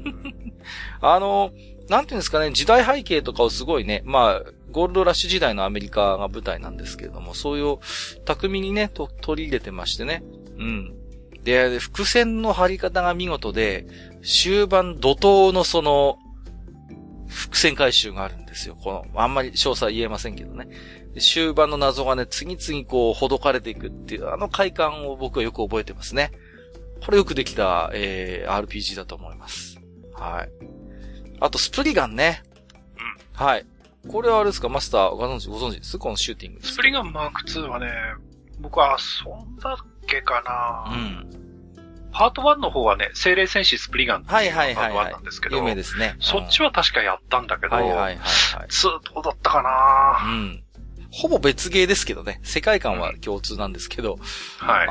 Speaker 1: なんていうんですかね、時代背景とかをすごいね、まあ、ゴールドラッシュ時代のアメリカが舞台なんですけれども、そういう巧みにね、取り入れてましてね。で、伏線の張り方が見事で、終盤怒涛のその、伏線回収があるんですよ。あんまり詳細言えませんけどね。終盤の謎がね、次々こう、ほどかれていくっていう、快感を僕はよく覚えてますね。これよくできた、RPG だと思います。はい。あと、スプリガンね。はい。これはあれですか、マスターご存知ですこのシューティング。
Speaker 2: スプリガンマーク2はね、僕は遊んだっけかな。パート1の方はね、精霊戦士スプリガンっていうパート1なんですけど。
Speaker 1: 有名ですね。
Speaker 2: そっちは確かやったんだけど、2どうだったかな。
Speaker 1: ほぼ別ゲーですけどね。世界観は共通なんですけど。
Speaker 2: はい。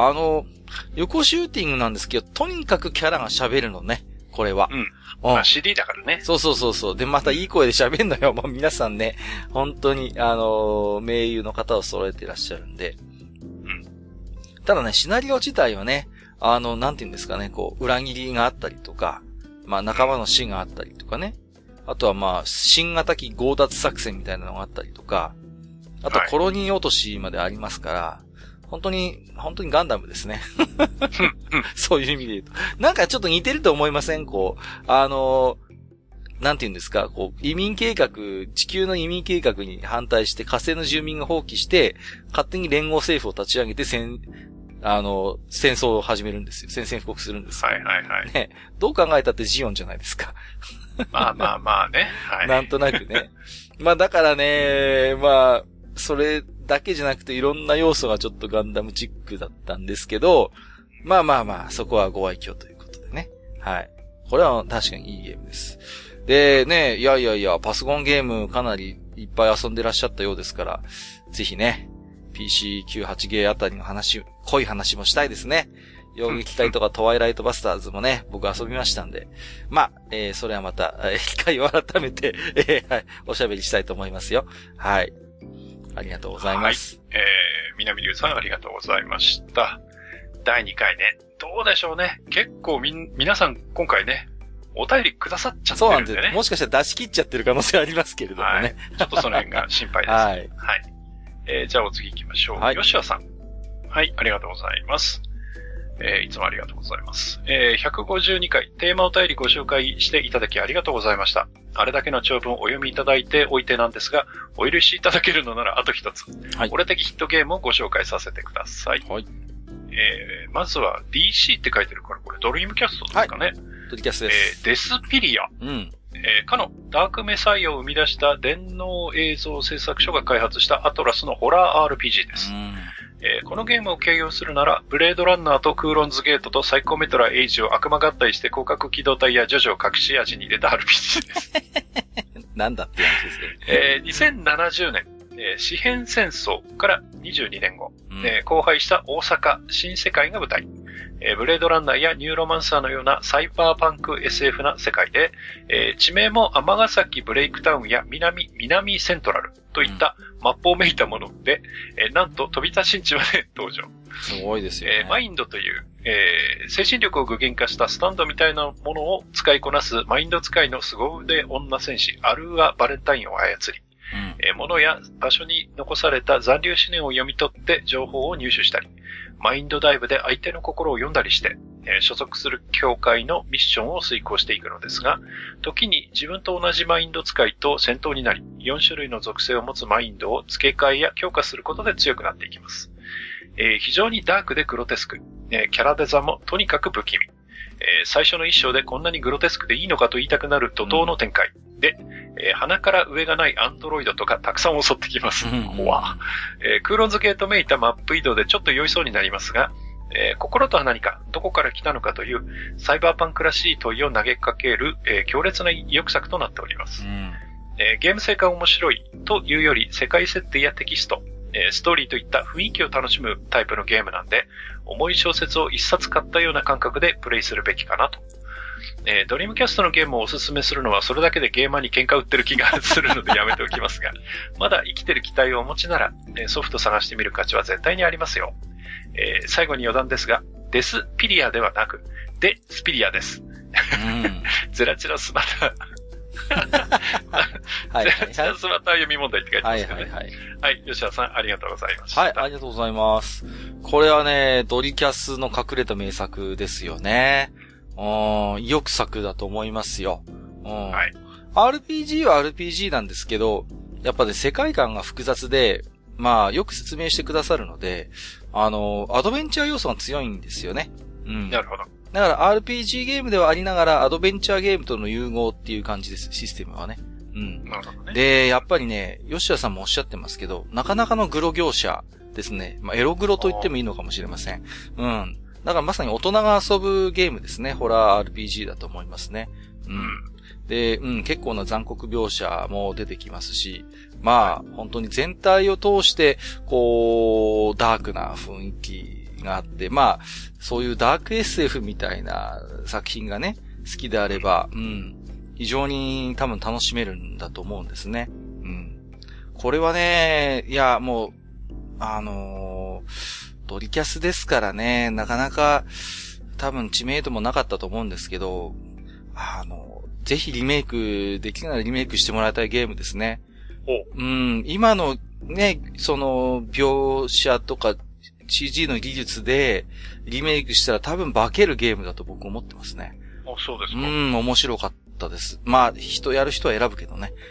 Speaker 1: 横シューティングなんですけど、とにかくキャラが喋るのね。これは。
Speaker 2: まあ CD だからね。
Speaker 1: そう。で、またいい声で喋るのよ。もう皆さんね、本当に、名優の方を揃えていらっしゃるんで。ただね、シナリオ自体はね、なんていうんですかね、こう、裏切りがあったりとか、まあ仲間の死があったりとかね。あとはまあ、新型機強奪作戦みたいなのがあったりとか、あとコロニー落としまでありますから、本当にガンダムですね。そういう意味で言うと。なんかちょっと似てると思いません？こう、なんて言うんですか、こう、地球の移民計画に反対して火星の住民が放棄して、勝手に連合政府を立ち上げて戦争を始めるんですよ。宣戦布告するんですよ。
Speaker 2: はいはいはい。
Speaker 1: ね。どう考えたってジオンじゃないですか。
Speaker 2: まあまあまあね。はい。
Speaker 1: なんとなくね。まあだからね、まあ、それだけじゃなくていろんな要素がちょっとガンダムチックだったんですけど、まあまあまあ、そこはご愛嬌ということでね。はい。これは確かにいいゲームです。で、ね、いや、パソコンゲームかなりいっぱい遊んでらっしゃったようですから、ぜひね、PC98 ゲーあたりの話、濃い話もしたいですね。遊撃隊とかトワイライトバスターズもね、僕遊びましたんで。まあ、それはまた、機会を改めて、はい、おしゃべりしたいと思いますよ。はい。ありがとうございます。
Speaker 2: はい。南龍さんありがとうございました。第2回ね。どうでしょうね。結構皆さん今回ね、お便りくださっちゃってるんでね。
Speaker 1: そうなんです。もしかしたら出し切っちゃってる可能性ありますけれどもね。
Speaker 2: はい、ちょっとその辺が心配です。はい。はい。じゃあお次行きましょう。はい。吉谷さん。はい、ありがとうございます。いつもありがとうございます。152回テーマお便りご紹介していただきありがとうございました。あれだけの長文をお読みいただいておいてなんですが、お許しいただけるのならあと一つ。はい。俺的ヒットゲームをご紹介させてください。はい。まずは DC って書いてるから、これドリームキャストですかね。はい、
Speaker 1: ドリキャスです。
Speaker 2: デスピリア。うん。かのダークメサイアを生み出した電脳映像制作所が開発したアトラスのホラー RPG です。このゲームを形容するなら、ブレードランナーとクーロンズゲートとサイコメトラエイジを悪魔合体して広角機動隊やジョジョを隠し味に入れた RPG です。
Speaker 1: なんだって話です
Speaker 2: ね。2070年、四辺戦争から22年後、荒廃した大阪新世界が舞台。ブレードランナーやニューロマンサーのようなサイバーパンク SF な世界で、地名も尼崎ブレイクタウンや南セントラルといったマップをめいたもので、なんと飛び出しんちまで登場。
Speaker 1: すごいですよね。
Speaker 2: マインドという、精神力を具現化したスタンドみたいなものを使いこなすマインド使いの凄腕女戦士アルーア・バレンタインを操り、物や場所に残された残留思念を読み取って情報を入手したり、マインドダイブで相手の心を読んだりして、所属する教会のミッションを遂行していくのですが、時に自分と同じマインド使いと戦闘になり、4種類の属性を持つマインドを付け替えや強化することで強くなっていきます。非常にダークでグロテスク、キャラデザもとにかく不気味。最初の一章でこんなにグロテスクでいいのかと言いたくなる怒涛の展開。で、鼻から上がないアンドロイドとかたくさん襲ってきます。怖クーロンズゲートめいたマップ移動でちょっと酔いそうになりますが、心とは何か、どこから来たのかというサイバーパンクらしい問いを投げかける、強烈な意欲作となっております。ゲーム性が面白いというより世界設定やテキスト、ストーリーといった雰囲気を楽しむタイプのゲームなんで、重い小説を一冊買ったような感覚でプレイするべきかなと。ドリームキャストのゲームをおすすめするのはそれだけでゲーマーに喧嘩売ってる気がするのでやめておきますが、まだ生きてる期待をお持ちなら、ソフト探してみる価値は絶対にありますよ。最後に余談ですが、デスピリアではなく、デスピリアです。ゼラチラスマタ。ゼラチラスマタ読み問題って書いてますけどね。はい、吉田さんありがとうございました。
Speaker 1: はい、ありがとうございます。これはね、ドリキャスの隠れた名作ですよね。意欲作だと思いますよ。はい。RPG は RPG なんですけど、やっぱね、世界観が複雑で、まあ、よく説明してくださるので、アドベンチャー要素が強いんですよね。
Speaker 2: なるほど。
Speaker 1: だから RPG ゲームではありながら、アドベンチャーゲームとの融合っていう感じです、システムはね。
Speaker 2: なるほどね。
Speaker 1: で、やっぱりね、吉田さんもおっしゃってますけど、なかなかのグロ業者ですね。まあ、エログロと言ってもいいのかもしれません。だからまさに大人が遊ぶゲームですね。ホラー RPG だと思いますね。で、結構な残酷描写も出てきますし、まあ、本当に全体を通して、こう、ダークな雰囲気があって、まあ、そういうダーク SF みたいな作品がね、好きであれば、非常に多分楽しめるんだと思うんですね。これはね、いや、もう、ドリキャスですからね、なかなか多分知名度もなかったと思うんですけど、ぜひリメイク、できるならリメイクしてもらいたいゲームですね。今のね、その描写とか CG の技術でリメイクしたら多分化けるゲームだと僕思ってますね。
Speaker 2: そうですか。
Speaker 1: 面白かったです。まあ、やる人は選ぶけどね。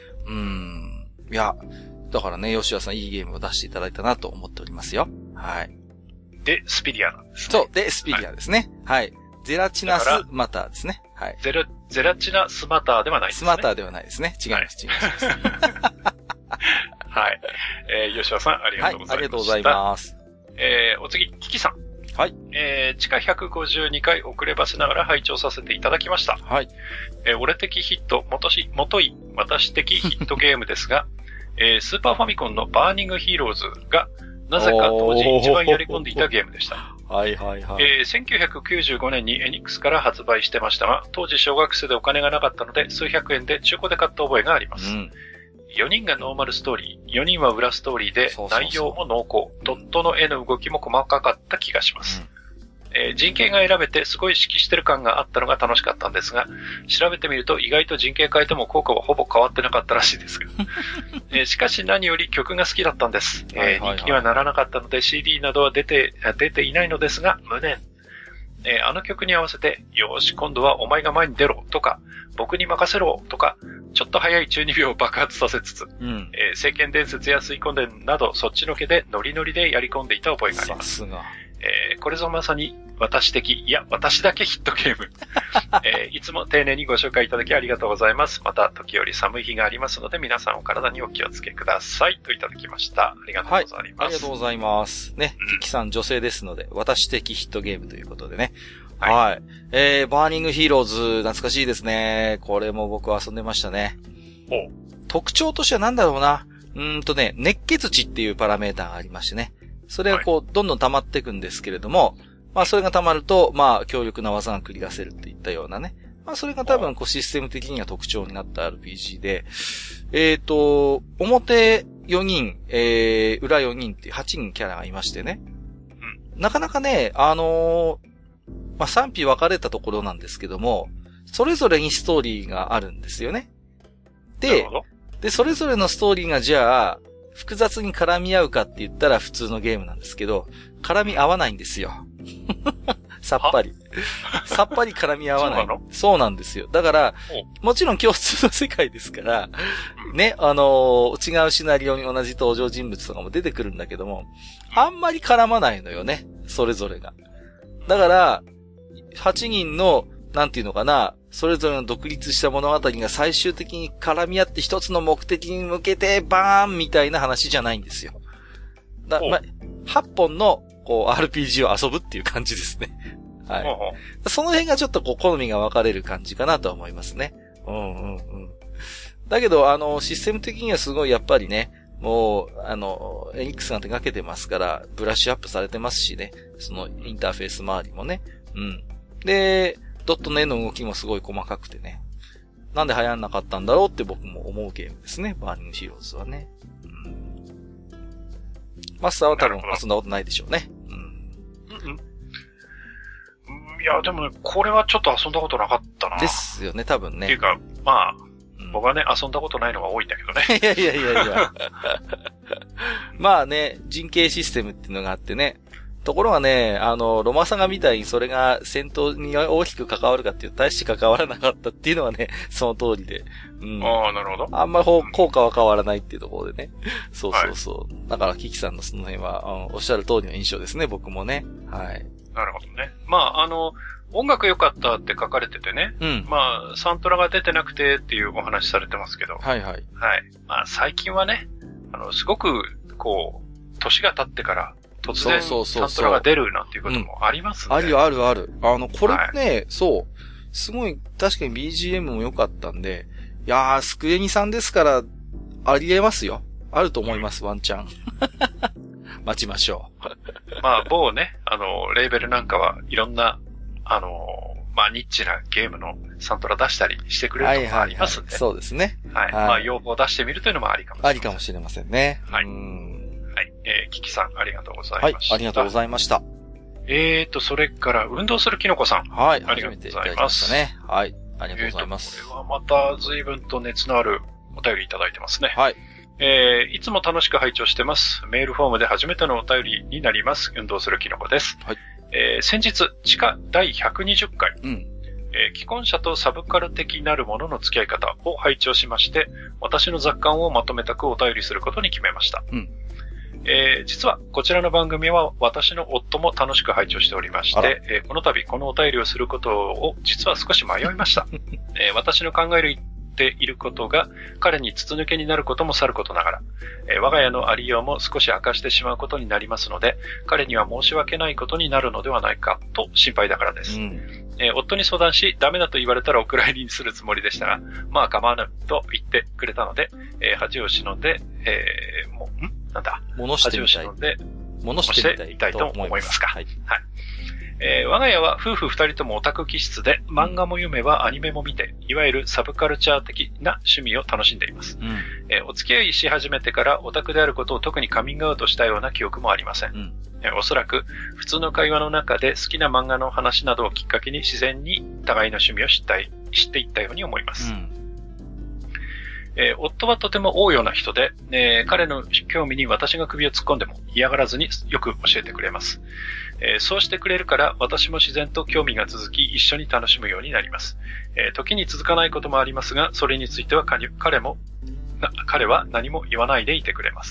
Speaker 1: いや、だからね、吉田さんいいゲームを出していただいたなと思っておりますよ。はい。
Speaker 2: で、スピリアなんですね。
Speaker 1: そう、で、スピリアですね。はい。ゼラチナスマターですね。はい。
Speaker 2: ゼラチナスマターではないですね。
Speaker 1: スマターではないですね。違います、違います。
Speaker 2: はい。吉尾さん、ありがとうございます。
Speaker 1: はい、ありがとうございます。
Speaker 2: お次、キキさん。
Speaker 1: はい。
Speaker 2: 地下152回遅ればせながら拝聴させていただきました。
Speaker 1: はい。
Speaker 2: 俺的ヒット、元い私的ヒットゲームですが、スーパーファミコンのバーニングヒーローズが、なぜか当時一番やり込んでいたゲームでした。
Speaker 1: はいはいはい。
Speaker 2: 1995年にエニックスから発売してましたが、当時小学生でお金がなかったので、数百円で中古で買った覚えがあります。4人がノーマルストーリー、4人は裏ストーリーで、内容も濃厚、ドットの絵の動きも細かかった気がします。人形が選べてすごい指揮してる感があったのが楽しかったんですが、調べてみると意外と人形変えても効果はほぼ変わってなかったらしいですが。しかし何より曲が好きだったんです。人気にはならなかったので CD などは出ていないのですが、無念。あの曲に合わせて、よーし、今度はお前が前に出ろとか、僕に任せろとか、ちょっと早い中二病を爆発させつつ、聖剣伝説や吸い込んでなど、そっちのけでノリノリでやり込んでいた覚えがあります。
Speaker 1: さすが。
Speaker 2: これぞまさに私だけヒットゲーム。いつも丁寧にご紹介いただきありがとうございます。また時折寒い日がありますので皆さんお体にお気をつけくださいといただきました。ありがとうございます。はい、
Speaker 1: ありがとうございます。ね、キキさん女性ですので、私的ヒットゲームということでね。はい。はい、バーニングヒーローズ懐かしいですね。これも僕は遊んでましたね。特徴としてはなんだろうな。熱血値っていうパラメーターがありましてね。それがこう、どんどん溜まっていくんですけれども、まあそれが溜まると、まあ強力な技が繰り出せるっていったようなね。まあそれが多分こうシステム的には特徴になった RPG で、表4人、裏4人って8人キャラがいましてね。なかなかね、まあ賛否分かれたところなんですけども、それぞれにストーリーがあるんですよね。で、それぞれのストーリーがじゃあ、複雑に絡み合うかって言ったら普通のゲームなんですけど、絡み合わないんですよ。さっぱり。さっぱり絡み合わない。そうなんですよ。だから、もちろん共通の世界ですから、ね、違うシナリオに同じ登場人物とかも出てくるんだけども、あんまり絡まないのよね。それぞれが。だから、8人の、なんていうのかな、それぞれの独立した物語が最終的に絡み合って一つの目的に向けてバーンみたいな話じゃないんですよ。8本のこう RPG を遊ぶっていう感じですね。はい。その辺がちょっとこう好みが分かれる感じかなと思いますね。だけどシステム的にはすごいやっぱりね、もうエニックスが手掛けてますからブラッシュアップされてますしね、そのインターフェース周りもね。で、ドットの絵の動きもすごい細かくてね。なんで流行んなかったんだろうって僕も思うゲームですね。バーニングヒーローズはね。マスターは多分遊んだことないでしょうね。
Speaker 2: いや、でもね、これはちょっと遊んだことなかったな。
Speaker 1: ですよね、多分ね。
Speaker 2: っていうか、まあ、僕はね、遊んだことないのが多いんだけどね。
Speaker 1: いや。まあね、陣形システムっていうのがあってね。ところがね、ロマサガみたいにそれが戦闘に大きく関わるかっていうと大して関わらなかったっていうのはね、その通りで。
Speaker 2: ああ、なるほど。
Speaker 1: あんまり効果は変わらないっていうところでね。そう。だから、キキさんのその辺は、おっしゃる通りの印象ですね、僕もね。はい。な
Speaker 2: るほどね。まあ、音楽良かったって書かれててね。まあ、サントラが出てなくてっていうお話されてますけど。
Speaker 1: はい。
Speaker 2: まあ、最近はね、すごく、こう、年が経ってから、突然、サントラが出るなんていうこともありますね。
Speaker 1: ある。これね、そう。すごい、確かに BGM も良かったんで、いやー、スクエニさんですから、ありえますよ。あると思います、ワンチャン。待ちましょ
Speaker 2: う。まあ、某ね、レーベルなんかはいろんな、まあ、ニッチなゲームのサントラ出したりしてくれるところありますんで。
Speaker 1: そうですね。
Speaker 2: はい。まあ、要望を出してみるというのもありかもしれません。
Speaker 1: ありかもしれませんね。
Speaker 2: はい。はい。キキさん、ありがとうございました。
Speaker 1: はい、ありがとうございました。
Speaker 2: それから、運動するキノコさん。
Speaker 1: はい、
Speaker 2: ありがとうございます。
Speaker 1: ね。はい、ありがとうございます。
Speaker 2: これはまた随分と熱のあるお便りいただいてますね。
Speaker 1: はい。
Speaker 2: いつも楽しく拝聴してます。メールフォームで初めてのお便りになります。運動するキノコです。
Speaker 1: はい。
Speaker 2: 先日、地下第120回。既婚者とサブカル的なるものの付き合い方を拝聴しまして、私の雑感をまとめたくお便りすることに決めました。 実はこちらの番組は私の夫も楽しく拝聴しておりまして、この度このお便りをすることを実は少し迷いました。私の考えていることが彼に筒抜けになることもさることながら、我が家のありようも少し明かしてしまうことになりますので、彼には申し訳ないことになるのではないかと心配だからです。夫に相談し、ダメだと言われたらお蔵入りにするつもりでしたが、まあ構わないと言ってくれたので、恥を忍んで、
Speaker 1: 物してみたい。
Speaker 2: 物してみたいと思いますか。はい。我が家は夫婦二人ともオタク気質で、漫画も読めばアニメも見て、いわゆるサブカルチャー的な趣味を楽しんでいます。お付き合いし始めてからオタクであることを特にカミングアウトしたような記憶もありません。おそらく普通の会話の中で好きな漫画の話などをきっかけに自然に互いの趣味を知っていったように思います。夫はとても応用な人で、彼の興味に私が首を突っ込んでも嫌がらずによく教えてくれます。そうしてくれるから私も自然と興味が続き一緒に楽しむようになります。時に続かないこともありますが、それについては彼は何も言わないでいてくれます。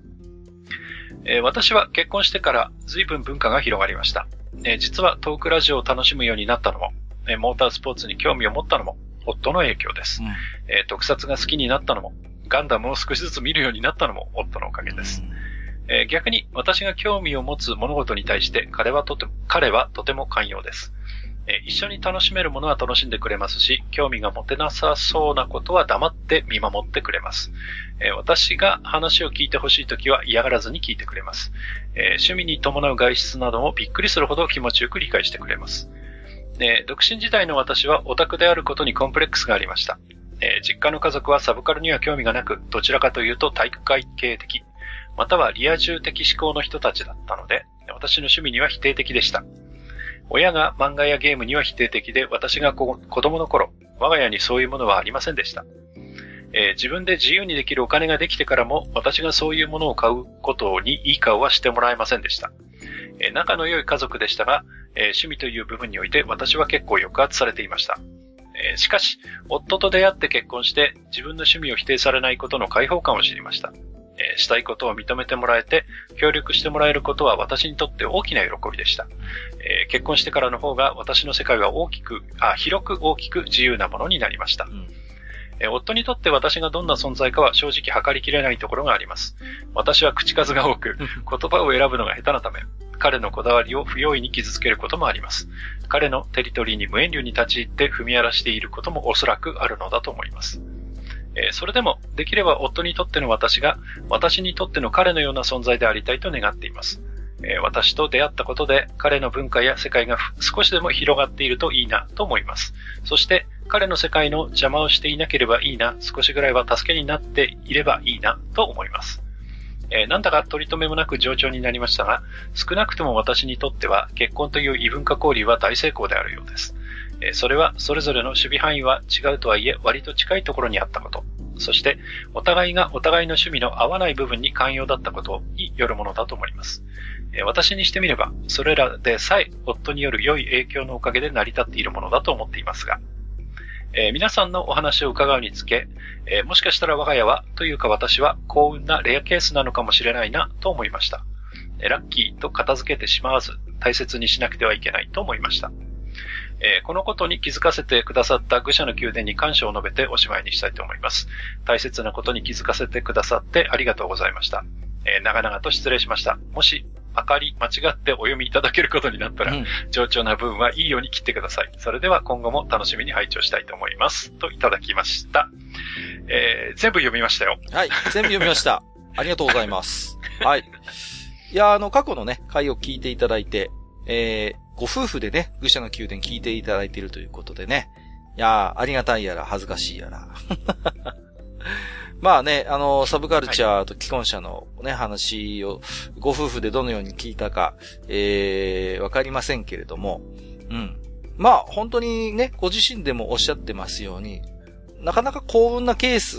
Speaker 2: 私は結婚してから随分文化が広がりました。実はトークラジオを楽しむようになったのも、モータースポーツに興味を持ったのも夫の影響です。特撮が好きになったのも、ガンダムを少しずつ見るようになったのも夫のおかげです。逆に私が興味を持つ物事に対して彼はとても寛容です。一緒に楽しめるものは楽しんでくれますし、興味が持てなさそうなことは黙って見守ってくれます。私が話を聞いてほしいときは嫌がらずに聞いてくれます。趣味に伴う外出などもびっくりするほど気持ちよく理解してくれます。独身時代の私はオタクであることにコンプレックスがありました。実家の家族はサブカルには興味がなく、どちらかというと体育会系的、またはリア充的思考の人たちだったので、私の趣味には否定的でした。親が漫画やゲームには否定的で、私が子供の頃、我が家にそういうものはありませんでした。自分で自由にできるお金ができてからも、私がそういうものを買うことにいい顔はしてもらえませんでした。仲の良い家族でしたが、趣味という部分において私は結構抑圧されていました。しかし、夫と出会って結婚して自分の趣味を否定されないことの解放感を知りました。したいことを認めてもらえて、協力してもらえることは私にとって大きな喜びでした。結婚してからの方が私の世界は広く大きく自由なものになりました。夫にとって私がどんな存在かは正直測りきれないところがあります。私は口数が多く、言葉を選ぶのが下手なため、彼のこだわりを不用意に傷つけることもあります。彼のテリトリーに無遠慮に立ち入って踏み荒らしていることもおそらくあるのだと思います。それでも、できれば夫にとっての私が、私にとっての彼のような存在でありたいと願っています。私と出会ったことで、彼の文化や世界が少しでも広がっているといいなと思います。そして、彼の世界の邪魔をしていなければいいな、少しぐらいは助けになっていればいいなと思います。なんだか取り留めもなく冗長になりましたが、少なくとも私にとっては結婚という異文化交流は大成功であるようです。それはそれぞれの守備範囲は違うとはいえ割と近いところにあったこと、そしてお互いがお互いの趣味の合わない部分に寛容だったことによるものだと思います。私にしてみればそれらでさえ夫による良い影響のおかげで成り立っているものだと思っていますが、皆さんのお話を伺うにつけ、もしかしたら我が家はというか私は幸運なレアケースなのかもしれないなと思いました。ラッキーと片付けてしまわず大切にしなくてはいけないと思いました。このことに気づかせてくださった愚者の宮殿に感謝を述べておしまいにしたいと思います。大切なことに気づかせてくださってありがとうございました。長々と失礼しました。もし間違ってお読みいただけることになったら、冗長な文はいいように切ってください。それでは今後も楽しみに拝聴したいと思います。といただきました。全部読みましたよ。
Speaker 1: はい、全部読みました。ありがとうございます。はい。いや、過去のね、回を聞いていただいて、ご夫婦でね、愚者の宮殿聞いていただいているということでね。いやー、ありがたいやら、恥ずかしいやら。まあね、サブカルチャーと既婚者のね、話を、ご夫婦でどのように聞いたか、わかりませんけれども、まあ、本当にね、ご自身でもおっしゃってますように、なかなか幸運なケース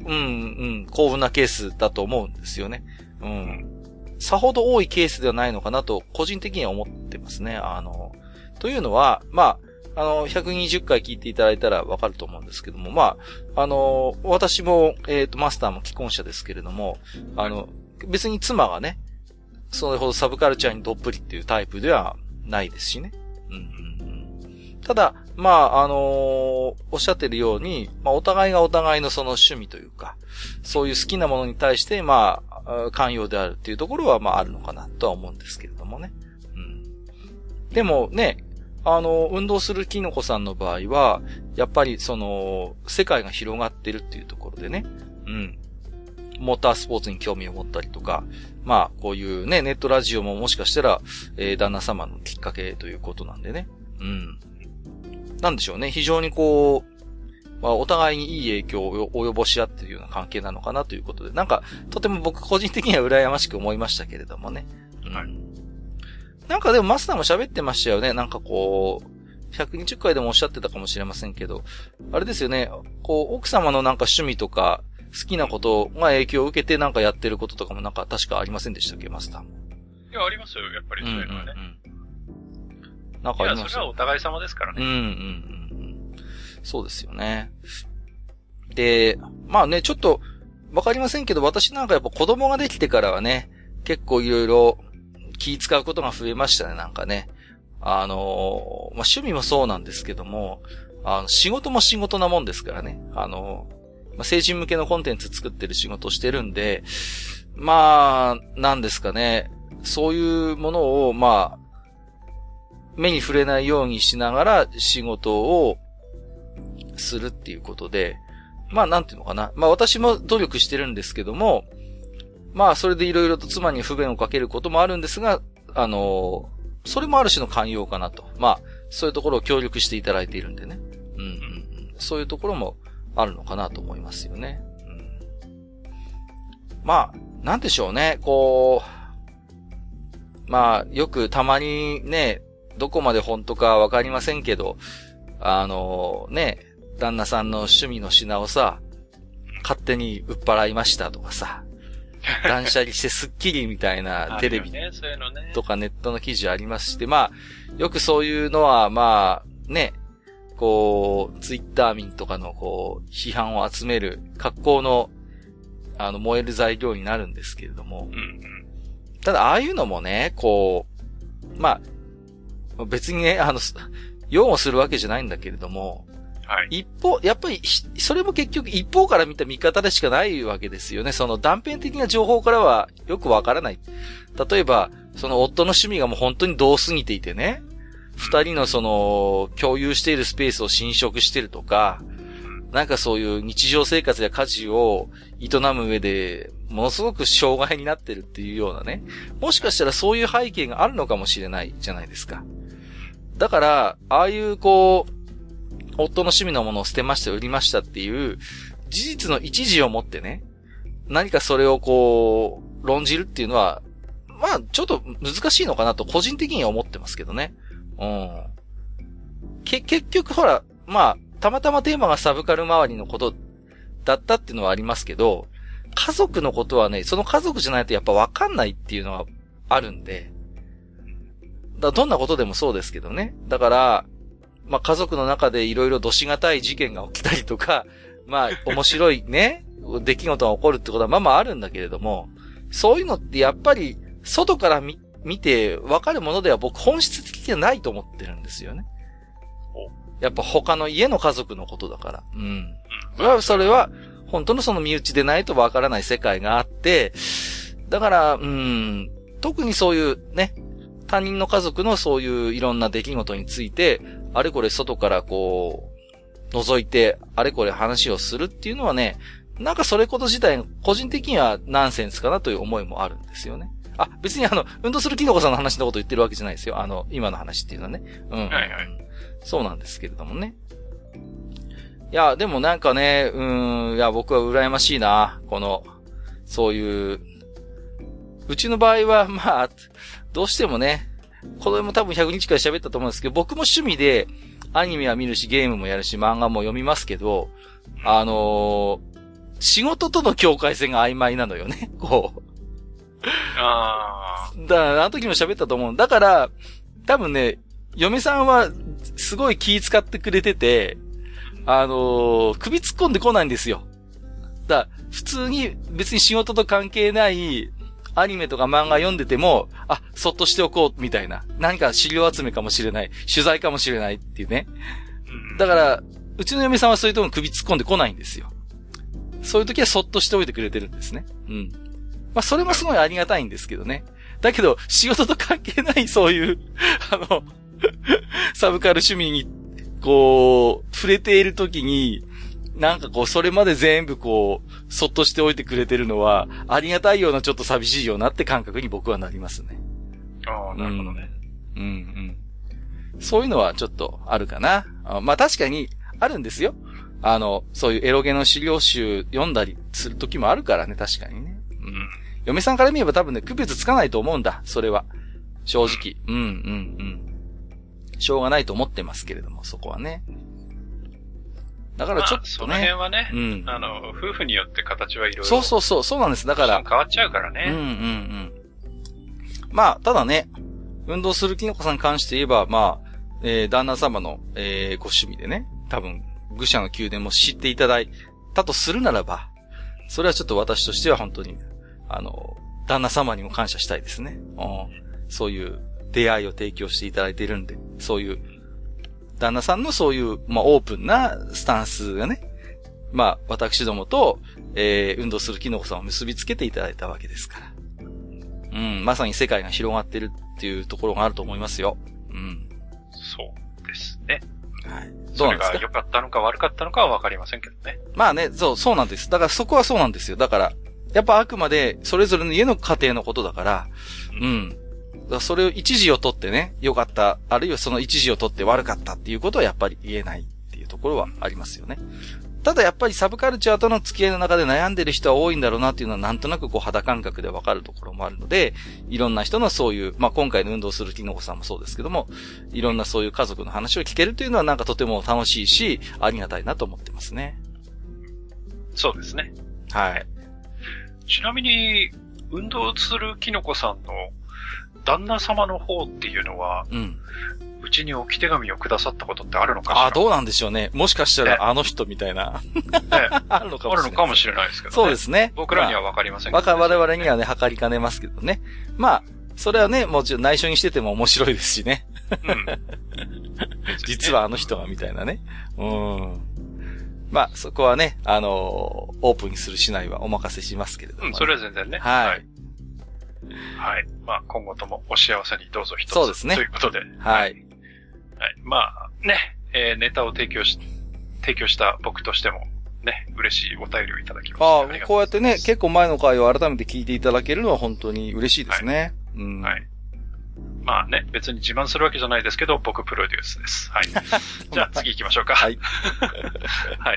Speaker 1: だと思うんですよね。さほど多いケースではないのかなと、個人的には思ってますね。というのは、まあ、120回聞いていただいたらわかると思うんですけども、まあ、私も、マスターも既婚者ですけれども、 別に妻がね、それほどサブカルチャーにどっぷりっていうタイプではないですしね。ただ、おっしゃってるように、お互いがお互いのその趣味というか、そういう好きなものに対して、寛容であるっていうところは、あるのかなとは思うんですけれどもね。でもね、運動するキノコさんの場合は、やっぱり世界が広がってるっていうところでね、モータースポーツに興味を持ったりとか、こういうね、ネットラジオももしかしたら、旦那様のきっかけということなんでね。なんでしょうね。非常にお互いにいい影響を及ぼし合っているような関係なのかなということで、とても僕個人的には羨ましく思いましたけれどもね。でもマスターも喋ってましたよね。120回でもおっしゃってたかもしれませんけど、あれですよね。奥様の趣味とか、好きなことが影響を受けてやってることとかも確かありませんでしたっけ、マスターも。
Speaker 2: いや、ありますよ。やっぱりそういうのはね。
Speaker 1: ありますよ。
Speaker 2: いや、それはお互い様ですからね。
Speaker 1: そうですよね。で、ちょっと、わかりませんけど、私やっぱ子供ができてからはね、結構いろいろ気使うことが増えましたね、ね。趣味もそうなんですけども、仕事も仕事なもんですからね。成人向けのコンテンツ作ってる仕事をしてるんで、なんですかね。そういうものを、目に触れないようにしながら仕事をするっていうことで、なんていうのかな。私も努力してるんですけども、それでいろいろと妻に不便をかけることもあるんですが、それもある種の寛容かなと。そういうところを協力していただいているんでね。そういうところもあるのかなと思いますよね。なんでしょうね。よくたまにね、どこまで本当かわかりませんけど、旦那さんの趣味の品をさ、勝手に売っ払いましたとかさ、断捨離してスッキリみたいなテレビとかネットの記事ありますして、よくそういうのはツイッター民とかの批判を集める格好の燃える材料になるんですけれども、ただああいうのもね、別にね、擁護するわけじゃないんだけれども、一方、やっぱり、それも結局一方から見た見方でしかないわけですよね。その断片的な情報からはよくわからない。例えば、その夫の趣味がもう本当に同すぎていてね、二人の共有しているスペースを侵食してるとか、そういう日常生活や家事を営む上で、ものすごく障害になってるっていうようなね。もしかしたらそういう背景があるのかもしれないじゃないですか。だから、ああいう夫の趣味のものを捨てました、売りましたっていう事実の一時をもってね、何かそれを論じるっていうのは、ちょっと難しいのかなと個人的には思ってますけどね。結局ほら、たまたまテーマがサブカル周りのことだったっていうのはありますけど、家族のことはね、その家族じゃないとやっぱ分かんないっていうのがあるんで、どんなことでもそうですけどね。だから、家族の中でいろいろどしがたい事件が起きたりとか、面白いね、出来事が起こるってことはあるんだけれども、そういうのってやっぱり、外から見て分かるものでは僕本質的じゃないと思ってるんですよね。やっぱ他の家の家族のことだから。それは、本当のその身内でないと分からない世界があって、だから、特にそういうね、他人の家族のそういういろんな出来事について、あれこれ外から覗いて、あれこれ話をするっていうのはね、それこと自体、個人的にはナンセンスかなという思いもあるんですよね。別に運動するキノコさんの話のこと言ってるわけじゃないですよ。今の話っていうのはね。そうなんですけれどもね。いや、でもね、いや、僕は羨ましいな。そういう、うちの場合は、どうしてもね、これも多分100日くらい喋ったと思うんですけど、僕も趣味でアニメは見るし、ゲームもやるし、漫画も読みますけど、仕事との境界線が曖昧なのよね、だからあの時も喋ったと思う。だから、多分ね、嫁さんはすごい気使ってくれてて、首突っ込んでこないんですよ。普通に別に仕事と関係ない、 アニメとか漫画読んでても、そっとしておこう、みたいな。何か資料集めかもしれない。取材かもしれないっていうね。だから、うちの嫁さんはそういうところに首突っ込んでこないんですよ。そういう時はそっとしておいてくれてるんですね。まあ、それもすごいありがたいんですけどね。だけど、仕事と関係ないそういう、サブカル趣味に、こう、触れている時に、なんかこう、それまで全部こう、そっとしておいてくれてるのは、ありがたいようなちょっと寂しいようなって感覚に僕はなりますね。
Speaker 2: ああ、なるほどね。
Speaker 1: そういうのはちょっとあるかな。まあ確かに、あるんですよ。そういうエロゲの資料集読んだりする時もあるからね、確かにね。嫁さんから見れば多分ね、区別つかないと思うんだ、それは。正直。しょうがないと思ってますけれども、そこはね。だからちょっとね。
Speaker 2: その辺はね、夫婦によって形はいろいろ。
Speaker 1: そうなんです。だから。
Speaker 2: 変わっちゃうからね。
Speaker 1: まあ、ただね、運動するキノコさんに関して言えば、まあ、旦那様の、ご趣味でね、多分、愚者の宮殿も知っていただいたとするならば、それはちょっと私としては本当に、旦那様にも感謝したいですね。そういう出会いを提供していただいているんで、そういう、旦那さんのそういう、まあ、オープンなスタンスがね、まあ、私どもと、運動するキノコさんを結びつけていただいたわけですから。まさに世界が広がってるっていうところがあると思いますよ。
Speaker 2: そうですね。
Speaker 1: はい。
Speaker 2: それが良かったのか悪かったのかはわかりませんけどね。
Speaker 1: まあね、そうなんです。だからそこはそうなんですよ。だから、やっぱあくまでそれぞれの家の家庭のことだから、だからそれを一時を取ってね、良かった、あるいはその一時を取って悪かったっていうことはやっぱり言えないっていうところはありますよね。ただやっぱりサブカルチャーとの付き合いの中で悩んでる人は多いんだろうなっていうのはなんとなくこう肌感覚でわかるところもあるので、いろんな人のそういう、まあ今回の運動するキノコさんもそうですけども、いろんなそういう家族の話を聞けるというのはなんかとても楽しいし、ありがたいなと思ってますね。
Speaker 2: そうですね。
Speaker 1: はい。
Speaker 2: ちなみに、運動するキノコさんの旦那様の方っていうのは、うちに置き手紙をくださったことってあるのかしら？
Speaker 1: どうなんでしょうね。もしかしたらあの人みたいな。あるのかもしれない。
Speaker 2: あるのかもしれないですけどね。
Speaker 1: そうですね。
Speaker 2: 僕らにはわかりませんけど、
Speaker 1: ね。我々にはね、測りかねますけどね。まあ、それはね、もちろん内緒にしてても面白いですしね。実はあの人がみたいなね。まあ、そこはね、オープンにするしないはお任せしますけれども、ね。
Speaker 2: それは全然ね。はい。はい。まあ、今後ともお幸せにどうぞ一つ。
Speaker 1: そうですね。
Speaker 2: ということで。
Speaker 1: はい。
Speaker 2: はい。まあ、ね、ネタを提供した僕としても、ね、嬉しいお便りをいただきました。
Speaker 1: こうやってね、結構前の回を改めて聞いていただけるのは本当に嬉しいですね。
Speaker 2: はい。まあね、別に自慢するわけじゃないですけど、僕プロデュースです。はい。じゃあ次行きましょうか。はい。はい。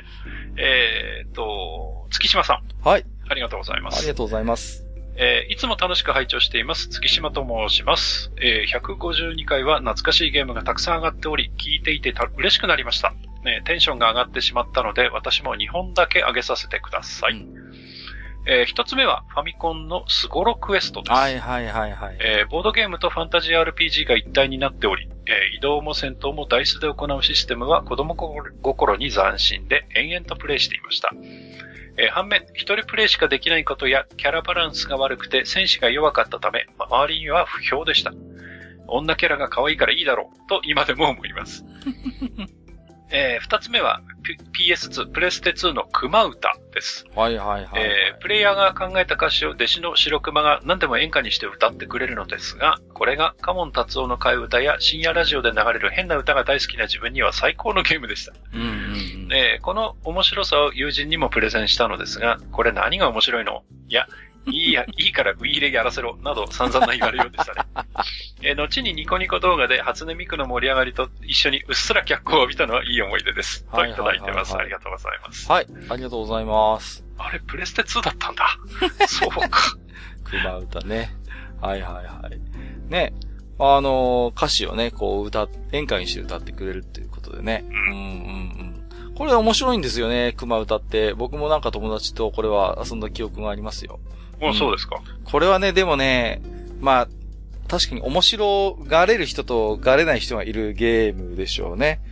Speaker 2: 月島さん。
Speaker 1: はい。
Speaker 2: ありがとうございます。
Speaker 1: ありがとうございます。
Speaker 2: いつも楽しく拝聴しています。月島と申します。152回は懐かしいゲームがたくさん上がっており、聞いていて嬉しくなりました。テンションが上がってしまったので、私も2本だけ上げさせてください。一つ目はファミコンのスゴロクエストです。
Speaker 1: はい。
Speaker 2: ボードゲームとファンタジー RPG が一体になっており、移動も戦闘もダイスで行うシステムは子供心に斬新で延々とプレイしていました。反面、一人プレイしかできないことやキャラバランスが悪くて戦士が弱かったため、周りには不評でした。女キャラが可愛いからいいだろうと今でも思います。二つ目は PS2、プレステ2の熊歌です。
Speaker 1: はい。
Speaker 2: プレイヤーが考えた歌詞を弟子の白熊が何でも演歌にして歌ってくれるのですが、これがカモン達夫の替え歌や深夜ラジオで流れる変な歌が大好きな自分には最高のゲームでした。この面白さを友人にもプレゼンしたのですが、これ何が面白いの？いや、いいからウィーレやらせろ、など散々な言われようでしたね。後にニコニコ動画で初音ミクの盛り上がりと一緒にうっすら脚光を浴びたのはいい思い出です。といただいてます。ありがとうございます。
Speaker 1: はい、ありがとうございます。
Speaker 2: あれ、プレステ2だったんだ。そうか。
Speaker 1: 熊歌ね。はい。ね、歌詞をね、こう演歌にして歌ってくれるっていうことでね。これ面白いんですよね、熊歌って。僕もなんか友達とこれは遊んだ記憶がありますよ。
Speaker 2: そうですか。
Speaker 1: これはね、でもね、まあ、確かに面白がれる人とがれない人がいるゲームでしょうね。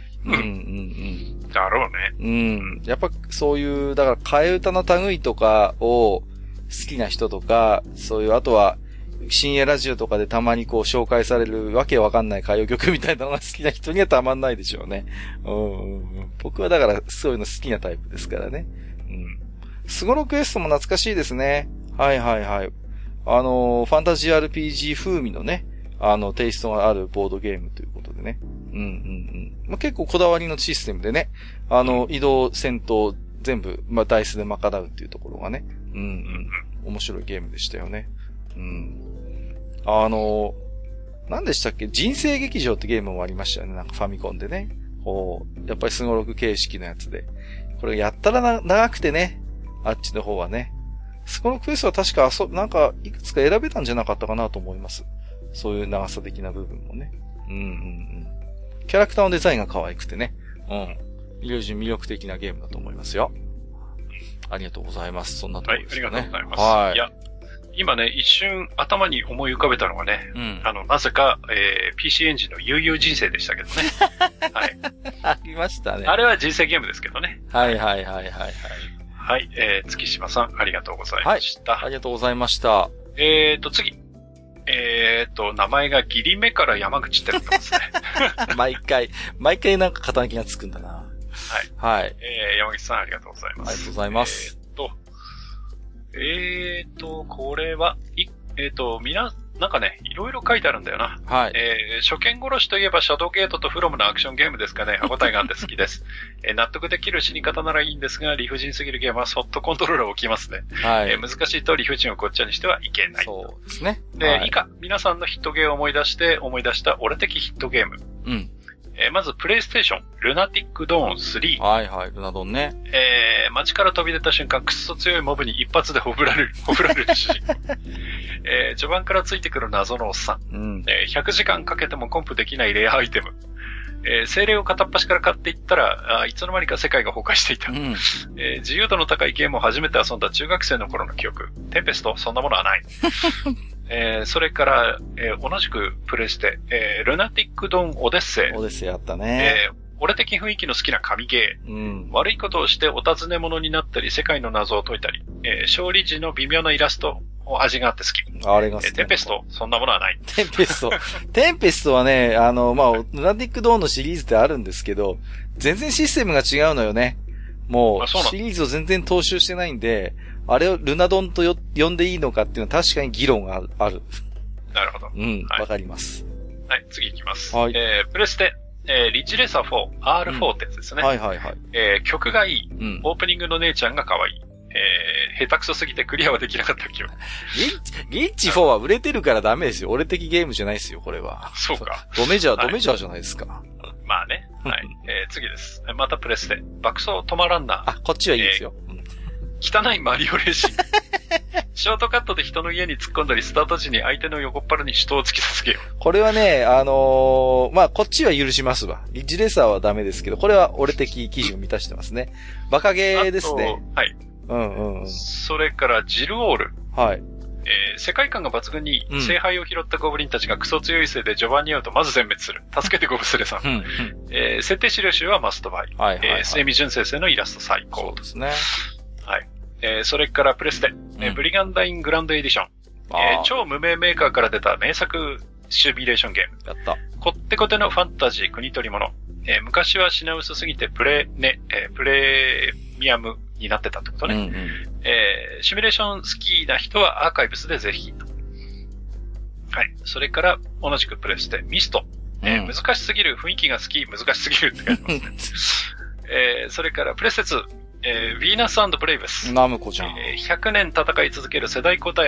Speaker 2: だろうね。
Speaker 1: やっぱそういう、だから替え歌の類とかを好好きな人とか、そういう、あとは、深夜ラジオとかでたまにこう紹介されるわけわかんない歌謡曲みたいなのが好きな人にはたまんないでしょうね。僕はだからそういうの好きなタイプですからね。スゴロクエストも懐かしいですね。はいはいはい。ファンタジー RPG 風味のね、テイストがあるボードゲームということでね。まあ、結構こだわりのシステムでね、移動戦闘全部、まあ、ダイスで賄うっていうところがね。面白いゲームでしたよね。何でしたっけ？人生劇場ってゲームもありましたよね。なんかファミコンでね。やっぱりスゴロク形式のやつで。これやったら長くてね。あっちの方はね。スゴロクエストは確かなんかいくつか選べたんじゃなかったかなと思います。そういう長さ的な部分もね。キャラクターのデザインが可愛くてね。非常に魅力的なゲームだと思いますよ。ありがとうございます。そんなところですね。
Speaker 2: はい、ありがとうございます。はい。いや、今ね、一瞬頭に思い浮かべたのがね、なぜか、PC エンジンの悠々人生でしたけどね。はい。
Speaker 1: ありましたね。
Speaker 2: あれは人生ゲームですけどね。
Speaker 1: はい。
Speaker 2: はい、月島さん、ありがとうございました。
Speaker 1: はい、ありがとうございました。
Speaker 2: 次。名前がギリ目から山口ってなってますね。
Speaker 1: 毎回なんか肩書きがつくんだな。はい。
Speaker 2: 山口さん、ありがとうございます。
Speaker 1: ありがとうございます。
Speaker 2: これは、なんかね、いろいろ書いてあるんだよな。
Speaker 1: はい。
Speaker 2: 初見殺しといえばシャドウゲートとフロムのアクションゲームですかね。歯応えがあって好きです。納得できる死に方ならいいんですが、理不尽すぎるゲームはソフトコントローラーを置きますね。
Speaker 1: はい。
Speaker 2: 難しいと理不尽をごっちゃにしてはいけない。
Speaker 1: そうですね。
Speaker 2: で、以下、皆さんのヒットゲーを思い出した俺的ヒットゲーム。まず、プレイステーション、ルナティックドーン3。
Speaker 1: はいはい、ルナドンね。
Speaker 2: 街から飛び出た瞬間、くっそ強いモブに一発でほふられる主人公。序盤からついてくる謎のおっさん。100時間かけてもコンプできないレアアイテム。精霊を片っ端から買っていったら、いつの間にか世界が崩壊していた。自由度の高いゲームを初めて遊んだ中学生の頃の記憶。テンペスト、そんなものはない。それから、同じくプレステ、ルナティックドーンオデッセイ。
Speaker 1: オデッセイあったね。
Speaker 2: 俺的雰囲気の好きな神ゲー。悪いことをしてお尋ね者になったり、世界の謎を解いたり、勝利時の微妙なイラストを味があって好き。
Speaker 1: あれが好き。
Speaker 2: テンペスト、そんなものはない。
Speaker 1: テンペストはね、ルナティックドーンのシリーズってあるんですけど、全然システムが違うのよね。もう、シリーズを全然踏襲してないんで、あれをルナドンと呼んでいいのかっていうのは確かに議論がある。
Speaker 2: なるほど。
Speaker 1: わかります。
Speaker 2: はい、次行きます。
Speaker 1: はい。
Speaker 2: プレステ、リッチレーサー4、R4 ってやつですね。
Speaker 1: はい。
Speaker 2: 曲がいい。オープニングの姉ちゃんが可愛い。下手くそすぎてクリアはできなかった記憶。
Speaker 1: リッチ4は売れてるからダメですよ。俺的ゲームじゃないですよ、これは。
Speaker 2: そうか。
Speaker 1: ドメジャーじゃないですか。
Speaker 2: まあね。はい。次です。またプレステ。爆走止まらんな。
Speaker 1: こっちはいいですよ。
Speaker 2: 汚いマリオレーシング。ショートカットで人の家に突っ込んだり、スタート時に相手の横っ腹に人を突きつけよう。
Speaker 1: これはね、こっちは許しますわ。リッジレーサーはダメですけど、これは俺的基準を満たしてますね。バカゲーですね。
Speaker 2: はい。それから、ジルオール。
Speaker 1: はい。
Speaker 2: 世界観が抜群に、聖杯を拾ったゴブリンたちがクソ強いせいで序盤に会うとまず全滅する。助けてゴブスレさん。設定資料集はマストバイ。末見淳先生のイラスト最高。
Speaker 1: そうですね。
Speaker 2: はい。それからプレステ、ブリガンダイングランドエディション。超無名メーカーから出た名作シミュレーションゲーム。
Speaker 1: やった。
Speaker 2: こってこてのファンタジー国取り物。昔は品薄すぎてプレミアムになってたってことね。シミュレーション好きな人はアーカイブスでぜひ。はい。それから同じくプレステ、ミスト。難しすぎる、雰囲気が好き、難しすぎるって書いてますね。それからプレステ2。ヴィーナス&ブレイブス。
Speaker 1: ナムコちゃん。
Speaker 2: 100年戦い続ける世代交代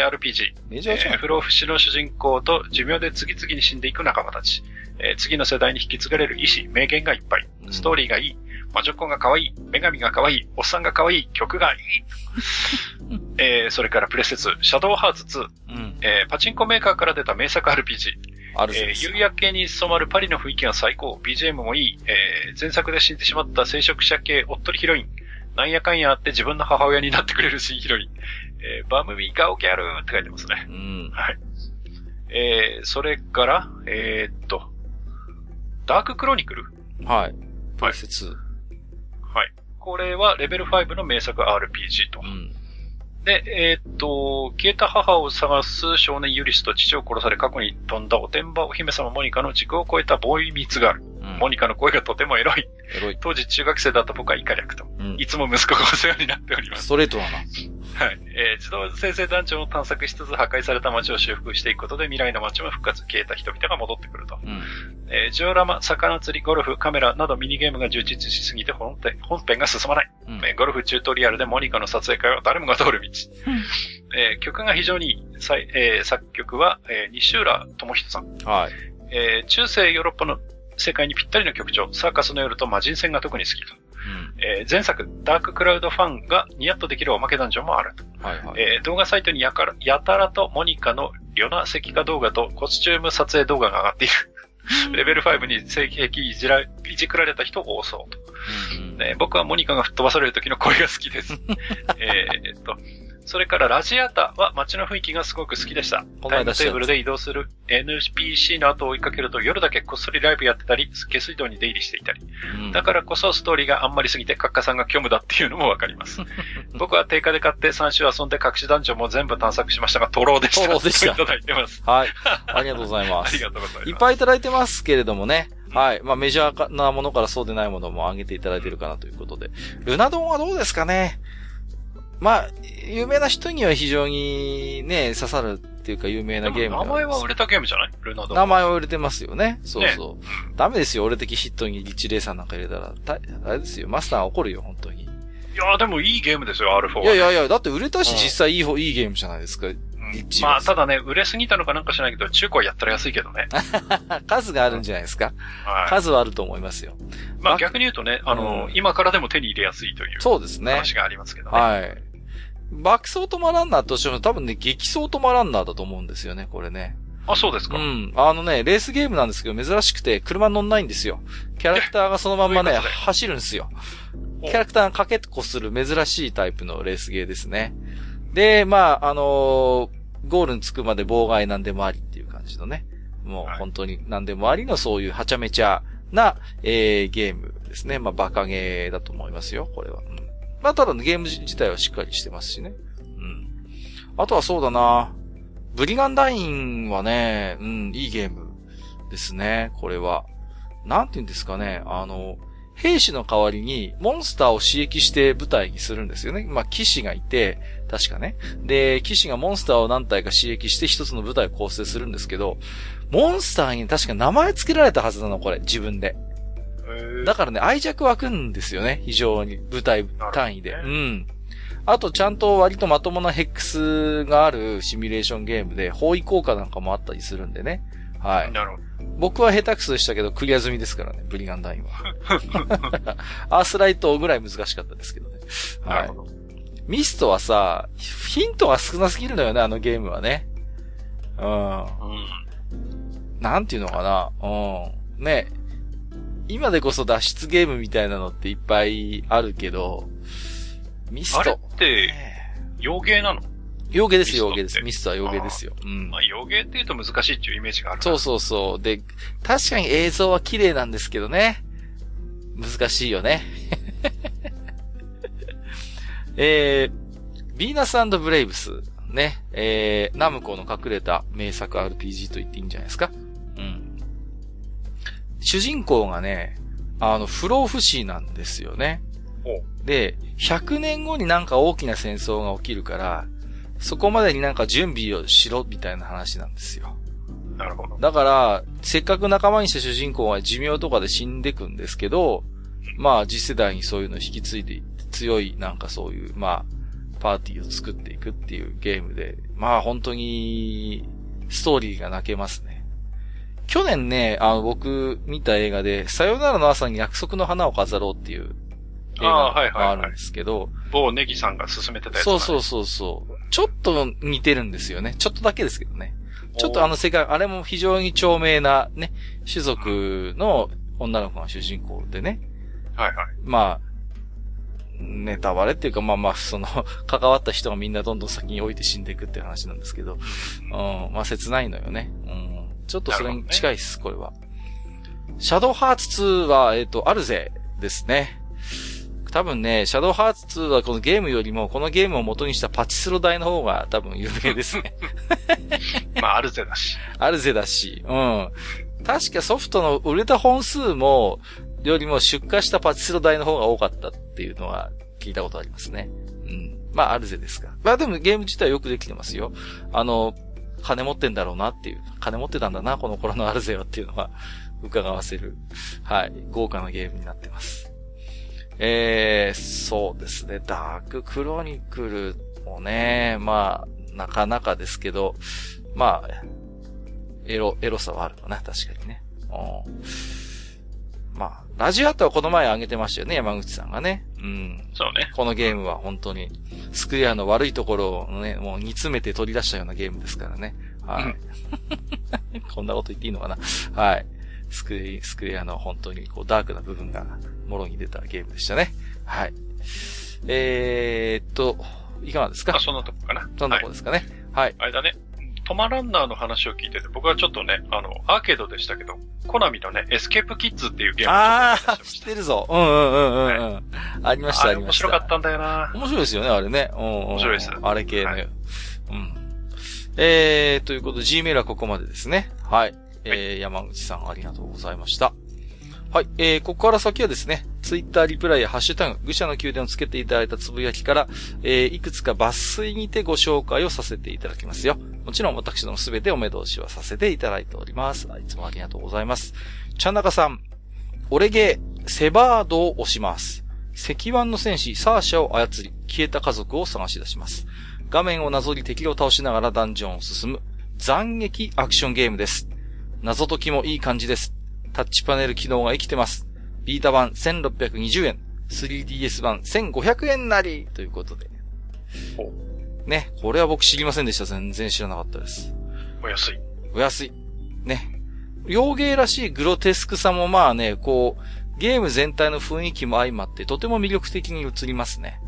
Speaker 2: RPG。不老不死の主人公と寿命で次々に死んでいく仲間たち。次の世代に引き継がれる意志、名言がいっぱい。ストーリーがいい。魔女っ子が可愛い。女神が可愛い。おっさんが可愛い。曲がいい。それからプレステ2、シャドウハーツ2。パチンコメーカーから出た名作 RPG。夕焼けに染まるパリの雰囲気が最高。BGM もいい。前作で死んでしまった聖職者系おっとりヒロイン。なんやかんやあって自分の母親になってくれる新ヒロイン。バムビーガオギャルって書いてますね。はい。それから、ダーククロニクル。
Speaker 1: はい。プレステ2。
Speaker 2: はい。これはレベル5の名作 RPG と。 で、消えた母を探す少年ユリスと父を殺され過去に飛んだおてんばお姫様モニカの時空を超えたボーイミツがある。モニカの声がとてもエロい。当時中学生だった僕は以下略と。いつも息子がお世話になっております。
Speaker 1: ストレートだな。
Speaker 2: はい。自動生成団長を探索しつつ破壊された街を修復していくことで未来の街も復活、消えた人々が戻ってくると。ジオラマ、魚釣り、ゴルフ、カメラなどミニゲームが充実しすぎて本編が進まない。ゴルフチュートリアルでモニカの撮影会は誰もが通る道。曲が非常にいい。作曲は、西浦智人さん。
Speaker 1: はい。
Speaker 2: 中世ヨーロッパの世界にぴったりの曲調、サーカスの夜と魔人戦が特に好きと。前作、ダーククラウドファンがニヤッとできるおまけダンジョンもあると。動画サイトにやたらとモニカのリョナ石化動画とコスチューム撮影動画が上がっている。レベル5に正規いじくられた人多そうと。僕はモニカが吹っ飛ばされる時の声が好きです。それからラジアータは街の雰囲気がすごく好きでした。タイムテーブルで移動する NPC の後を追いかけると夜だけこっそりライブやってたり、下水道に出入りしていたり。だからこそストーリーがあんまりすぎてカッカさんが虚無だっていうのもわかります。僕は定価で買って3週遊んで隠しダンジョンも全部探索しましたが、トローでした。
Speaker 1: トローでした。
Speaker 2: いただいてます。
Speaker 1: はい。ありがとうございます。
Speaker 2: ありがとうございます。
Speaker 1: いっぱいいただいてますけれどもね。はい。まあメジャーなものからそうでないものも上げていただいているかなということで。ルナドンはどうですかね。まあ、有名な人には非常にね、刺さるっていうか有名なゲーム。
Speaker 2: 名前は売れたゲームじゃない？ルナドン。
Speaker 1: 名前は売れてますよね。そうそう。ね、ダメですよ。俺的ヒットにリッチレーサーなんか入れたら。あれですよ。マスター怒るよ、本当に。い
Speaker 2: やでもいいゲームですよ、R4 は、
Speaker 1: ね。いや、だって売れたし実際いいゲームじゃないですか。
Speaker 2: まあ、ただね、売れすぎたのかなんかしないけど、中古はやったら安いけどね。
Speaker 1: 数があるんじゃないですか。数はあると思いますよ。
Speaker 2: まあ逆に言うとね、今からでも手に入れやすいという。
Speaker 1: そうですね。
Speaker 2: 話がありますけどね。
Speaker 1: はい。爆走トマランナーとしても多分ね、激走トマランナーだと思うんですよね、これね。
Speaker 2: あ、そうですか。
Speaker 1: レースゲームなんですけど、珍しくて車乗んないんですよ。キャラクターがそのまんまね、走るんですよ。キャラクターがかけっこする珍しいタイプのレースゲーですね。で、まあ、ゴールに着くまで妨害なんでもありっていう感じのね。もう本当になんでもありのそういうはちゃめちゃな、ゲームですね。まあ、バカゲーだと思いますよ、これは。まあ、ただゲーム自体はしっかりしてますしね。あとはそうだな。ブリガンダインはね、いいゲームですね、これは。なんて言うんですかね、兵士の代わりにモンスターを刺激して舞台にするんですよね。まあ、騎士がいて、確かね。で、騎士がモンスターを何体か刺激して一つの舞台を構成するんですけど、モンスターに確か名前付けられたはずなの、これ、自分で。だからね、愛着湧くんですよね、非常に、舞台単位で。あと、ちゃんと割とまともなヘックスがあるシミュレーションゲームで、包囲効果なんかもあったりするんでね。はい。
Speaker 2: なるほど。
Speaker 1: 僕は下手くそでしたけど、クリア済みですからね、ブリガンダインは。アースライトぐらい難しかったですけどね。はい。ミストはさ、ヒントが少なすぎるのよね、あのゲームはね。なんていうのかな。ね。今でこそ脱出ゲームみたいなのっていっぱいあるけど、ミスト。
Speaker 2: あれって、洋芸なの？
Speaker 1: 洋芸です、洋芸です。ミストは洋芸ですよ。
Speaker 2: まあ、洋芸って言うと難しいっていうイメージがある。
Speaker 1: そう。で、確かに映像は綺麗なんですけどね。難しいよね。ヴィーナス&ブレイブス。ね。ナムコの隠れた名作 RPG と言っていいんじゃないですか。主人公がね、不老不死なんですよね。で、100年後になんか大きな戦争が起きるから、そこまでになんか準備をしろみたいな話なんですよ。
Speaker 2: なるほど。
Speaker 1: だから、せっかく仲間にした主人公は寿命とかで死んでくんですけど、まあ次世代にそういうのを引き継いでいって、強いなんかそういう、まあ、パーティーを作っていくっていうゲームで、まあ本当に、ストーリーが泣けますね。去年ね、僕見た映画で、さよならの朝に約束の花を飾ろうっていう映画があるんですけど、
Speaker 2: 某ネギさんが勧めてたやつ、
Speaker 1: ね。そう。ちょっと似てるんですよね。ちょっとだけですけどね。ちょっと世界、あれも非常に長命なね、種族の女の子が主人公でね。まあ、ネタバレっていうか、まあ、関わった人がみんなどんどん先に置いて死んでいくっていう話なんですけど、まあ切ないのよね。ちょっとそれに近いです、これは。シャドウハーツ2は、アルゼですね。 多分ね、シャドウハーツ2はこのゲームよりも、このゲームを元にしたパチスロ台の方が多分有名ですね。
Speaker 2: まあ、アルゼだし。
Speaker 1: アルゼだし、うん。確かソフトの売れた本数も、よりも出荷したパチスロ台の方が多かったっていうのは聞いたことありますね。うん。まあ、アルゼですか。まあでもゲーム自体よくできてますよ。金持ってんだろうなっていう。金持ってたんだな、この頃のアルゼはっていうのは、伺わせる。はい。豪華なゲームになってます。そうですね。ダーククロニクルもね、まあ、なかなかですけど、まあ、エロさはあるかな、確かにね。まあ、ラジオアートはこの前上げてましたよね、山口さんがね。うん。
Speaker 2: そうね。
Speaker 1: このゲームは本当に、スクエアの悪いところをね、もう煮詰めて取り出したようなゲームですからね。はい。こんなこと言っていいのかな。はい。スクエアの本当にこうダークな部分がもろに出たゲームでしたね。はい。いかがですか？
Speaker 2: そんなとこかな。
Speaker 1: そんなとこですかね。はい。
Speaker 2: あれだね。トマランナーの話を聞いてて、僕はちょっとね、アーケードでしたけど、コナミのね、エスケープキッズっていうゲームをちょっと
Speaker 1: 知ってるぞ。はい、ありました、ありました。
Speaker 2: 面白かったんだよな。
Speaker 1: 面白いですよね、あれね。
Speaker 2: 面白いです。
Speaker 1: あれ系の。はい、ということで、Gmail はここまでですね。はい。山口さんありがとうございました。はい。ここから先はですね、ツイッターリプライやハッシュタグ、愚者の宮殿をつけていただいたつぶやきから、いくつか抜粋にてご紹介をさせていただきますよ。もちろん私どもすべてお目通しはさせていただいております。いつもありがとうございます。ちゃんなかさん、俺ゲー、セバードを押します。石腕の戦士サーシャを操り、消えた家族を探し出します。画面をなぞり敵を倒しながらダンジョンを進む、斬撃アクションゲームです。謎解きもいい感じです。タッチパネル機能が生きてます。ビータ版1620円、3DS 版1500円なりということで。ね、これは僕知りませんでした。全然知らなかったです。
Speaker 2: お安い。
Speaker 1: お安い。ね。洋芸らしいグロテスクさもまあね、こう、ゲーム全体の雰囲気も相まってとても魅力的に映りますね。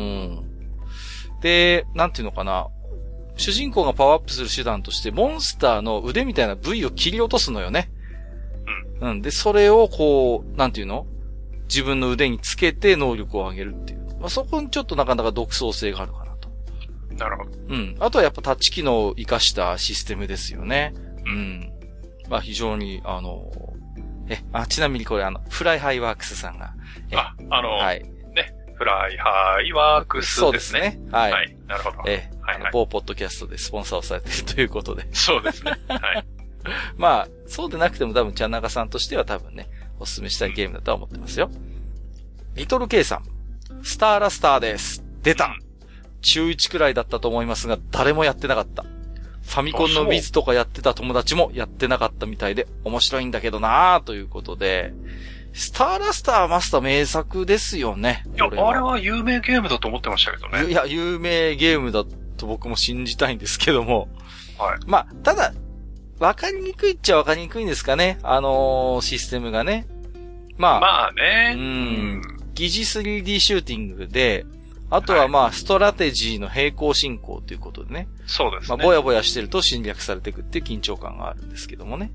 Speaker 1: で、なんていうのかな。主人公がパワーアップする手段として、モンスターの腕みたいな部位を切り落とすのよね。で、それをこう、なんていうの？自分の腕につけて能力を上げるっていう。まあ、そこにちょっとなかなか独創性があるかなと。
Speaker 2: なるほど。
Speaker 1: あとはやっぱタッチ機能を活かしたシステムですよね。まあ、非常に、ちなみにこれフライハイワークスさんが。
Speaker 2: はい。ね。フライハイワークスですね。そうですね。
Speaker 1: はい。
Speaker 2: はい。なるほど。
Speaker 1: 某ポッドキャストでスポンサーをされているということで。
Speaker 2: そうですね。はい。
Speaker 1: まあ、そうでなくても多分、ちゃんなかさんとしては多分ね、おすすめしたいゲームだとは思ってますよ。リトル K さん、スターラスターです。出た！中1くらいだったと思いますが、誰もやってなかった。ファミコンのウィズとかやってた友達もやってなかったみたいで、面白いんだけどなぁ、ということで、スターラスターマスター名作ですよね。
Speaker 2: いや、あれは有名ゲームだと思ってましたけどね。
Speaker 1: いや、有名ゲームだと僕も信じたいんですけども。
Speaker 2: はい。
Speaker 1: まあ、ただ、わかりにくいっちゃわかりにくいんですかね。システムがね。ま
Speaker 2: あね。
Speaker 1: 疑似 3D シューティングで、あとはまあ、ストラテジーの並行進行ということでね。
Speaker 2: そうですね。
Speaker 1: まあ、ぼやぼやしてると侵略されていくっていう緊張感があるんですけどもね。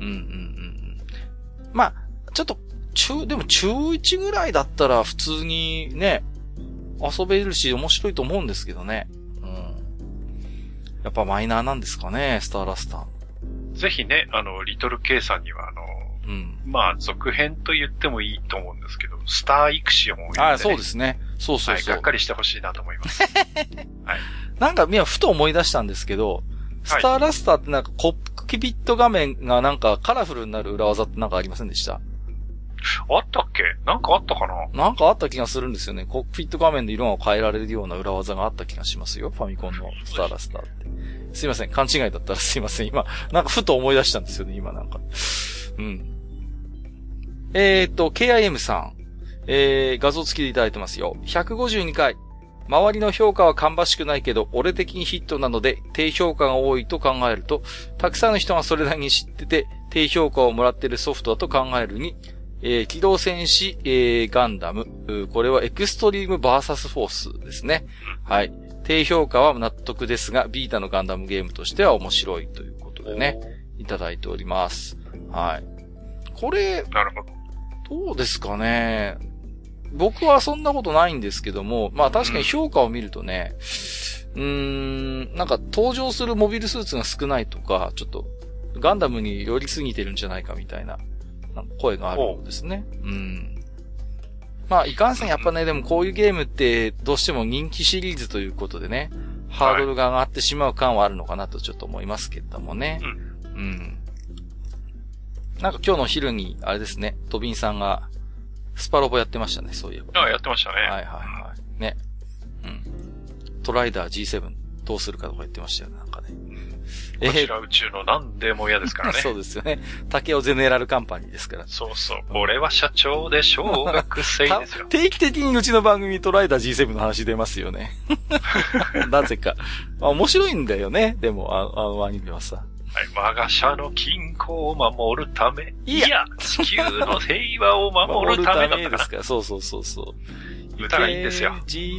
Speaker 1: まあ、ちょっと、でも中1ぐらいだったら普通にね、遊べるし面白いと思うんですけどね。やっぱマイナーなんですかね、スターラスター。
Speaker 2: ぜひね、リトル K さんにはまあ、続編と言ってもいいと思うんですけど、スターイクシオンを読んで、ね。
Speaker 1: そうですね。そう。
Speaker 2: はい、がっかりしてほしいなと思います。はい。
Speaker 1: なんか、ふと思い出したんですけど、スターラスターってなんかコックピット画面がなんかカラフルになる裏技ってなんかありませんでした？
Speaker 2: あったっけ？なんかあったかな？
Speaker 1: なんかあった気がするんですよね。コックピット画面で色が変えられるような裏技があった気がしますよ。ファミコンのスターラスターって。すいません。勘違いだったらすいません。今、なんかふと思い出したんですよね。今なんか。KIM さん。画像付きでいただいてますよ。152回。周りの評価は芳しくないけど、俺的にヒットなので、低評価が多いと考えると、たくさんの人がそれなりに知ってて、低評価をもらっているソフトだと考えるに、機動戦士、ガンダム。これはエクストリームバーサスフォースですね。はい。低評価は納得ですが、ビータのガンダムゲームとしては面白いということでね、いただいております。はい。これ、
Speaker 2: なるほど。
Speaker 1: どうですかね。 僕はそんなことないんですけども、まあ確かに評価を見るとね、なんか登場するモビルスーツが少ないとか、ちょっとガンダムに寄りすぎてるんじゃないかみたいな声があるんですね。まあいかんせんやっぱね、でもこういうゲームってどうしても人気シリーズということでね、ハードルが上がってしまう感はあるのかなとちょっと思いますけれどもね。なんか今日の昼に、あれですね、トビンさんが、スパロボやってましたね、そういえば。
Speaker 2: やってましたね。
Speaker 1: はい。ね。トライダー G7 どうするかとか言ってましたよね、なんかね。
Speaker 2: こちら宇宙の何でも嫌ですからね。
Speaker 1: そうですよね。竹尾ゼネラルカンパニーですから。
Speaker 2: そう。俺は社長で小学生ですよ。
Speaker 1: 定期的にうちの番組トライダー G7 の話出ますよね。なぜか。面白いんだよね、でも、あのアニメはさ。
Speaker 2: 我が社の均衡を守るため。いや、地球の平和を守るためだった
Speaker 1: ですから。そう。
Speaker 2: 歌がいいんですよ。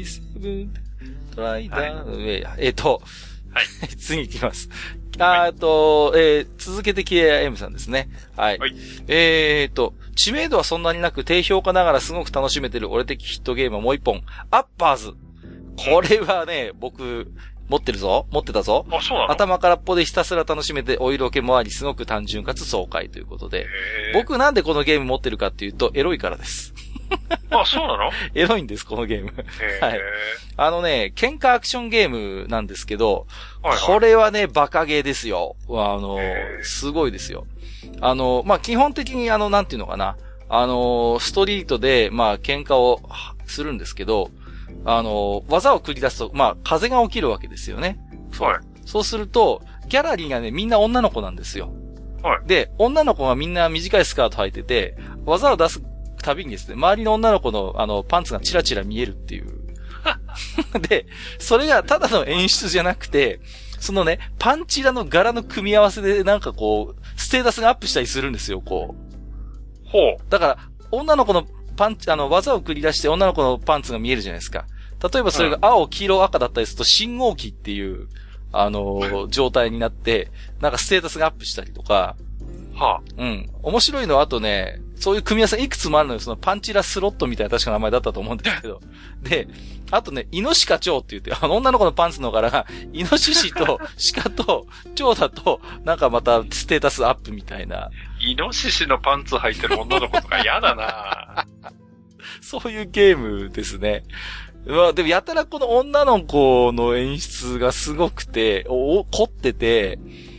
Speaker 1: G7、トライダー、次行きます。続けて KM さんですね。はい。知名度はそんなになく低評価ながらすごく楽しめてる俺的ヒットゲームはもう一本。アッパーズ。これはね、僕、持ってたぞ。
Speaker 2: あ、そうなの？
Speaker 1: 頭からっぽでひたすら楽しめて、お色気もあり、すごく単純かつ爽快ということで。僕なんでこのゲーム持ってるかっていうと、エロいからです。
Speaker 2: あ、そうなの？
Speaker 1: エロいんです、このゲーム。はい。喧嘩アクションゲームなんですけど、これはね、バカゲーですよ。すごいですよ。基本的になんていうのかな。ストリートで、喧嘩をするんですけど、技を繰り出すと、風が起きるわけですよね。そうすると、ギャラリーがね、みんな女の子なんですよ。で、女の子がみんな短いスカート履いてて、技を出すたびにですね、周りの女の子のパンツがチラチラ見えるっていう。で、それがただの演出じゃなくて、そのね、パンチラの柄の組み合わせでなんかこう、ステータスがアップしたりするんですよ、こう。だから、女の子の技を繰り出して女の子のパンツが見えるじゃないですか。例えばそれが青、黄色、赤だったりすると、信号機っていう、状態になって、なんかステータスがアップしたりとか。面白いのはあとね、そういう組み合わせいくつもあるのよ。そのパンチラスロットみたいな確か名前だったと思うんですけど。で、あとね、イノシカチョウって言って、女の子のパンツの柄が、イノシシと鹿とチョウだと、なんかまたステータスアップみたいな。
Speaker 2: イノシシのパンツ履いてる女の子とか嫌だな
Speaker 1: そういうゲームですね。でもやたらこの女の子の演出がすごくて、凝ってて、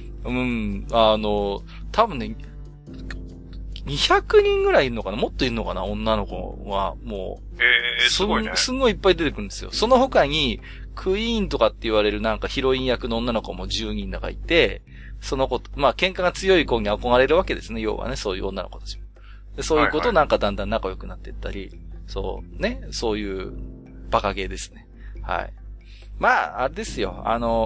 Speaker 1: 多分ね、200人ぐらいいるのかな？もっといるのかな？女の子は、もう。
Speaker 2: すごいね。
Speaker 1: すごいいっぱい出てくるんですよ。その他に、クイーンとかって言われるなんかヒロイン役の女の子も10人だかいて、その子、喧嘩が強い子に憧れるわけですね、要はね、そういう女の子たちも。でそういう子となんかだんだん仲良くなっていったり、そういうバカゲーですね。はい。あれですよ、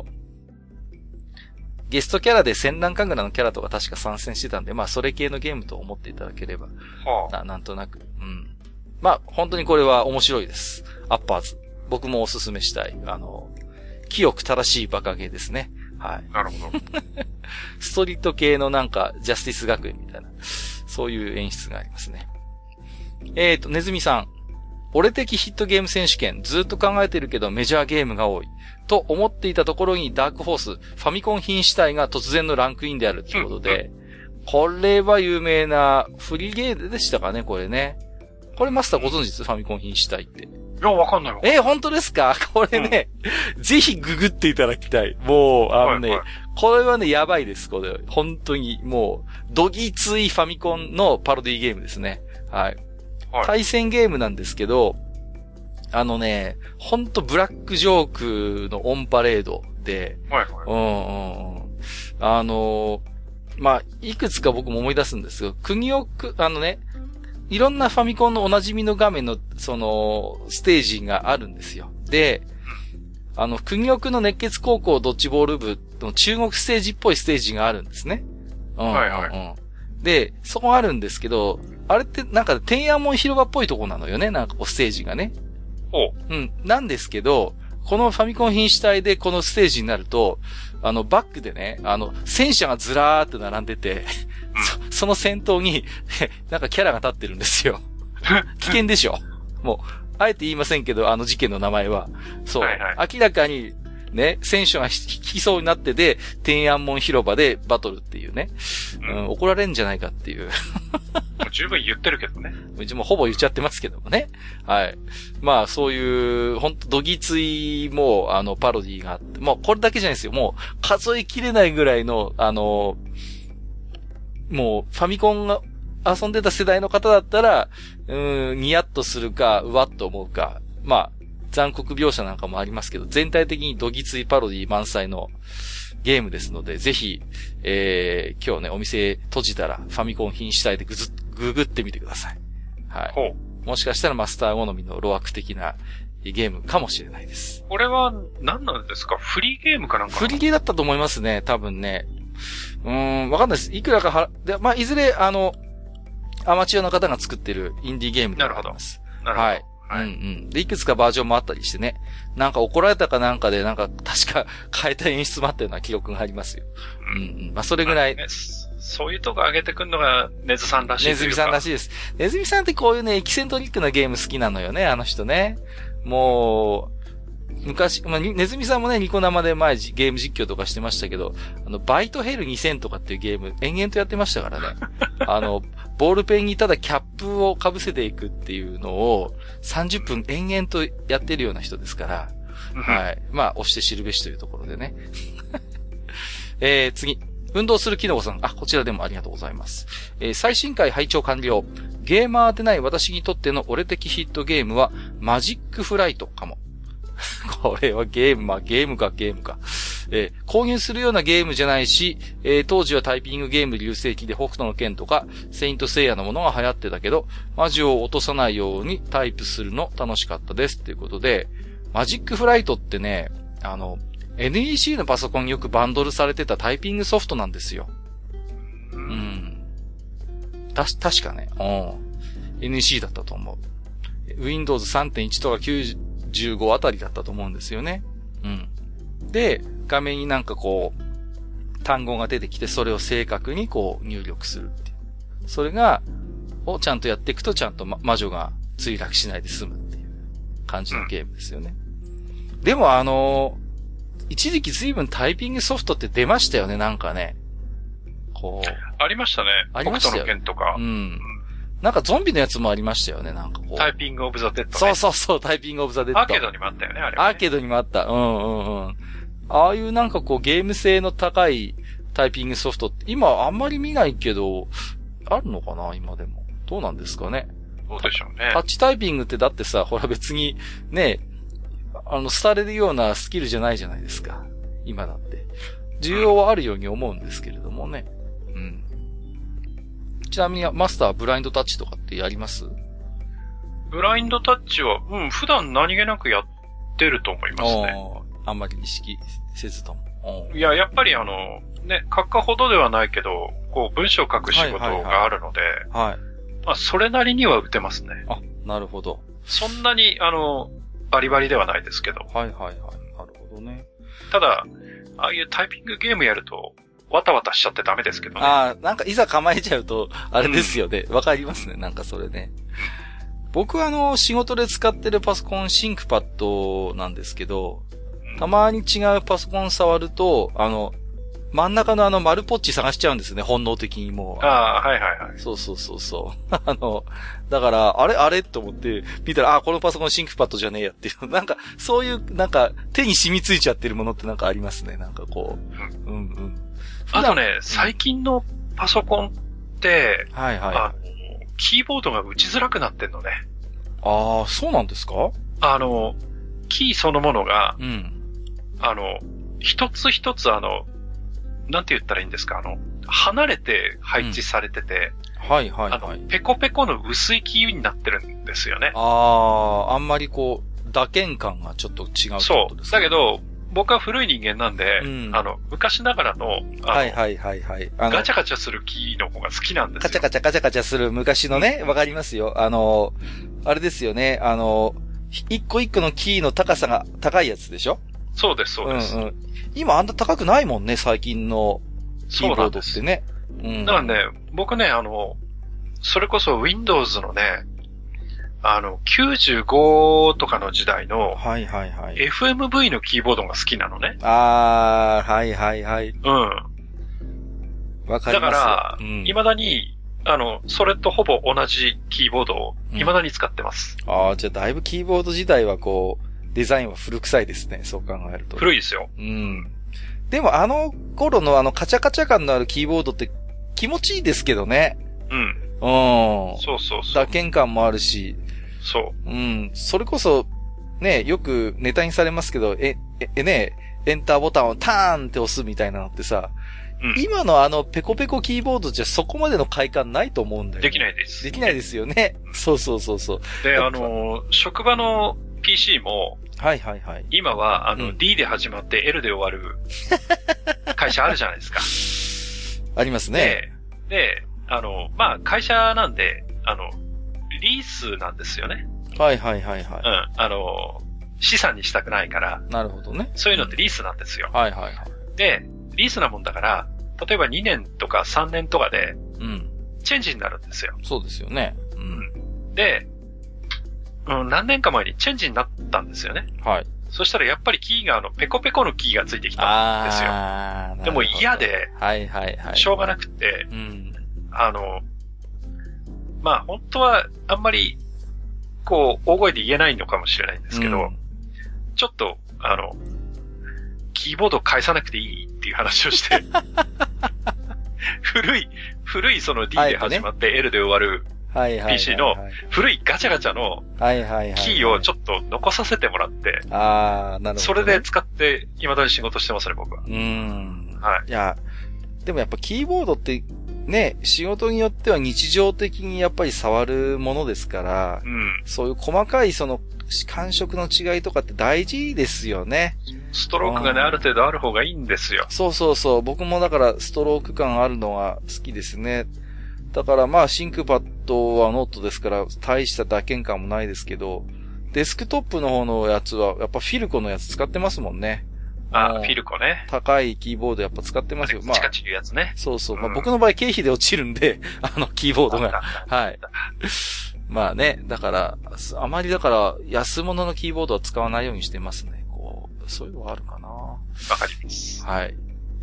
Speaker 1: ゲストキャラで戦乱神楽のキャラとか確か参戦してたんで、それ系のゲームと思っていただければ、なんとなく、本当にこれは面白いです。アッパーズ。僕もおすすめしたい。清く正しいバカゲーですね。はい。
Speaker 2: なるほど。
Speaker 1: ストリート系のなんか、ジャスティス学園みたいな、そういう演出がありますね。ネズミさん。俺的ヒットゲーム選手権、ずっと考えてるけどメジャーゲームが多い。と思っていたところにダークホース、ファミコン品種体が突然のランクインであるということで、これは有名なフリーゲーでしたかね、これね。これマスターご存知です？ファミコン品種体って。い
Speaker 2: や、わかんないわ。
Speaker 1: 本当ですか？これね、ぜひググっていただきたい。もう、これはね、やばいです、これ。本当に、もう、どぎついファミコンのパロディゲームですね。はい。対戦ゲームなんですけど、ほんとブラックジョークのオンパレードで、いくつか僕も思い出すんですが、いろんなファミコンのおなじみの画面の、ステージがあるんですよ。で、国奥の熱血高校ドッジボール部の中国ステージっぽいステージがあるんですね。で、そこあるんですけど、あれってなんか天安門広場っぽいとこなのよね、なんかこうステージがね。なんですけど、このファミコン品種体でこのステージになると、バックでね、戦車がずらーって並んでて、その先頭に、なんかキャラが立ってるんですよ。危険でしょ？ もう、あえて言いませんけど、あの事件の名前は。そう。
Speaker 2: はいはい、
Speaker 1: 明らかに、ね、選手が引きそうになってて、天安門広場でバトルっていうね。怒られんじゃないかっていう。
Speaker 2: もう十分言ってるけどね。
Speaker 1: うちもほぼ言っちゃってますけどもね。はい。まあ、そういう、ほんと、どぎつい、もう、パロディがあって、もう、これだけじゃないですよ。もう、数えきれないぐらいの、もう、ファミコンが遊んでた世代の方だったら、ニヤッとするか、うわっと思うか。まあ、残酷描写なんかもありますけど、全体的にどぎついパロディ満載のゲームですので、ぜひ、今日ね、お店閉じたら、ファミコン品主体でググってみてください。はい。もしかしたらマスター好みの路悪的なゲームかもしれないです。
Speaker 2: これは何なんですか？フリーゲームかなんか？
Speaker 1: フリーゲーだったと思いますね、多分ね。わかんないです。いくらかまあ、いずれ、アマチュアの方が作ってるインディーゲームになります。
Speaker 2: なるほど。はい。
Speaker 1: はい。で、いくつかバージョンもあったりしてね。なんか怒られたかなんかで、なんか確か変えた演出もあったような記録がありますよ。まあ、それぐらい。
Speaker 2: そういうとこ上げてくんのがネズさんらしいです。
Speaker 1: ネズミさんらしいです。ネズミさんってこういうね、エキセントリックなゲーム好きなのよね、あの人ね。もう、昔、まあ、ネズミさんもね、ニコ生で前ゲーム実況とかしてましたけど、バイトヘル2000とかっていうゲーム延々とやってましたからね。ボールペンにただキャップを被せていくっていうのを30分延々とやってるような人ですから、はい。まあ、押して知るべしというところでね。次。運動するキノコさん。こちらでもありがとうございます。最新回拝聴完了。ゲーマーでない私にとっての俺的ヒットゲームはマジックフライトかも。これはゲームか。購入するようなゲームじゃないし、当時はタイピングゲーム流星期で北斗の拳とか、セイントセイヤのものが流行ってたけど、マジを落とさないようにタイプするの楽しかったですっていうことで、マジックフライトってね、NEC のパソコンによくバンドルされてたタイピングソフトなんですよ。確かね。NEC だったと思う。Windows 3.1 とか95あたりだったと思うんですよね。で、画面になんかこう、単語が出てきて、それを正確にこう入力するっていう。それをちゃんとやっていくと、ちゃんと魔女が墜落しないで済むっていう感じのゲームですよね。でも一時期随分タイピングソフトって出ましたよね、なんかね。こう。
Speaker 2: ありましたね。
Speaker 1: ありましたよ。
Speaker 2: 北斗の拳とか。
Speaker 1: なんかゾンビのやつもありましたよね、なんかこう。
Speaker 2: タイピングオブザ・デッドね。
Speaker 1: そう、タイピングオブザ・デッド。
Speaker 2: アーケードにもあったよね、あれは、ね。
Speaker 1: アーケードにもあった。ああいうなんかこうゲーム性の高いタイピングソフトって今あんまり見ないけど、あるのかな今でも。どうなんですかね。
Speaker 2: どうでしょうね。
Speaker 1: タッチタイピングってだってさ、ほら別にね、廃れるようなスキルじゃないじゃないですか。今だって。需要はあるように思うんですけれどもね。ちなみにマスターブラインドタッチとかってやります？
Speaker 2: ブラインドタッチは、普段何気なくやってると思いますね。
Speaker 1: あんまり意識せずとも。
Speaker 2: いや、やっぱりね、書くほどではないけど、こう文章を書く仕事があるので、まあ、それなりには打てますね。
Speaker 1: なるほど。
Speaker 2: そんなに、バリバリではないですけど。
Speaker 1: なるほどね。
Speaker 2: ただ、ああいうタイピングゲームやると、わたわたしちゃってダメですけどね。
Speaker 1: なんかいざ構えちゃうと、あれですよね。わかりますね。なんかそれね。僕は仕事で使ってるパソコンシンクパッドなんですけど、たまに違うパソコン触ると、真ん中の丸ポッチ探しちゃうんですね、本能的にもう。
Speaker 2: はい。
Speaker 1: そう。だから、あれと思って、見たら、このパソコンシンクパッドじゃねえやっていう。なんか、そういう、なんか、手に染みついちゃってるものってなんかありますね、なんかこう。
Speaker 2: あとね、最近のパソコンって、キーボードが打ちづらくなってんのね。
Speaker 1: そうなんですか？
Speaker 2: キーそのものが、一つ一つなんて言ったらいいんですか、離れて配置されてて、ペコペコの薄いキーになってるんですよね。
Speaker 1: あんまりこう、打鍵感がちょっと違うってことですね。
Speaker 2: そう。だけど、僕は古い人間なんで、昔ながらの、ガチャガチャするキーの方が好きなんですよ。
Speaker 1: ガチャガチャする昔のね、わかりますよ。あれですよね、一個一個のキーの高さが高いやつでしょ？
Speaker 2: そうです。
Speaker 1: 今あんな高くないもんね、最近のキーボードってね。
Speaker 2: だからね、僕ね、それこそ Windows のね、 95とかの時代の、
Speaker 1: はいはいはい。
Speaker 2: FMV のキーボードが好きなのね。
Speaker 1: はいはいはい。
Speaker 2: うん。
Speaker 1: わかります。だか
Speaker 2: ら、未だに、それとほぼ同じキーボードを未だに使ってます。
Speaker 1: じゃあだいぶキーボード自体はデザインは古臭いですね。そう考えると。
Speaker 2: 古いですよ。
Speaker 1: でも頃のカチャカチャ感のあるキーボードって気持ちいいですけどね。
Speaker 2: そうそうそう。
Speaker 1: 打鍵感もあるし。
Speaker 2: そう。
Speaker 1: それこそ、ね、よくネタにされますけど、ね、エンターボタンをターンって押すみたいなのってさ、今のペコペコキーボードじゃそこまでの快感ないと思うんだよね。
Speaker 2: できないです。
Speaker 1: できないですよね。そうそうそうそう。
Speaker 2: で、職場の PC も、
Speaker 1: はいはいはい。
Speaker 2: 今は、D で始まって L で終わる会社あるじゃないですか。
Speaker 1: ありますね。
Speaker 2: で、まあ、会社なんで、リースなんですよね。
Speaker 1: はいはいはいはい。
Speaker 2: 資産にしたくないから。
Speaker 1: なるほどね。
Speaker 2: そういうのってリースなんですよ。
Speaker 1: はいはいはい。
Speaker 2: で、リースなもんだから、例えば2年とか3年とかで、チェンジになるんですよ。
Speaker 1: そうですよね。
Speaker 2: で、何年か前にチェンジになったんですよね。
Speaker 1: はい。
Speaker 2: そしたらやっぱりキーがペコペコのキーがついてきたんですよ。でも嫌で、
Speaker 1: はいはいはい。
Speaker 2: しょうがなくて、まあ本当はあんまり、大声で言えないのかもしれないんですけど、ちょっと、キーボード返さなくていいっていう話をして、古いその D で始まって L で終わる PC の古いガチャガチャのキーをちょっと残させてもらって、
Speaker 1: なるほど、ね。
Speaker 2: それで使って未だに仕事してますね、僕は。
Speaker 1: はい。いや、でもやっぱキーボードってね、仕事によっては日常的にやっぱり触るものですから、そういう細かい感触の違いとかって大事ですよね。
Speaker 2: ストロークがね、ある程度ある方がいいんですよ。
Speaker 1: そうそうそう。僕もだからストローク感あるのが好きですね。だからまあシンクパッドはノートですから大した打鍵感もないですけど、デスクトップの方のやつはやっぱフィルコのやつ使ってますもんね。
Speaker 2: フィルコね。
Speaker 1: 高いキーボードやっぱ使ってますよ。
Speaker 2: チカチいうやつね。
Speaker 1: そうそう。まあ僕の場合経費で落ちるんで、キーボードが。はい。まあね、だから、あまりだから、安物のキーボードは使わないようにしてますね。そういうのはあるかな。わ
Speaker 2: かります。
Speaker 1: はい。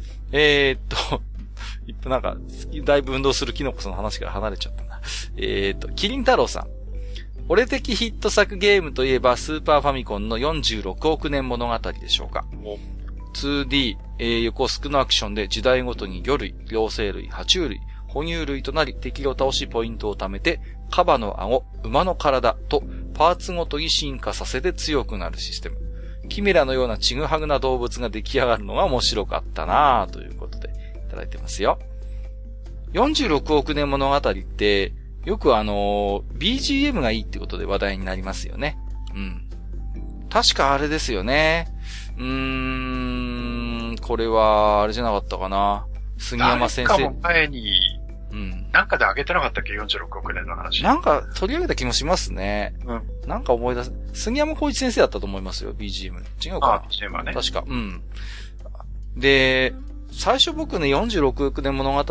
Speaker 1: なんか、だいぶ運動するキノコさんの話から離れちゃったな。キリン太郎さん。俺的ヒット作ゲームといえば、スーパーファミコンの46億年物語でしょうか。2D、横スクのアクションで時代ごとに魚類、両生類、爬虫類、哺乳類となり敵を倒しポイントを貯めて、カバの顎、馬の体とパーツごとに進化させて強くなるシステム。キメラのようなちぐはぐな動物が出来上がるのが面白かったなぁということでいただいてますよ。46億年物語って、よくBGM がいいってことで話題になりますよね。確かあれですよね。これは、あれじゃなかったかな。杉山先生。
Speaker 2: 誰かも前に、なんかで上げてなかったっけ ?46 億年の話。
Speaker 1: なんか取り上げた気もしますね。なんか思い出す。杉山浩一先生だったと思いますよ、BGM。違うかな
Speaker 2: BGM はね。
Speaker 1: 確か。で、最初僕ね、46億年物語って、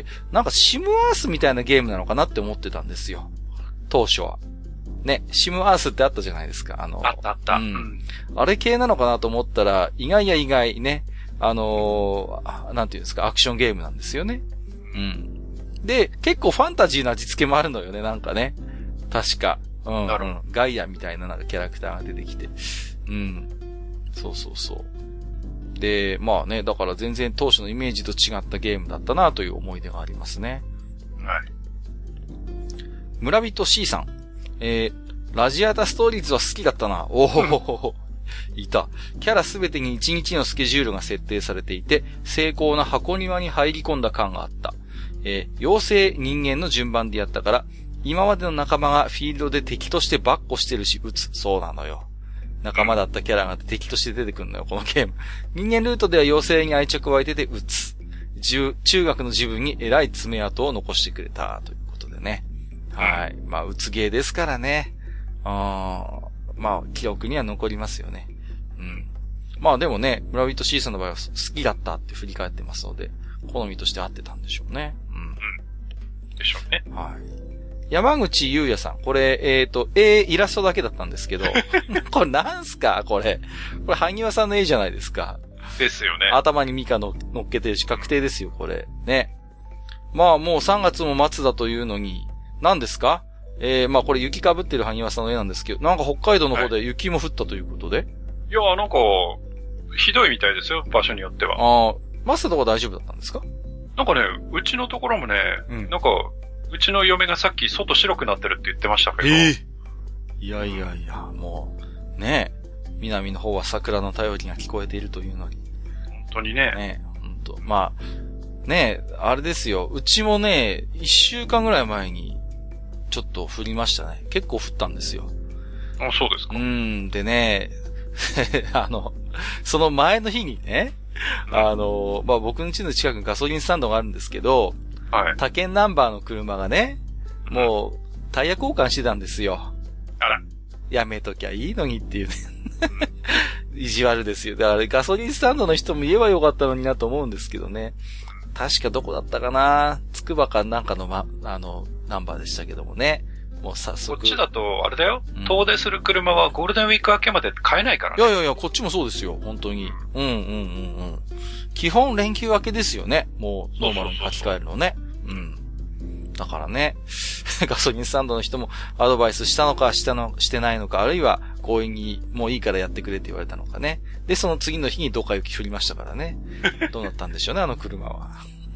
Speaker 1: なんかシムアースみたいなゲームなのかなって思ってたんですよ。当初は。ね、シムアースってあったじゃないですか。
Speaker 2: あった。
Speaker 1: あれ系なのかなと思ったら、意外や意外ね、なんていうんですか、アクションゲームなんですよね。で、結構ファンタジーな味付けもあるのよね、なんかね。確か。ガイアみたいななんかキャラクターが出てきて。そうそうそう。で、まあね、だから全然当初のイメージと違ったゲームだったなという思い出がありますね。
Speaker 2: はい。
Speaker 1: 村人 C さん。ラジアタストーリーズは好きだったな。おお。いた。キャラすべてに1日のスケジュールが設定されていて、精巧な箱庭に入り込んだ感があった。妖精人間の順番でやったから、今までの仲間がフィールドで敵としてバッコしてるし、撃つ。そうなのよ。仲間だったキャラが敵として出てくるのよ、このゲーム。人間ルートでは妖精に愛着湧いてて撃つ。中学の自分に偉い爪痕を残してくれた、ということでね。はい。まあ、撃つゲーですからね。まあ、記憶には残りますよね。まあでもね、村人 C さんの場合は好きだったって振り返ってますので、好みとして合ってたんでしょうね。
Speaker 2: でしょうね。
Speaker 1: はい。 山口優也さん。これ、イラストだけだったんですけど。これなんすかこれ。これ、萩和さんの絵じゃないですか。
Speaker 2: ですよね。
Speaker 1: 頭にミカ乗っけてるし、確定ですよ、これ。ね。まあ、もう3月も末だというのに、何ですかまあ、これ雪被ってる萩和さんの絵なんですけど、なんか北海道の方で雪も降ったということで。
Speaker 2: いや、なんか、ひどいみたいですよ、場所によっては。
Speaker 1: ああ、マスターとか大丈夫だったんですか？
Speaker 2: なんかね、うちのところもね、なんか、うちの嫁がさっき外白くなってるって言ってましたけど。
Speaker 1: いや、もう、ねえ、南の方は桜の便りが聞こえているというのに。
Speaker 2: 本当にね。
Speaker 1: ねえ、本当。まあ、ねえ、あれですよ。うちもね、1週間ぐらい前に、ちょっと降りましたね。結構降ったんですよ。
Speaker 2: あ、そうですか。
Speaker 1: でね、その前の日にね、まあ、僕の家の近くにガソリンスタンドがあるんですけど、
Speaker 2: はい。
Speaker 1: 他県ナンバーの車がね、もう、タイヤ交換してたんですよ。
Speaker 2: あら。
Speaker 1: やめときゃいいのにっていうね。意地悪ですよ。だからガソリンスタンドの人も言えばよかったのになと思うんですけどね。確かどこだったかな、つくばかなんかのナンバーでしたけどもね。もう早速。
Speaker 2: こっちだと、あれだよ。遠出する車はゴールデンウィーク明けまで買えないからね。
Speaker 1: いや、こっちもそうですよ。本当に。基本連休明けですよね。もう、ノーマルに書き換えるのね。だからね、ガソリンスタンドの人もアドバイスしたのかしてないのか、あるいは強引にもういいからやってくれって言われたのかね。で、その次の日にドカ雪降りましたからね。どうなったんでしょうね、あの車は。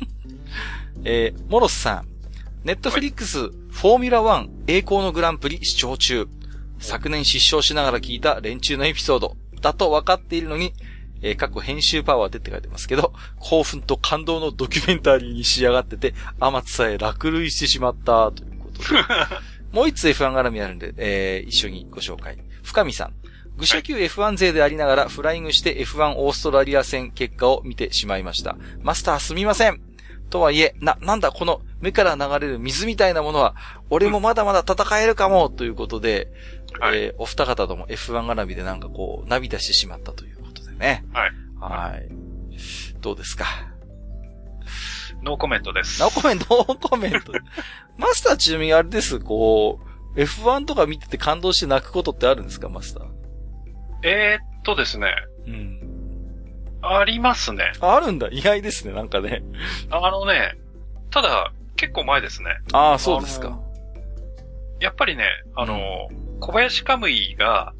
Speaker 1: モロスさん。ネットフリックス、フォーミュラ1栄光のグランプリ視聴中。昨年失笑しながら聞いた連中のエピソードだと分かっているのに、編集パワーでって書いてますけど、興奮と感動のドキュメンタリーに仕上がってて、天津さえ落類してしまったということで。もう一つ F1 絡みあるんで、一緒にご紹介。深見さん。愚者級 F1 勢でありながらフライングして F1 オーストラリア戦結果を見てしまいました。マスターすみません。とはいえ、なんだこの目から流れる水みたいなものは、俺もまだまだ戦えるかもということで、お二方とも F1 絡みでなんかこう、涙してしまったということでね。はい。どうですか？
Speaker 2: ノーコメントです。
Speaker 1: ノーコメント。マスターちなみにあれです、こう、F1 とか見てて感動して泣くことってあるんですか、マスター？
Speaker 2: ですね。ありますね。
Speaker 1: あるんだ。意外ですね、なんかね。
Speaker 2: ただ、結構前ですね。
Speaker 1: ああ、そうですか。
Speaker 2: やっぱりね、小林カムイが、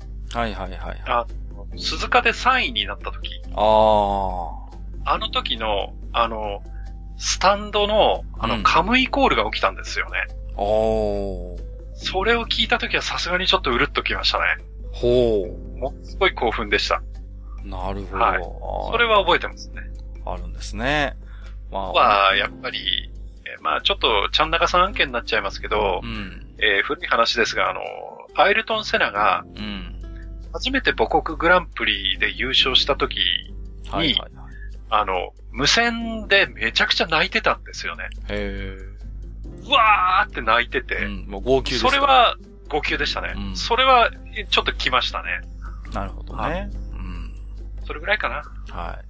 Speaker 2: 鈴鹿で3位になった時。あの時の、スタンドの、カムイコールが起きたんですよね。それを聞いた時はさすがにちょっとうるっときましたね。ものすごい興奮でした。
Speaker 1: なるほど。
Speaker 2: はい。それは覚えてますね。
Speaker 1: あるんですね。
Speaker 2: やっぱり、ちょっと、ちゃんなかさん案件になっちゃいますけど、古い話ですが、アイルトン・セナが、初めて母国グランプリで優勝した時に、無線でめちゃくちゃ泣いてたんですよね。うわーって泣いてて、
Speaker 1: もう号泣ですか？
Speaker 2: それは号泣でしたね。それはちょっと来ましたね。
Speaker 1: なるほどね。
Speaker 2: それぐらいかな。
Speaker 1: はい。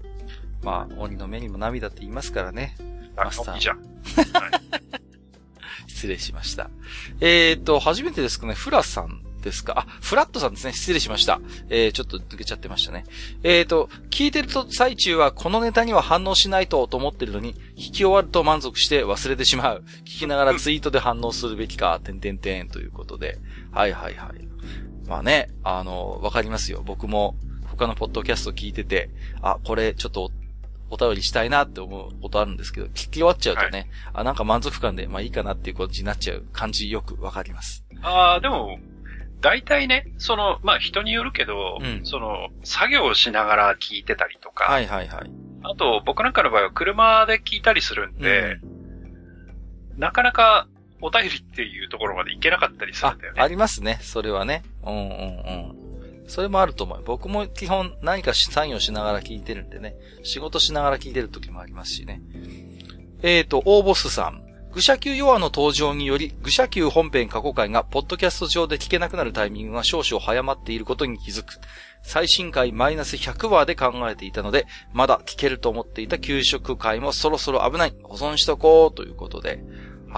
Speaker 1: 鬼の目にも涙って言いますからね。マスター。
Speaker 2: いいじゃん。
Speaker 1: 失礼しました。初めてですかね、フラさんですか。フラットさんですね。失礼しました。ちょっと抜けちゃってましたね。聞いてる最中はこのネタには反応しないと思ってるのに、聞き終わると満足して忘れてしまう。聞きながらツイートで反応するべきか、ということで。はい。まあね、わかりますよ。僕も他のポッドキャスト聞いてて、これちょっとお便りしたいなって思うことあるんですけど、聞き終わっちゃうとね、なんか満足感で、いいかなっていう感じになっちゃう感じよくわかります。
Speaker 2: でも、大体ね、人によるけど、作業をしながら聞いてたりとか、あと、僕なんかの場合は車で聞いたりするんで、なかなかお便りっていうところまでいけなかったりするんだよね。
Speaker 1: ありますね、それはね。それもあると思う。僕も基本何か作業しながら聞いてるんでね。仕事しながら聞いてる時もありますしね。大ボスさん。愚者級ヨアの登場により、愚者級本編過去回がポッドキャスト上で聞けなくなるタイミングが少々早まっていることに気づく。最新回-100話で考えていたので、まだ聞けると思っていた給食回もそろそろ危ない。保存しとこうということで。はい。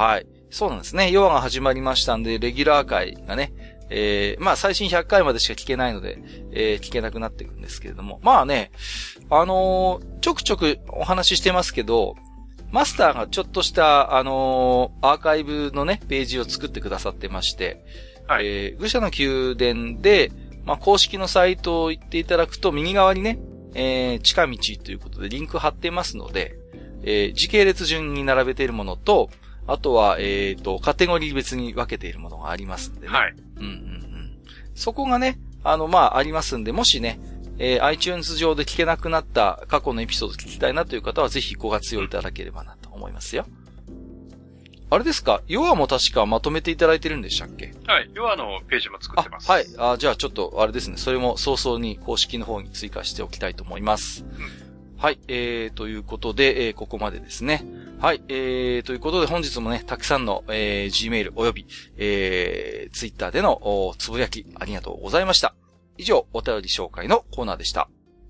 Speaker 1: そうなんですね。ヨアが始まりましたんで、レギュラー回がね、まあ最新100回までしか聞けないので、聞けなくなっていくんですけれども。まあね、ちょくちょくお話ししてますけど、マスターがちょっとした、アーカイブのね、ページを作ってくださってまして、はい。愚者の宮殿で、まあ公式のサイトを行っていただくと、右側にね、近道ということでリンク貼ってますので、時系列順に並べているものと、あとは、カテゴリー別に分けているものがありますんでね。はい。そこがね、まあ、ありますんで、もしね、iTunes 上で聞けなくなった過去のエピソード聞きたいなという方は、ぜひご活用いただければなと思いますよ。あれですか？ヨアも確かまとめていただいてるんでしたっけ？はい。ヨアのページも作ってます。はい。じゃあちょっと、あれですね。それも早々に公式の方に追加しておきたいと思います。はい。ということで、ここまでですね。はい。ということで本日もね、たくさんの、Gmail および、Twitter でのつぶやきありがとうございました。以上、お便り紹介のコーナーでした。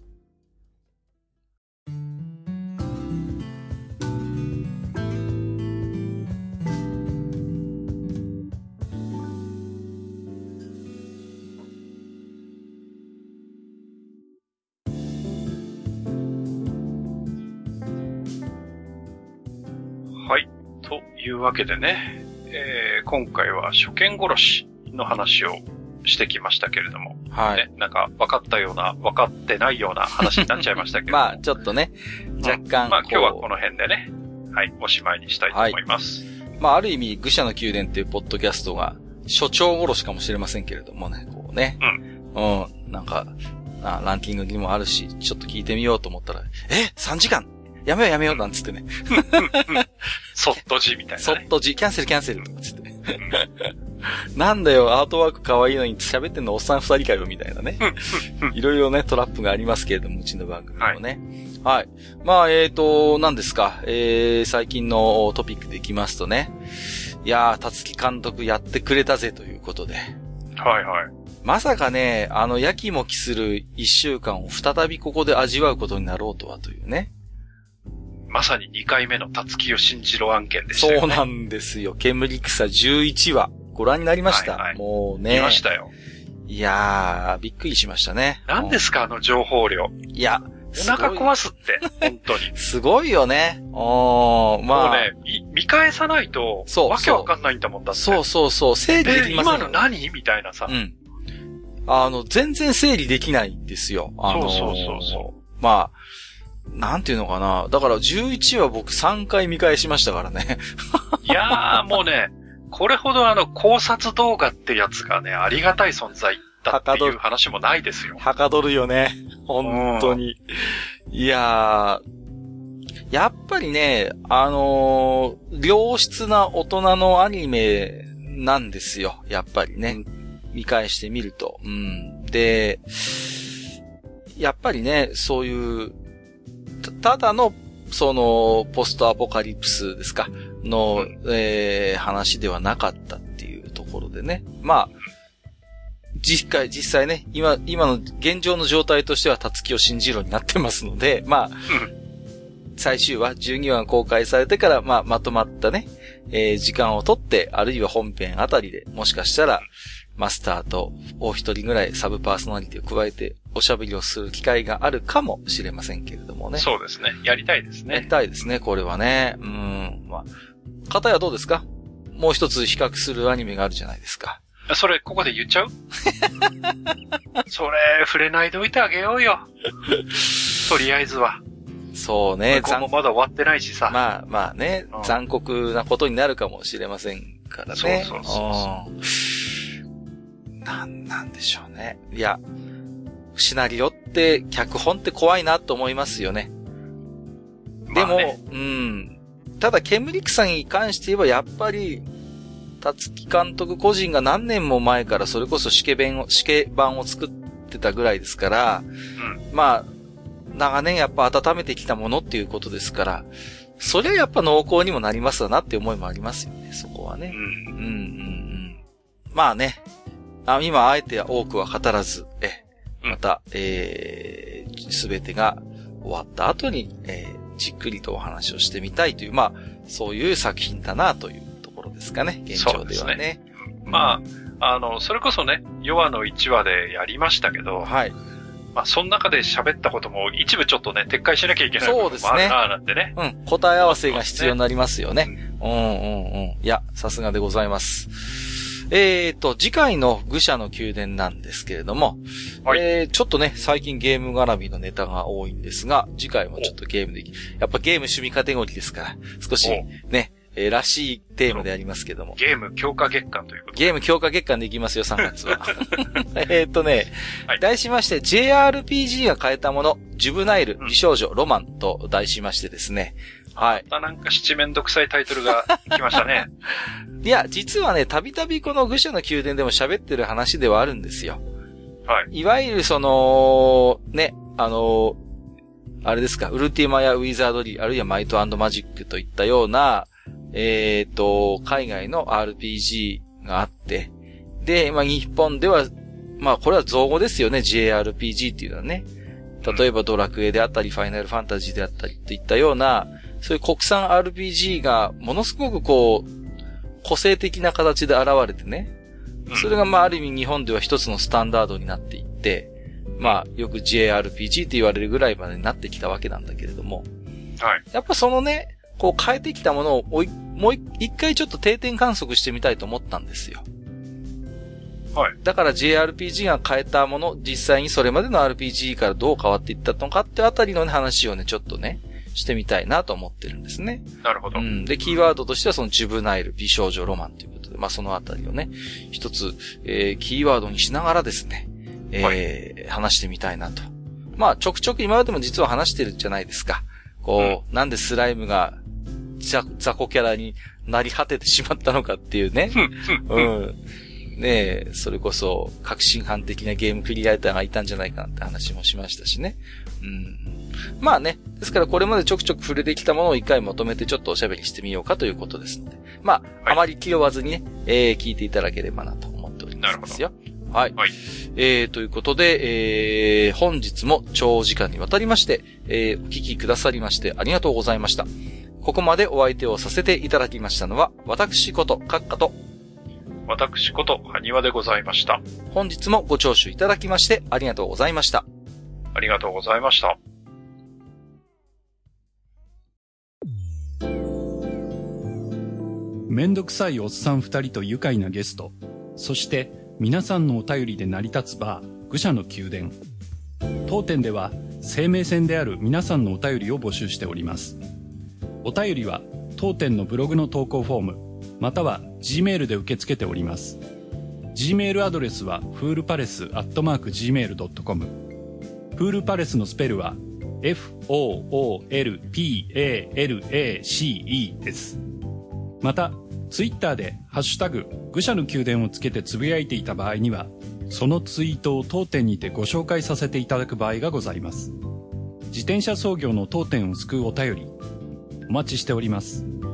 Speaker 2: はい。というわけでね、今回は初見殺しの話をしてきましたけれども、はい。ね、なんか分かったような、分かってないような話になっちゃいましたけど
Speaker 1: まあ、ちょっとね、若干。
Speaker 2: まあ今日はこの辺でね、はい、おしまいにしたいと思います。
Speaker 1: はい、まあある意味、愚者の宮殿っていうポッドキャストが、所長殺しかもしれませんけれどもね、こうね。なんか、ランキングにもあるし、ちょっと聞いてみようと思ったら、3時間やめようなんつってね。
Speaker 2: そっとじみたいな、ね。
Speaker 1: そっとじ、キャンセルとかつって。なんだよ、アートワーク可愛いのに喋ってんのおっさん二人かよ、みたいなね。いろいろね、トラップがありますけれども、うちの番組もね。はい。まあ、何ですか、最近のトピックでいきますとね。いやー、辰木監督やってくれたぜということで。
Speaker 2: はいはい。
Speaker 1: まさかね、やきもきする一週間を再びここで味わうことになろうとはというね。
Speaker 2: まさに2回目の辰木を信じろ案件でしたよね。
Speaker 1: そうなんですよ。煙草11話。ご覧になりました、はいはい、もうね。
Speaker 2: 見ましたよ。
Speaker 1: いやー、びっくりしましたね。
Speaker 2: 何ですか、情報量。
Speaker 1: いや、
Speaker 2: お腹壊すって、本当に。
Speaker 1: すごいよね。まあ。
Speaker 2: もうね、見返さないと、わけわかんないんだもんだって。
Speaker 1: そう。整理できません。
Speaker 2: 今の何みたいなさ。
Speaker 1: 全然整理できないんですよ。
Speaker 2: そう。
Speaker 1: まあ、なんていうのかな。だから11話僕3回見返しましたからね。
Speaker 2: いやー、もうね、これほど考察動画ってやつがね、ありがたい存在だっていう話もないですよ。
Speaker 1: はかどるよね。本当に。いやー、やっぱりね、良質な大人のアニメなんですよ。やっぱりね。見返してみると。で、やっぱりね、そういう、ただの、ポストアポカリプスですかの、話ではなかったっていうところでね。まあ、実際ね、今の現状の状態としては、辰木を信じろになってますので、まあ、最終話、12話が公開されてから、まとまったね、時間をとって、あるいは本編あたりで、もしかしたら、マスターとお一人ぐらいサブパーソナリティを加えておしゃべりをする機会があるかもしれませんけれどもね。
Speaker 2: そうですね。やりたいですね。
Speaker 1: やりたいですね、これはね。まあ、方やどうですか？もう一つ比較するアニメがあるじゃないですか。
Speaker 2: それ、ここで言っちゃうそれ、触れないでおいてあげようよ。とりあえずは。
Speaker 1: そうね。
Speaker 2: ここもまだ終わってないしさ。
Speaker 1: まあね、残酷なことになるかもしれませんからね。
Speaker 2: そう。
Speaker 1: なんでしょうね。いや、シナリオって、脚本って怖いなと思いますよね。でも、ただ、煙草に関して言えば、やっぱり、辰木監督個人が何年も前からそれこそ試験版を作ってたぐらいですから、まあ、長年やっぱ温めてきたものっていうことですから、それはやっぱ濃厚にもなりますわなっていう思いもありますよね、そこはね。まあね、今あえて多くは語らず、また、すべてが終わった後に、じっくりとお話をしてみたいという、まあ、そういう作品だなというところでですかね、現状ではね。
Speaker 2: まあ、それこそね、ヨアの1話でやりましたけど、
Speaker 1: はい。
Speaker 2: まあ、その中で喋ったことも一部ちょっとね、撤回しなきゃいけないこともあるなぁなんてね。
Speaker 1: うん。答え合わせが必要になりますよね。いや、さすがでございます。次回の愚者の宮殿なんですけれども、はい、ちょっとね、最近ゲーム絡みのネタが多いんですが、次回もちょっとゲームでやっぱゲーム趣味カテゴリーですから、少しね、らしいテーマでありますけども。
Speaker 2: ゲーム強化月間ということで。
Speaker 1: ゲーム強化月間でいきますよ、3月は。はい、題しまして、JRPG が変えたもの、ジュブナイル、美少女、ロマンと題しましてですね。はい。
Speaker 2: なんか七面倒くさいタイトルが来ましたね。
Speaker 1: いや、実はね、たびたびこの愚者の宮殿でも喋ってる話ではあるんですよ。はい。いわゆるね、あれですか、ウルティマやウィザードリー、あるいはマイト&マジックといったような、海外の RPG があって、で、まあ、日本では、まあ、これは造語ですよね、JRPG っていうのはね。例えばドラクエであったり、ファイナルファンタジーであったりといったような、そういう国産 RPG がものすごくこう、個性的な形で現れてね。それがまあある意味日本では一つのスタンダードになっていって、まあよく JRPG って言われるぐらいまでになってきたわけなんだけれども。はい。やっぱそのね、こう変えてきたものをもう一回ちょっと定点観測してみたいと思ったんですよ。はい。だから JRPG が変えたもの、実際にそれまでの RPG からどう変わっていったのかってあたりの、ね、話をね、ちょっとね、してみたいなと思ってるんですね。
Speaker 2: なるほど。
Speaker 1: で、キーワードとしてはそのジュブナイル、美少女ロマンということで、まあそのあたりをね、一つ、キーワードにしながらですね、はい、話してみたいなと。まあちょくちょく今までも実は話してるじゃないですか。こう、なんでスライムが雑魚キャラになり果ててしまったのかっていうね。ねえ、それこそ革新犯的なゲームクリエイターがいたんじゃないかなって話もしましたしね。まあね、ですからこれまでちょくちょく触れてきたものを一回まとめてちょっとおしゃべりしてみようかということですので。まあ、はい、あまり気負わずにね、聞いていただければなと思っておりますよ。はい。はい。ということで、本日も長時間にわたりまして、お聞きくださりましてありがとうございました。ここまでお相手をさせていただきましたのは、私こと、閣下と、
Speaker 2: 私こと、埴輪でございました。
Speaker 1: 本日もご聴取いただきましてありがとうございました。
Speaker 2: ありがとうございました。
Speaker 3: めんどくさいおっさん二人と愉快なゲスト、そして皆さんのお便りで成り立つバー、愚者の宮殿。当店では生命線である皆さんのお便りを募集しております。お便りは当店のブログの投稿フォーム、または Gmail で受け付けております。Gmail アドレスは foolpalace@gmail.com。 フールパレスのスペルは FOOLPALACE です。また、ツイッターでハッシュタグ愚者の宮殿をつけてつぶやいていた場合には、そのツイートを当店にてご紹介させていただく場合がございます。自転車操業の当店を救うお便り、お待ちしております。